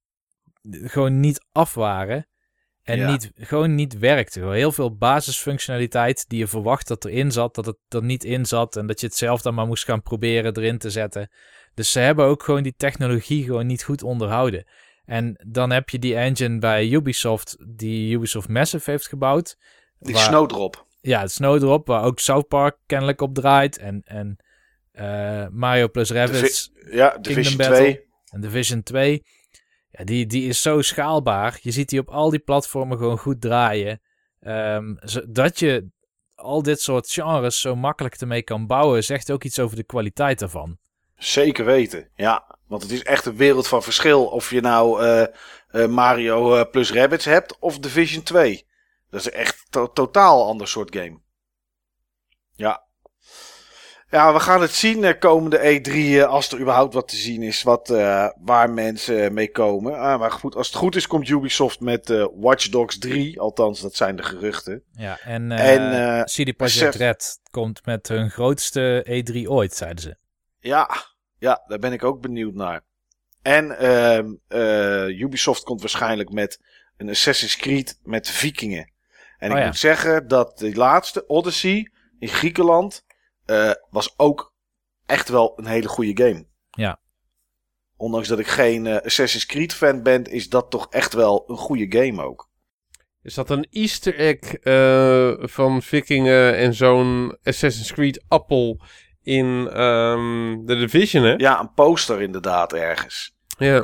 niet af waren. En gewoon niet werkte. Gewoon heel veel basisfunctionaliteit die je verwacht dat erin zat, dat het er niet in zat. En dat je het zelf dan maar moest gaan proberen erin te zetten. Dus ze hebben ook gewoon die technologie gewoon niet goed onderhouden. En dan heb je die engine bij Ubisoft, die Ubisoft Massive heeft gebouwd. Die Snowdrop. Ja, het Snowdrop, waar ook South Park kennelijk op draait. En Mario plus Rabbids. Division 2. En Division 2. Ja, die is zo schaalbaar. Je ziet die op al die platformen gewoon goed draaien. Dat je al dit soort genres zo makkelijk ermee kan bouwen, zegt ook iets over de kwaliteit daarvan. Zeker weten, ja. Want het is echt een wereld van verschil of je nou Mario plus Rabbids hebt of Division 2. Dat is echt totaal ander soort game. Ja. Ja, we gaan het zien komende E3 als er überhaupt wat te zien is waar mensen mee komen. Maar goed, als het goed is komt Ubisoft met Watch Dogs 3. Althans, dat zijn de geruchten. Ja, en CD Projekt Red komt met hun grootste E3 ooit, zeiden ze. Ja, daar ben ik ook benieuwd naar. En Ubisoft komt waarschijnlijk met een Assassin's Creed met vikingen. En ik moet zeggen dat de laatste, Odyssey, in Griekenland, was ook echt wel een hele goede game. Ja. Ondanks dat ik geen Assassin's Creed fan ben, is dat toch echt wel een goede game ook. Is dat een easter egg van vikingen en zo'n Assassin's Creed appel in The Division, hè? Ja, een poster inderdaad ergens.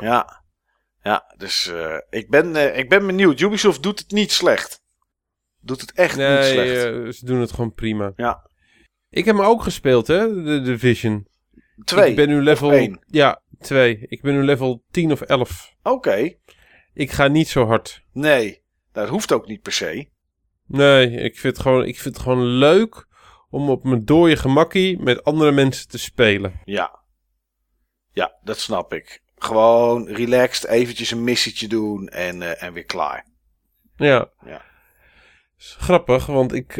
Ja, dus ik ben benieuwd. Ubisoft doet het niet slecht. Doet het echt niet slecht. Ze doen het gewoon prima. Ja. Ik heb hem ook gespeeld, hè, The Division. 2 Ik ben nu level... of 1? Ja, 2. Ik ben nu level 10 of 11. Oké. Ik ga niet zo hard. Nee, dat hoeft ook niet per se. Nee, ik vind het gewoon leuk om op mijn dode gemakkie met andere mensen te spelen. Ja, dat snap ik. Gewoon relaxed, eventjes een missietje doen en weer klaar. Ja. Is grappig, want ik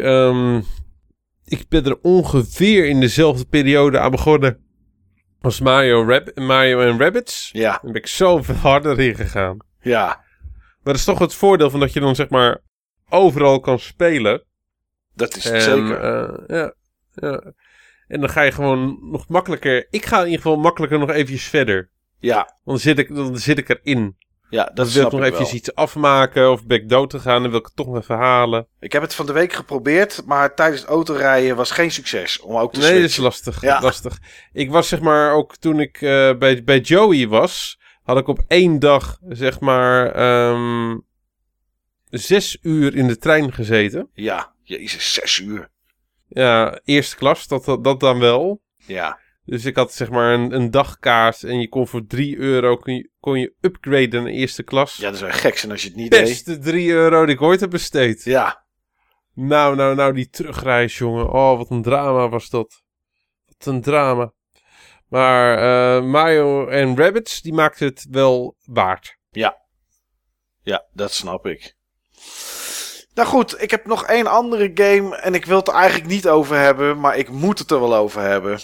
ben er ongeveer in dezelfde periode aan begonnen als Mario en Rabbids. Ja. Dan ben ik zoveel harder in gegaan. Ja. Maar dat is toch het voordeel van dat je dan zeg maar overal kan spelen. Dat is het zeker. Ja. En dan ga je gewoon nog makkelijker... Ik ga in ieder geval makkelijker nog eventjes verder. Ja. Dan zit ik erin. Ja, dat Dan wil snap ik nog ik eventjes wel. iets afmaken of ben ik dood te gaan, dan wil ik het toch nog even halen. Ik heb het van de week geprobeerd, maar tijdens het autorijden was geen succes om ook te Nee, dat switchen. is lastig. Ja. Lastig. Ik was zeg maar ook toen ik bij Joey was, had ik op 1 dag zeg maar 6 uur in de trein gezeten. Ja, jezus, 6 uur. Ja, eerste klas, dat dan wel. Ja. Dus ik had zeg maar een dagkaart en je kon voor €3 kon je upgraden naar eerste klas. Ja, dat is wel gek zijn als je het niet deed. Beste €3 die ik ooit heb besteed. Ja. Nou, die terugreis, jongen. Oh, wat een drama was dat. Wat een drama. Maar Mario en Rabbids, die maakten het wel waard. Ja, dat snap ik. Nou goed, ik heb nog 1 andere game en ik wil het er eigenlijk niet over hebben, maar ik moet het er wel over hebben.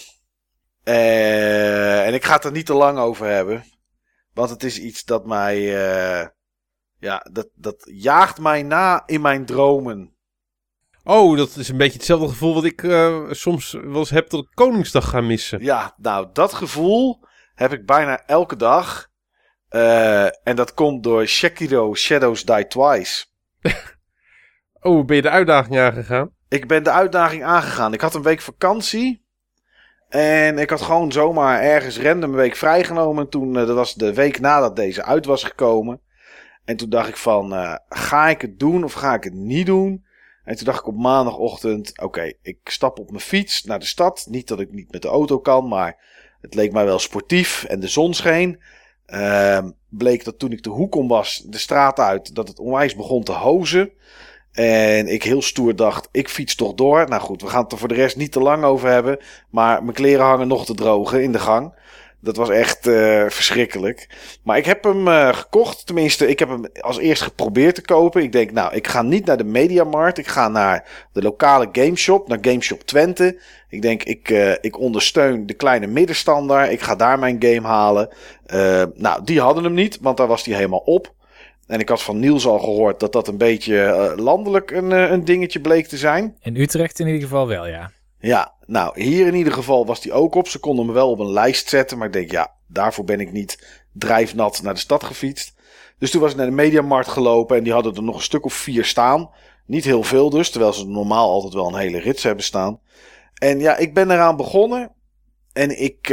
En ik ga het er niet te lang over hebben. Want het is iets dat mij Ja, dat jaagt mij na in mijn dromen. Oh, dat is een beetje hetzelfde gevoel wat ik soms wel eens heb dat ik Koningsdag ga missen. Ja, nou, dat gevoel heb ik bijna elke dag. En dat komt door Sekiro Shadows Die Twice. Oh, ben je de uitdaging aangegaan? Ik ben de uitdaging aangegaan. Ik had een week vakantie. En ik had gewoon zomaar ergens random een week vrijgenomen. Toen, dat was de week nadat deze uit was gekomen. En toen dacht ik van, ga ik het doen of ga ik het niet doen? En toen dacht ik op maandagochtend, oké, ik stap op mijn fiets naar de stad. Niet dat ik niet met de auto kan, maar het leek mij wel sportief en de zon scheen. Bleek dat toen ik de hoek om was, de straat uit, dat het onwijs begon te hozen. En ik heel stoer dacht, ik fiets toch door. Nou goed, we gaan het er voor de rest niet te lang over hebben. Maar mijn kleren hangen nog te drogen in de gang. Dat was echt verschrikkelijk. Maar ik heb hem gekocht. Tenminste, ik heb hem als eerst geprobeerd te kopen. Ik denk, nou, ik ga niet naar de Mediamarkt. Ik ga naar de lokale gameshop, naar Gameshop Twente. Ik denk, ik ondersteun de kleine middenstander. Ik ga daar mijn game halen. Nou, die hadden hem niet, want daar was die helemaal op. En ik had van Niels al gehoord dat dat een beetje landelijk een dingetje bleek te zijn. In Utrecht in ieder geval wel, ja. Ja, nou, hier in ieder geval was die ook op. Ze konden me wel op een lijst zetten, maar ik denk, ja, daarvoor ben ik niet drijfnat naar de stad gefietst. Dus toen was ik naar de Mediamarkt gelopen en die hadden er nog een stuk of 4 staan. Niet heel veel dus, terwijl ze normaal altijd wel een hele rits hebben staan. En ja, ik ben eraan begonnen en ik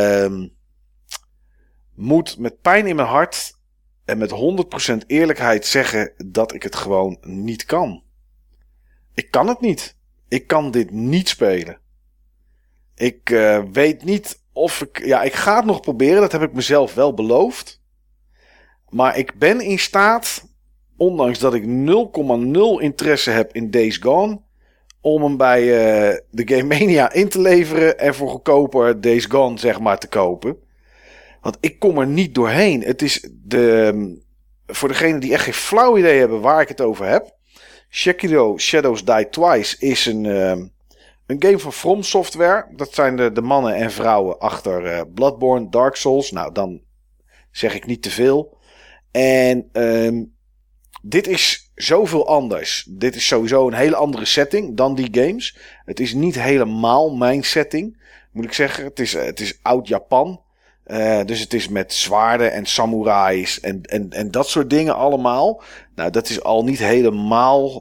moet met pijn in mijn hart en met 100% eerlijkheid zeggen dat ik het gewoon niet kan. Ik kan het niet. Ik kan dit niet spelen. Ik weet niet of ik... Ja, ik ga het nog proberen. Dat heb ik mezelf wel beloofd. Maar ik ben in staat, ondanks dat ik 0,0 interesse heb in Days Gone, om hem bij de Game Mania in te leveren en voor goedkoper Days Gone, zeg maar, te kopen. Want ik kom er niet doorheen. Het is voor degenen die echt geen flauw idee hebben waar ik het over heb. Sekiro Shadows Die Twice is een game van From Software. Dat zijn de mannen en vrouwen achter Bloodborne, Dark Souls. Nou, dan zeg ik niet te veel. En dit is zoveel anders. Dit is sowieso een hele andere setting dan die games. Het is niet helemaal mijn setting, moet ik zeggen. Het is oud Japan. Dus het is met zwaarden en samurais en dat soort dingen allemaal. Nou, dat is al niet helemaal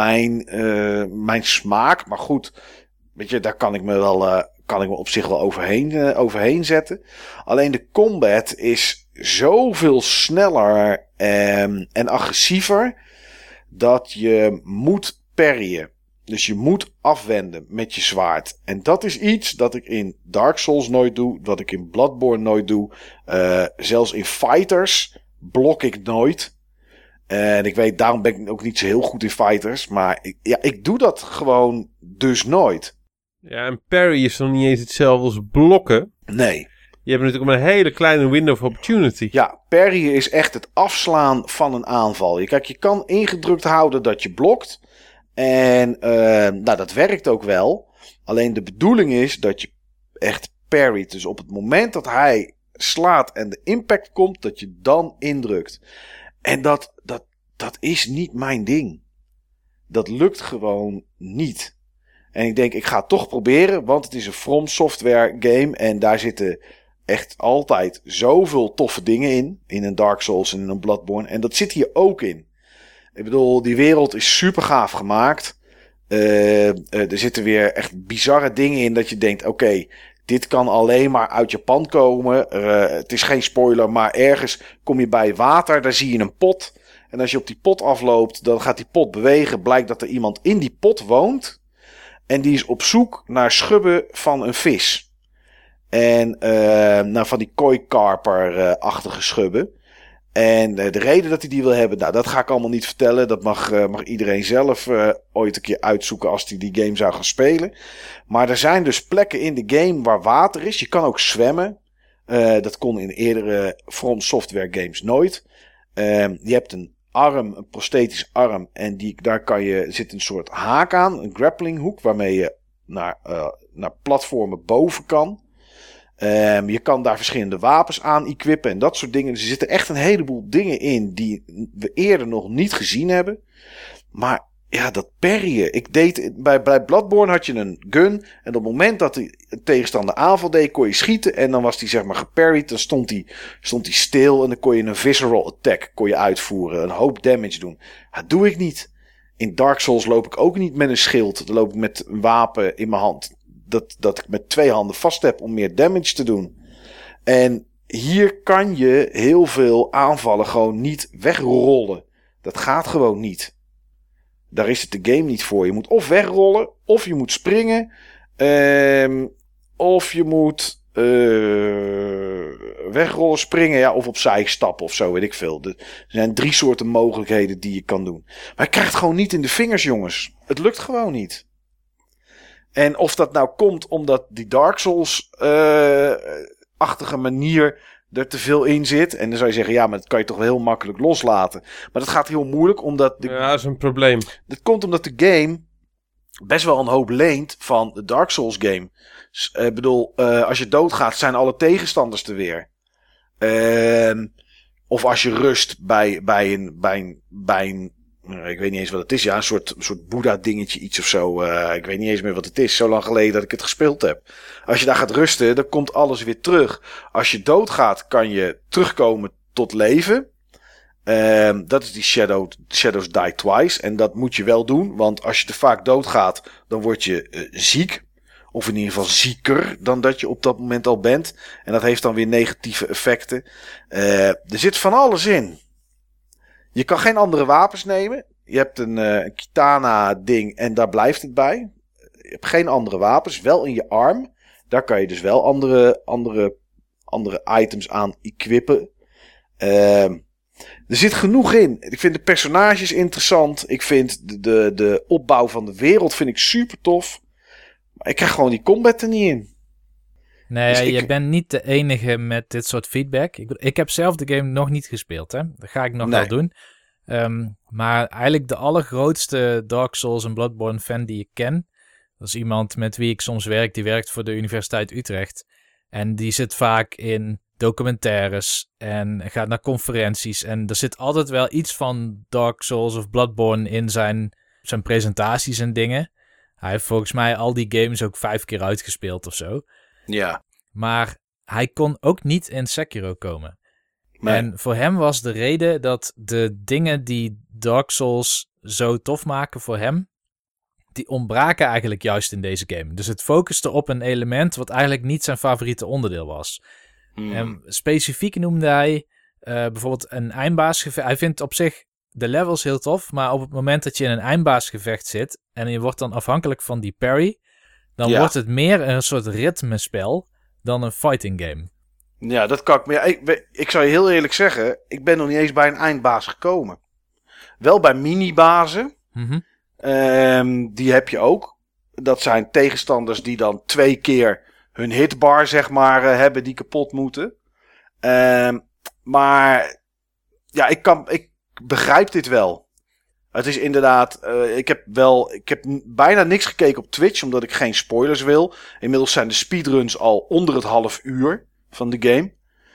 mijn smaak. Maar goed, weet je, daar kan ik me op zich wel overheen zetten. Alleen de combat is zoveel sneller en agressiever dat je moet parryen. Dus je moet afwenden met je zwaard. En dat is iets dat ik in Dark Souls nooit doe. Dat ik in Bloodborne nooit doe. Zelfs in Fighters blok ik nooit. En ik weet, daarom ben ik ook niet zo heel goed in Fighters. Maar ik doe dat gewoon dus nooit. Ja, en parry is nog niet eens hetzelfde als blokken. Nee. Je hebt natuurlijk maar een hele kleine window of opportunity. Ja, parry is echt het afslaan van een aanval. Kijk, je kan ingedrukt houden dat je blokt. En nou, dat werkt ook wel. Alleen de bedoeling is dat je echt parryt. Dus op het moment dat hij slaat en de impact komt, dat je dan indrukt. En dat is niet mijn ding. Dat lukt gewoon niet. En ik denk, ik ga het toch proberen, want het is een From Software game. En daar zitten echt altijd zoveel toffe dingen in. In een Dark Souls en in een Bloodborne. En dat zit hier ook in. Ik bedoel, die wereld is super gaaf gemaakt. Er zitten weer echt bizarre dingen in dat je denkt, oké, dit kan alleen maar uit Japan komen. Het is geen spoiler, maar ergens kom je bij water, daar zie je een pot. En als je op die pot afloopt, dan gaat die pot bewegen. Blijkt dat er iemand in die pot woont. En die is op zoek naar schubben van een vis. En nou, van die kooikarper-achtige schubben. En de reden dat hij die wil hebben, nou, dat ga ik allemaal niet vertellen. Dat mag iedereen zelf ooit een keer uitzoeken als hij die game zou gaan spelen. Maar er zijn dus plekken in de game waar water is. Je kan ook zwemmen. Dat kon in eerdere From Software games nooit. Je hebt een arm, een prosthetische arm. En daar zit een soort haak aan, een grapplinghoek, waarmee je naar platformen boven kan. Je kan daar verschillende wapens aan equippen en dat soort dingen. Dus er zitten echt een heleboel dingen in die we eerder nog niet gezien hebben. Maar ja, dat parryen. Bij Bloodborne had je een gun. En op het moment dat de tegenstander aanval deed, kon je schieten. En dan was die zeg maar geparried. Dan stond die stil. En dan kon je een visceral attack uitvoeren. Een hoop damage doen. Dat doe ik niet. In Dark Souls loop ik ook niet met een schild. Dan loop ik met een wapen in mijn hand. Dat ik met 2 handen vast heb om meer damage te doen. En hier kan je heel veel aanvallen gewoon niet wegrollen. Dat gaat gewoon niet. Daar is het de game niet voor. Je moet of wegrollen, of je moet springen, of je moet wegrollen, springen, ja, of opzij stappen of zo, weet ik veel. Er zijn 3 soorten mogelijkheden die je kan doen. Maar je krijgt het gewoon niet in de vingers, jongens. Het lukt gewoon niet. En of dat nou komt omdat die Dark Souls-achtige manier er te veel in zit. En dan zou je zeggen, ja, maar dat kan je toch wel heel makkelijk loslaten. Maar dat gaat heel moeilijk, omdat... Ja, dat is een probleem. Dat komt omdat de game best wel een hoop leent van de Dark Souls game. Ik bedoel, als je doodgaat, zijn alle tegenstanders er weer. Of als je rust bij een ik weet niet eens wat het is. Ja, een soort Boeddha dingetje, iets of zo. Ik weet niet eens meer wat het is. Zo lang geleden dat ik het gespeeld heb. Als je daar gaat rusten, dan komt alles weer terug. Als je doodgaat, kan je terugkomen tot leven. Dat is die Shadows Die Twice. En dat moet je wel doen. Want als je te vaak doodgaat, dan word je ziek. Of in ieder geval zieker dan dat je op dat moment al bent. En dat heeft dan weer negatieve effecten. Er zit van alles in. Je kan geen andere wapens nemen. Je hebt een katana ding en daar blijft het bij. Je hebt geen andere wapens. Wel in je arm. Daar kan je dus wel andere items aan equippen. Er zit genoeg in. Ik vind de personages interessant. Ik vind de opbouw van de wereld vind ik super tof. Maar ik krijg gewoon die combat er niet in. Nee, Dus je bent niet de enige met dit soort feedback. Ik heb zelf de game nog niet gespeeld, hè. Dat ga ik nog wel doen. Maar eigenlijk de allergrootste Dark Souls en Bloodborne fan die ik ken, dat is iemand met wie ik soms werk, die werkt voor de Universiteit Utrecht. En die zit vaak in documentaires en gaat naar conferenties. En er zit altijd wel iets van Dark Souls of Bloodborne in zijn presentaties en dingen. Hij heeft volgens mij al die games ook 5 keer uitgespeeld of zo. Ja. Maar hij kon ook niet in Sekiro komen. Nee. En voor hem was de reden dat de dingen die Dark Souls zo tof maken voor hem, die ontbraken eigenlijk juist in deze game. Dus het focuste op een element wat eigenlijk niet zijn favoriete onderdeel was. En specifiek noemde hij bijvoorbeeld een eindbaasgevecht. Hij vindt op zich de levels heel tof, maar op het moment dat je in een eindbaasgevecht zit en je wordt dan afhankelijk van die parry, dan wordt het meer een soort ritmespel dan een fighting game. Ja, dat kan ik. Maar ik zou je heel eerlijk zeggen, ik ben nog niet eens bij een eindbaas gekomen. Wel bij minibazen. Die heb je ook. Dat zijn tegenstanders die dan 2 keer hun hitbar, zeg maar, hebben die kapot moeten. Maar ja, ik begrijp dit wel. Het is inderdaad, ik heb bijna niks gekeken op Twitch, omdat ik geen spoilers wil. Inmiddels zijn de speedruns al onder het half uur van de game.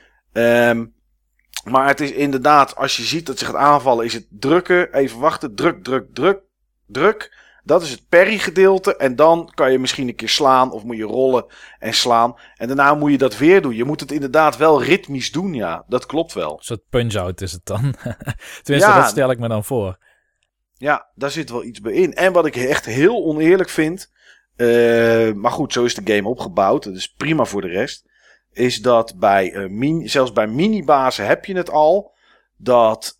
Maar het is inderdaad, als je ziet dat ze gaat aanvallen, is het drukken, even wachten, druk. Dat is het parry gedeelte. En dan kan je misschien een keer slaan of moet je rollen en slaan. En daarna moet je dat weer doen. Je moet het inderdaad wel ritmisch doen, ja. Dat klopt wel. Een soort punch-out is het dan. Tenminste, dat stel ik me dan voor. Ja, daar zit wel iets bij in. En wat ik echt heel oneerlijk vind, maar goed, zo is de game opgebouwd. Dat is prima voor de rest. Is dat zelfs bij minibazen heb je het al. Dat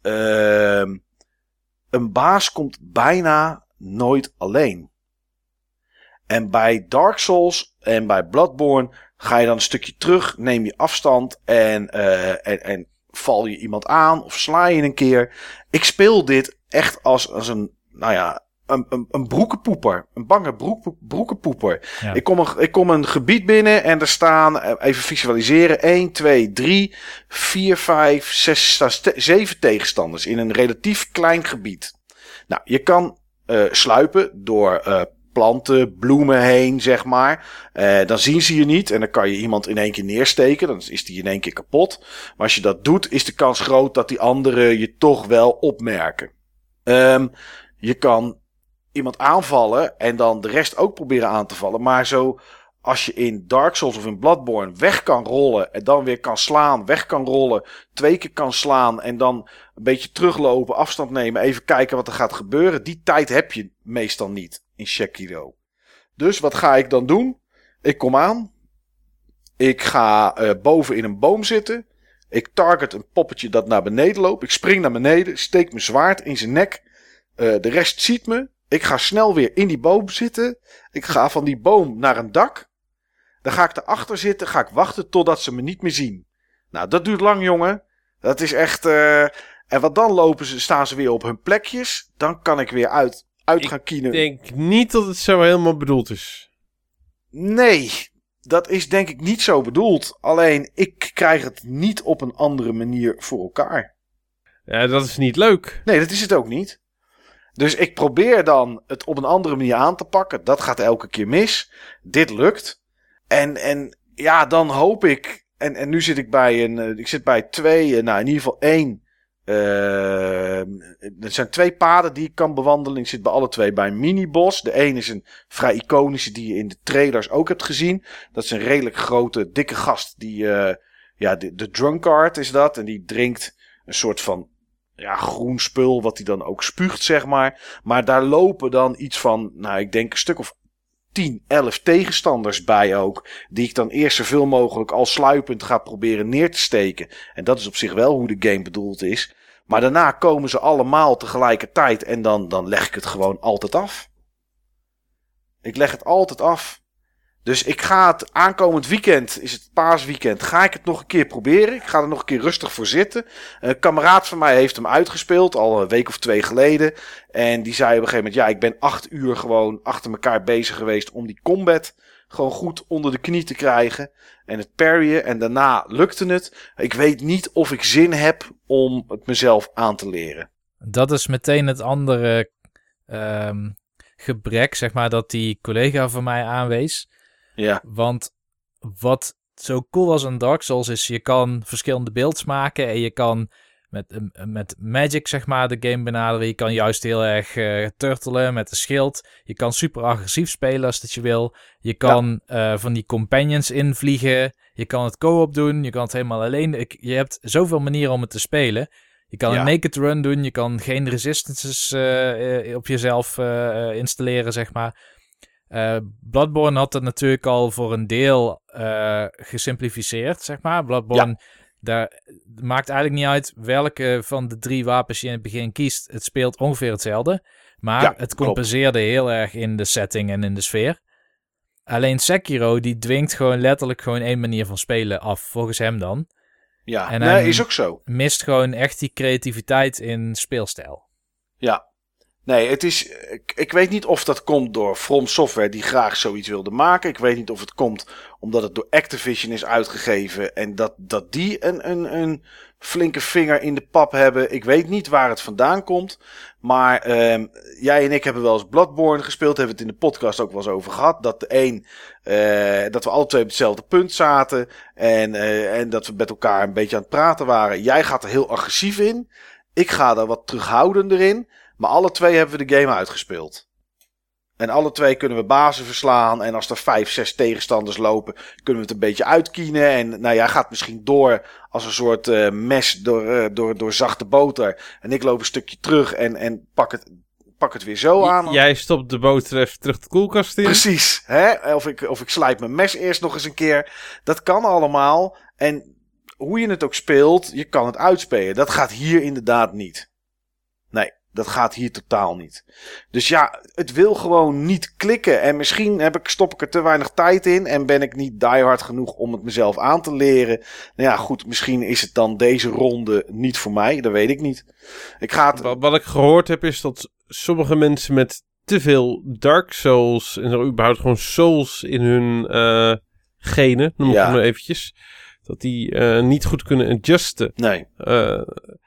een baas komt bijna nooit alleen. En bij Dark Souls en bij Bloodborne ga je dan een stukje terug, neem je afstand en val je iemand aan of sla je een keer. Ik speel dit echt als een, nou ja, een broekenpoeper. Een bange broekenpoeper. Ja. Ik kom een gebied binnen en er staan, even visualiseren, 1, 2, 3, 4, 5, 6, 7 tegenstanders in een relatief klein gebied. Nou, je kan sluipen door planten, bloemen heen, zeg maar. Dan zien ze je niet en dan kan je iemand in één keer neersteken. Dan is die in één keer kapot. Maar als je dat doet, is de kans groot dat die anderen je toch wel opmerken. Je kan iemand aanvallen en dan de rest ook proberen aan te vallen. Maar zo als je in Dark Souls of in Bloodborne weg kan rollen en dan weer kan slaan, weg kan rollen, 2 keer kan slaan en dan een beetje teruglopen, afstand nemen, even kijken wat er gaat gebeuren. Die tijd heb je meestal niet in Sekiro. Dus wat ga ik dan doen? Ik kom aan. Ik ga boven in een boom zitten. Ik target een poppetje dat naar beneden loopt. Ik spring naar beneden, steek mijn zwaard in zijn nek. De rest ziet me. Ik ga snel weer in die boom zitten. Ik ga van die boom naar een dak. Dan ga ik erachter zitten, ga ik wachten totdat ze me niet meer zien. Nou, dat duurt lang, jongen. Dat is echt... En wat dan staan ze weer op hun plekjes. Dan kan ik weer uit gaan kienen. Ik denk niet dat het zo helemaal bedoeld is. Nee, dat is denk ik niet zo bedoeld. Alleen, ik krijg het niet op een andere manier voor elkaar. Ja, dat is niet leuk. Nee, dat is het ook niet. Dus ik probeer dan het op een andere manier aan te pakken. Dat gaat elke keer mis. Dit lukt. En ja, dan hoop ik... En nu zit ik bij ik zit bij 2, in ieder geval 1. Er zijn 2 paden die ik kan bewandelen. Ik zit bij alle 2 bij een mini-boss. De een is een vrij iconische die je in de trailers ook hebt gezien. Dat is een redelijk grote, dikke gast. De drunkard is dat. En die drinkt een soort van groen spul wat hij dan ook spuugt, zeg maar. Maar daar lopen dan iets van, ik denk een stuk of 10, 11 tegenstanders bij ook. Die ik dan eerst zoveel mogelijk al sluipend ga proberen neer te steken. En dat is op zich wel hoe de game bedoeld is. Maar daarna komen ze allemaal tegelijkertijd. En dan leg ik het gewoon altijd af. Ik leg het altijd af. Dus ik ga het aankomend weekend, is het paasweekend, ga ik het nog een keer proberen. Ik ga er nog een keer rustig voor zitten. Een kameraad van mij heeft hem uitgespeeld, al een week of 2 geleden. En die zei op een gegeven moment, ik ben 8 uur gewoon achter elkaar bezig geweest om die combat gewoon goed onder de knie te krijgen. En het parryen. En daarna lukte het. Ik weet niet of ik zin heb om het mezelf aan te leren. Dat is meteen het andere gebrek, zeg maar, dat die collega van mij aanwees. Ja. Want wat zo cool was aan Dark Souls is, je kan verschillende builds maken en je kan met magic, zeg maar, de game benaderen. Je kan juist heel erg turtelen met een schild. Je kan super agressief spelen als dat je wil. Je kan van die companions invliegen. Je kan het co-op doen. Je kan het helemaal alleen. Je hebt zoveel manieren om het te spelen. Je kan een naked run doen. Je kan geen resistances op jezelf installeren, zeg maar. Bloodborne had het natuurlijk al voor een deel gesimplificeerd, zeg maar. Bloodborne, daar maakt eigenlijk niet uit welke van de 3 wapens je in het begin kiest. Het speelt ongeveer hetzelfde. Maar het compenseerde heel erg in de setting en in de sfeer. Alleen Sekiro, die dwingt gewoon letterlijk gewoon 1 manier van spelen af, volgens hem dan. Ja, en hij is ook zo. Mist gewoon echt die creativiteit in speelstijl. Ja. Nee, het is... Ik weet niet of dat komt door From Software die graag zoiets wilde maken. Ik weet niet of het komt omdat het door Activision is uitgegeven en dat die een flinke vinger in de pap hebben. Ik weet niet waar het vandaan komt. Maar jij en ik hebben wel eens Bloodborne gespeeld. Hebben we het in de podcast ook wel eens over gehad. Dat dat we alle 2 op hetzelfde punt zaten. En dat we met elkaar een beetje aan het praten waren. Jij gaat er heel agressief in. Ik ga er wat terughoudender in. Maar alle 2 hebben we de game uitgespeeld. En alle 2 kunnen we bazen verslaan. En als er 5, 6 tegenstanders lopen, kunnen we het een beetje uitkienen. En jij gaat misschien door als een soort mes door zachte boter. En ik loop een stukje terug en pak het weer zo aan. Jij stopt de boter even terug de koelkast in. Precies. Hè? Of ik slijp mijn mes eerst nog eens een keer. Dat kan allemaal. En hoe je het ook speelt, je kan het uitspelen. Dat gaat hier inderdaad niet. Nee. Dat gaat hier totaal niet. Dus het wil gewoon niet klikken. En misschien stop ik er te weinig tijd in. En ben ik niet diehard genoeg om het mezelf aan te leren. Goed, misschien is het dan deze ronde niet voor mij. Dat weet ik niet. Wat ik gehoord heb is dat sommige mensen met te veel Dark Souls en zo überhaupt gewoon Souls in hun genen, noem ik het maar eventjes, dat die niet goed kunnen adjusten. Nee.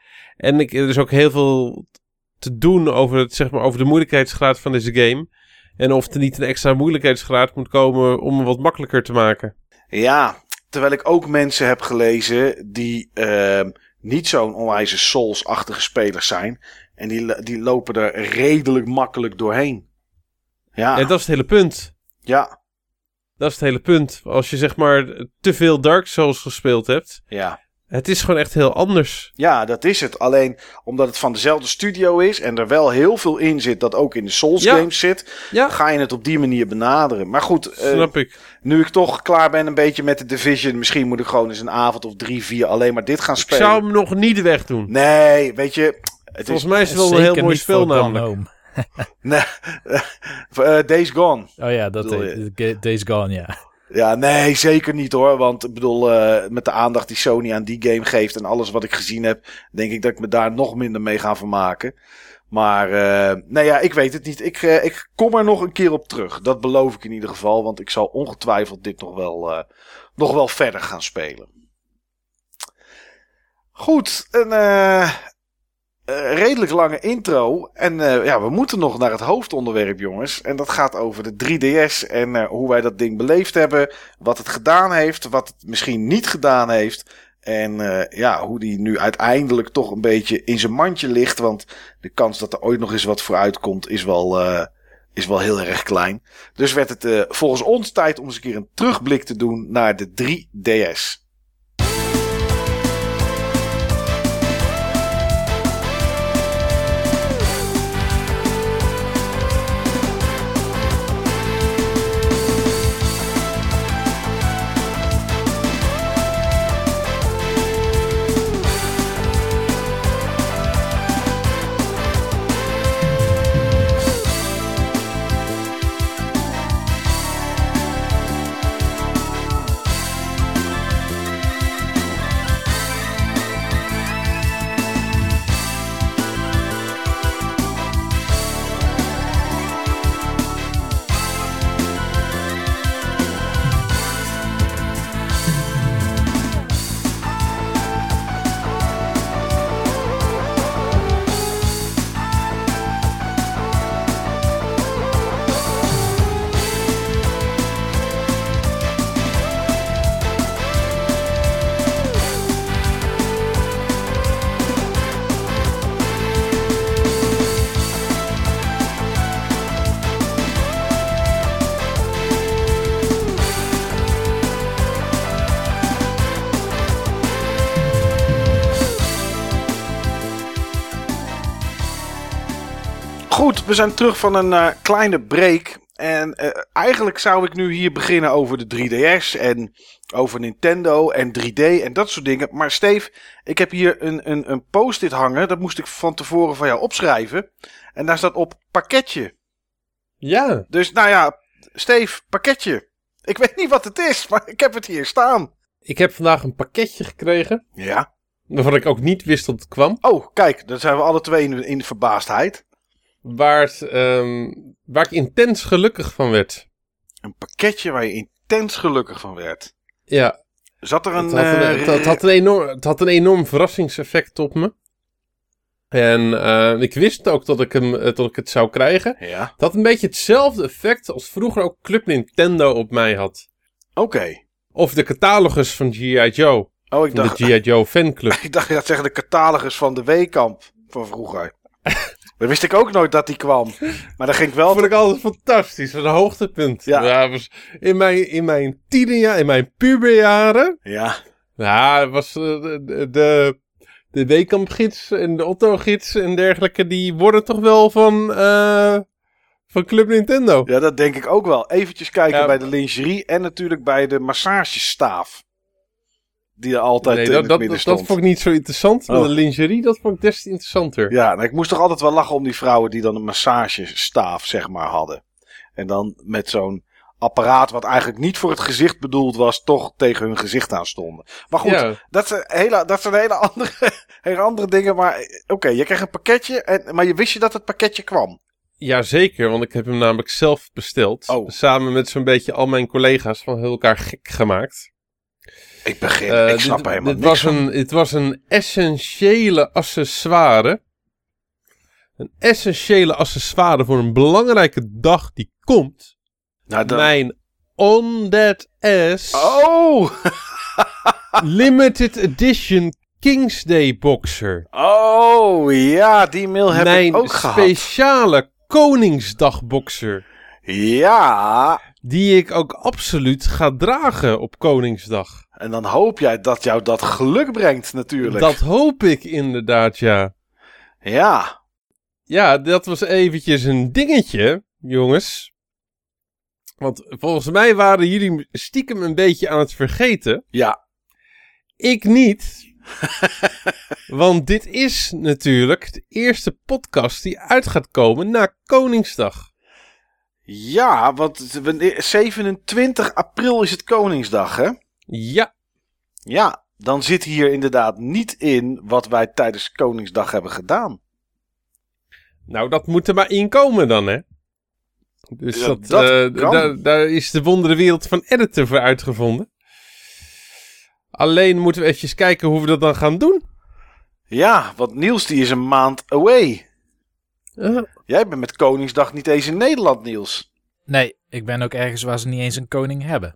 En er is ook heel veel te doen over de moeilijkheidsgraad van deze game. En of er niet een extra moeilijkheidsgraad moet komen om hem wat makkelijker te maken. Ja, terwijl ik ook mensen heb gelezen die niet zo'n onwijze Souls-achtige spelers zijn. En die lopen er redelijk makkelijk doorheen. Ja. En dat is het hele punt. Ja. Dat is het hele punt. Als je zeg maar te veel Dark Souls gespeeld hebt. Ja. Het is gewoon echt heel anders. Ja, dat is het. Alleen omdat het van dezelfde studio is en er wel heel veel in zit dat ook in de Souls games zit, ga je het op die manier benaderen. Maar goed, snap ik. Nu ik toch klaar ben een beetje met de Division, misschien moet ik gewoon eens een avond of 3-4 alleen maar dit gaan spelen. Ik zou hem nog niet wegdoen. Nee, weet je. Volgens mij is het wel een heel mooi spel namelijk. Nee, Days Gone. Oh ja, Days Gone, ja. Ja, nee, zeker niet hoor. Want ik bedoel, met de aandacht die Sony aan die game geeft en alles wat ik gezien heb, denk ik dat ik me daar nog minder mee ga vermaken. Maar, nee ja, ik weet het niet. Ik kom er nog een keer op terug. Dat beloof ik in ieder geval, want ik zal ongetwijfeld dit nog wel verder gaan spelen. Goed, een redelijk lange intro. En we moeten nog naar het hoofdonderwerp, jongens. En dat gaat over de 3DS en hoe wij dat ding beleefd hebben. Wat het gedaan heeft, wat het misschien niet gedaan heeft. En hoe die nu uiteindelijk toch een beetje in zijn mandje ligt. Want de kans dat er ooit nog eens wat voor uitkomt is wel heel erg klein. Dus werd het volgens ons tijd om eens een keer een terugblik te doen naar de 3DS. Goed, we zijn terug van een kleine break. En eigenlijk zou ik nu hier beginnen over de 3DS en over Nintendo en 3D en dat soort dingen. Maar Steve, ik heb hier een post-it hangen. Dat moest ik van tevoren van jou opschrijven. En daar staat op pakketje. Ja. Dus nou ja, Steve, pakketje. Ik weet niet wat het is, maar ik heb het hier staan. Ik heb vandaag een pakketje gekregen. Ja. Waarvan ik ook niet wist dat het kwam. Oh, kijk, dan zijn we alle twee in de verbaasdheid. Waar ik intens gelukkig van werd. Een pakketje waar je intens gelukkig van werd. Ja. Zat er Het had een enorm verrassingseffect op me. En ik wist ook dat ik het zou krijgen. Ja. Het had een beetje hetzelfde effect als vroeger ook Club Nintendo op mij had. Oké. Of de catalogus van G.I. Joe. Oh, ik dacht... De G.I. Joe fanclub. Ik dacht je had zeggen de catalogus van de Weekamp van vroeger. Dat wist ik ook nooit dat die kwam. Maar dat ging ik wel... Dat vond ik altijd fantastisch. Dat was een hoogtepunt. Ja. Was in mijn tienerjaren, in mijn puberjaren. Ja. Ja, was de Weekamp-gids en de Otto-gids en dergelijke, die worden toch wel van Club Nintendo. Ja, dat denk ik ook wel. Eventjes kijken bij de lingerie en natuurlijk bij de massagestaaf. Die er altijd in het midden stond. Dat vond ik niet zo interessant. Maar de lingerie, dat vond ik des te interessanter. Ja, ik moest toch altijd wel lachen om die vrouwen die dan een massagestaaf, zeg maar, hadden. En dan met zo'n apparaat wat eigenlijk niet voor het gezicht bedoeld was, toch tegen hun gezicht aan stonden. Maar goed, dat zijn hele andere dingen. Maar oké, je kreeg een pakketje, maar wist je dat het pakketje kwam? Jazeker, want ik heb hem namelijk zelf besteld. Oh. Samen met zo'n beetje al mijn collega's van elkaar gek gemaakt. Ik snap helemaal niks van. Het was een essentiële accessoire. Een essentiële accessoire voor een belangrijke dag die komt Nou, dan... mijn On That Ass Oh! limited edition King's Day boxer. Oh, ja, die mail heb ik ook gehad. Mijn speciale Koningsdag boxer. Ja. Die ik ook absoluut ga dragen op Koningsdag. En dan hoop jij dat jou dat geluk brengt natuurlijk. Dat hoop ik inderdaad, ja. Ja. Ja, dat was eventjes een dingetje, jongens. Want volgens mij waren jullie stiekem een beetje aan het vergeten. Ja. Ik niet. Want dit is natuurlijk de eerste podcast die uit gaat komen na Koningsdag. Ja, want 27 april is het Koningsdag, hè? Ja. Ja, dan zit hier inderdaad niet in wat wij tijdens Koningsdag hebben gedaan. Nou, dat moet er maar inkomen dan, hè? Dus Ja, dat kan. daar is de wonderenwereld van editen voor uitgevonden. Alleen moeten we eventjes kijken hoe we dat dan gaan doen. Ja, want Niels die is een maand away. Jij bent met Koningsdag niet eens in Nederland, Niels. Nee, ik ben ook ergens waar ze niet eens een koning hebben.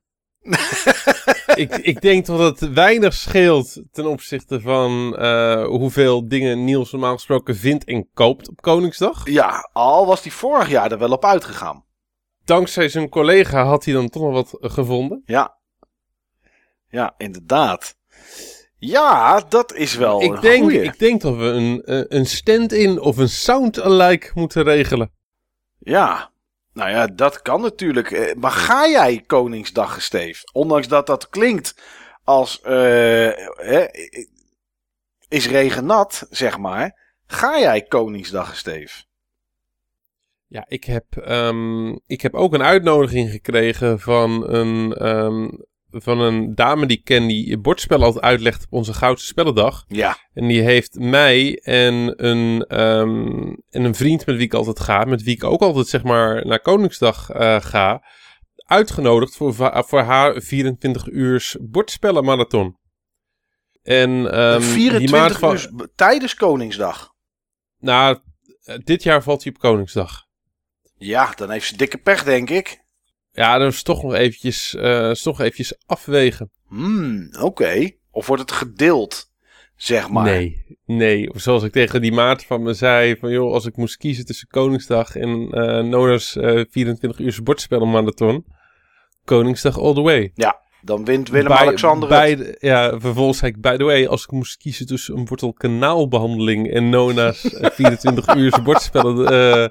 Ik denk dat het weinig scheelt ten opzichte van hoeveel dingen Niels normaal gesproken vindt en koopt op Koningsdag. Ja, al was hij vorig jaar er wel op uitgegaan. Dankzij zijn collega had hij dan toch nog wat gevonden. Ja, inderdaad. Ja, dat is wel een goeie. Ik denk dat we een stand-in of een sound-alike moeten regelen. Ja, nou ja, dat kan natuurlijk. Maar ga jij Koningsdag, Steve? Ondanks dat dat klinkt als is regen nat, zeg maar. Ga jij Koningsdag, Steve? Ja, ik heb ook een uitnodiging gekregen van een dame die ik ken die bordspellen altijd uitlegt op onze Goudse Spellendag. Ja. En die heeft mij en een vriend met wie ik altijd ga, met wie ik ook altijd zeg maar naar Koningsdag ga, uitgenodigd voor haar 24 uur bordspellenmarathon. En 24 uur tijdens Koningsdag? Nou, dit jaar valt hij op Koningsdag. Ja, dan heeft ze dikke pech, denk ik. Ja, dat is toch nog eventjes afwegen. Oké. Of wordt het gedeeld, zeg maar? Nee. Of zoals ik tegen die maat van me zei, van joh, als ik moest kiezen tussen Koningsdag en Nona's 24 uur bordspellenmarathon, Koningsdag all the way. Ja, dan wint Willem-Alexander het. Ja, vervolgens zei ik, by the way, als ik moest kiezen tussen een wortelkanaalbehandeling en Nona's 24 uur bordspellen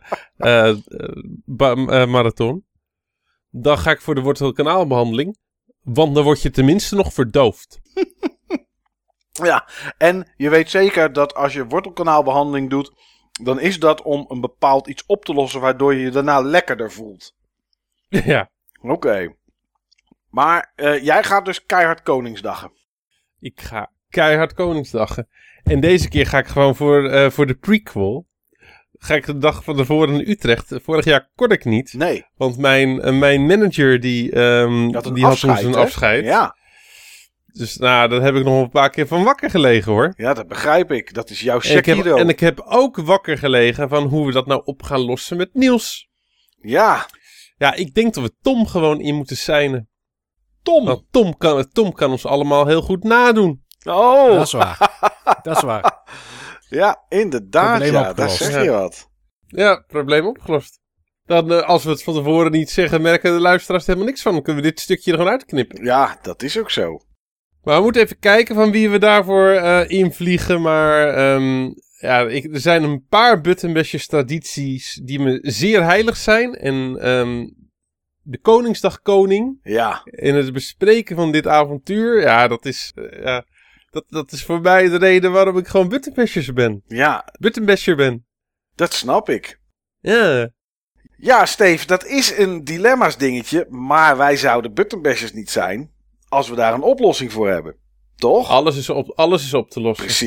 marathon, dan ga ik voor de wortelkanaalbehandeling, want dan word je tenminste nog verdoofd. Ja, en je weet zeker dat als je wortelkanaalbehandeling doet, dan is dat om een bepaald iets op te lossen, waardoor je je daarna lekkerder voelt. Ja. Oké. Maar jij gaat dus keihard Koningsdaggen. Ik ga keihard Koningsdaggen. En deze keer ga ik gewoon voor de prequel. Ga ik de dag van tevoren in Utrecht. Vorig jaar kon ik niet. Nee. Want mijn manager die had toen zijn afscheid. Ja. Dus nou, daar heb ik nog een paar keer van wakker gelegen hoor. Ja, dat begrijp ik. Dat is jouw Sekiro. En ik heb ook wakker gelegen van hoe we dat nou op gaan lossen met Niels. Ja. Ja, ik denk dat we Tom gewoon in moeten signen. Tom? Want Tom kan ons allemaal heel goed nadoen. Oh. Dat is waar. Dat is waar. Ja, inderdaad. Probleem ja, opgelost. daar zeg je wat. Ja, probleem opgelost. Dan, als we het van tevoren niet zeggen, merken de luisteraars er helemaal niks van. Dan kunnen we dit stukje er gewoon uitknippen. Ja, dat is ook zo. Maar we moeten even kijken van wie we daarvoor invliegen. Maar er zijn een paar Buttonbashers tradities die me zeer heilig zijn. En de Koningsdag Koning. Ja. En het bespreken van dit avontuur. Ja, dat is... Dat is voor mij de reden waarom ik gewoon Buttonbasher ben. Ja. Buttonbasher ben. Dat snap ik. Ja. Ja, Steve, dat is een dilemma's dingetje. Maar wij zouden Buttonbashers niet zijn als we daar een oplossing voor hebben. Toch? Alles is op te lossen. Precies.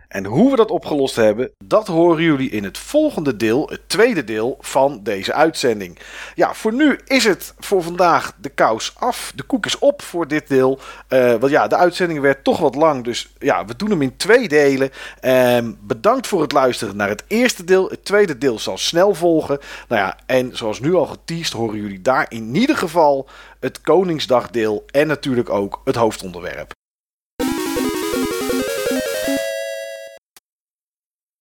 En hoe we dat opgelost hebben, dat horen jullie in het volgende deel, het tweede deel van deze uitzending. Ja, voor nu is het voor vandaag de kous af. De koek is op voor dit deel. Want ja, de uitzending werd toch wat lang, dus ja, we doen hem in 2 delen. Bedankt voor het luisteren naar het eerste deel. Het tweede deel zal snel volgen. Nou ja, en zoals nu al geteased horen jullie daar in ieder geval het Koningsdagdeel en natuurlijk ook het hoofdonderwerp.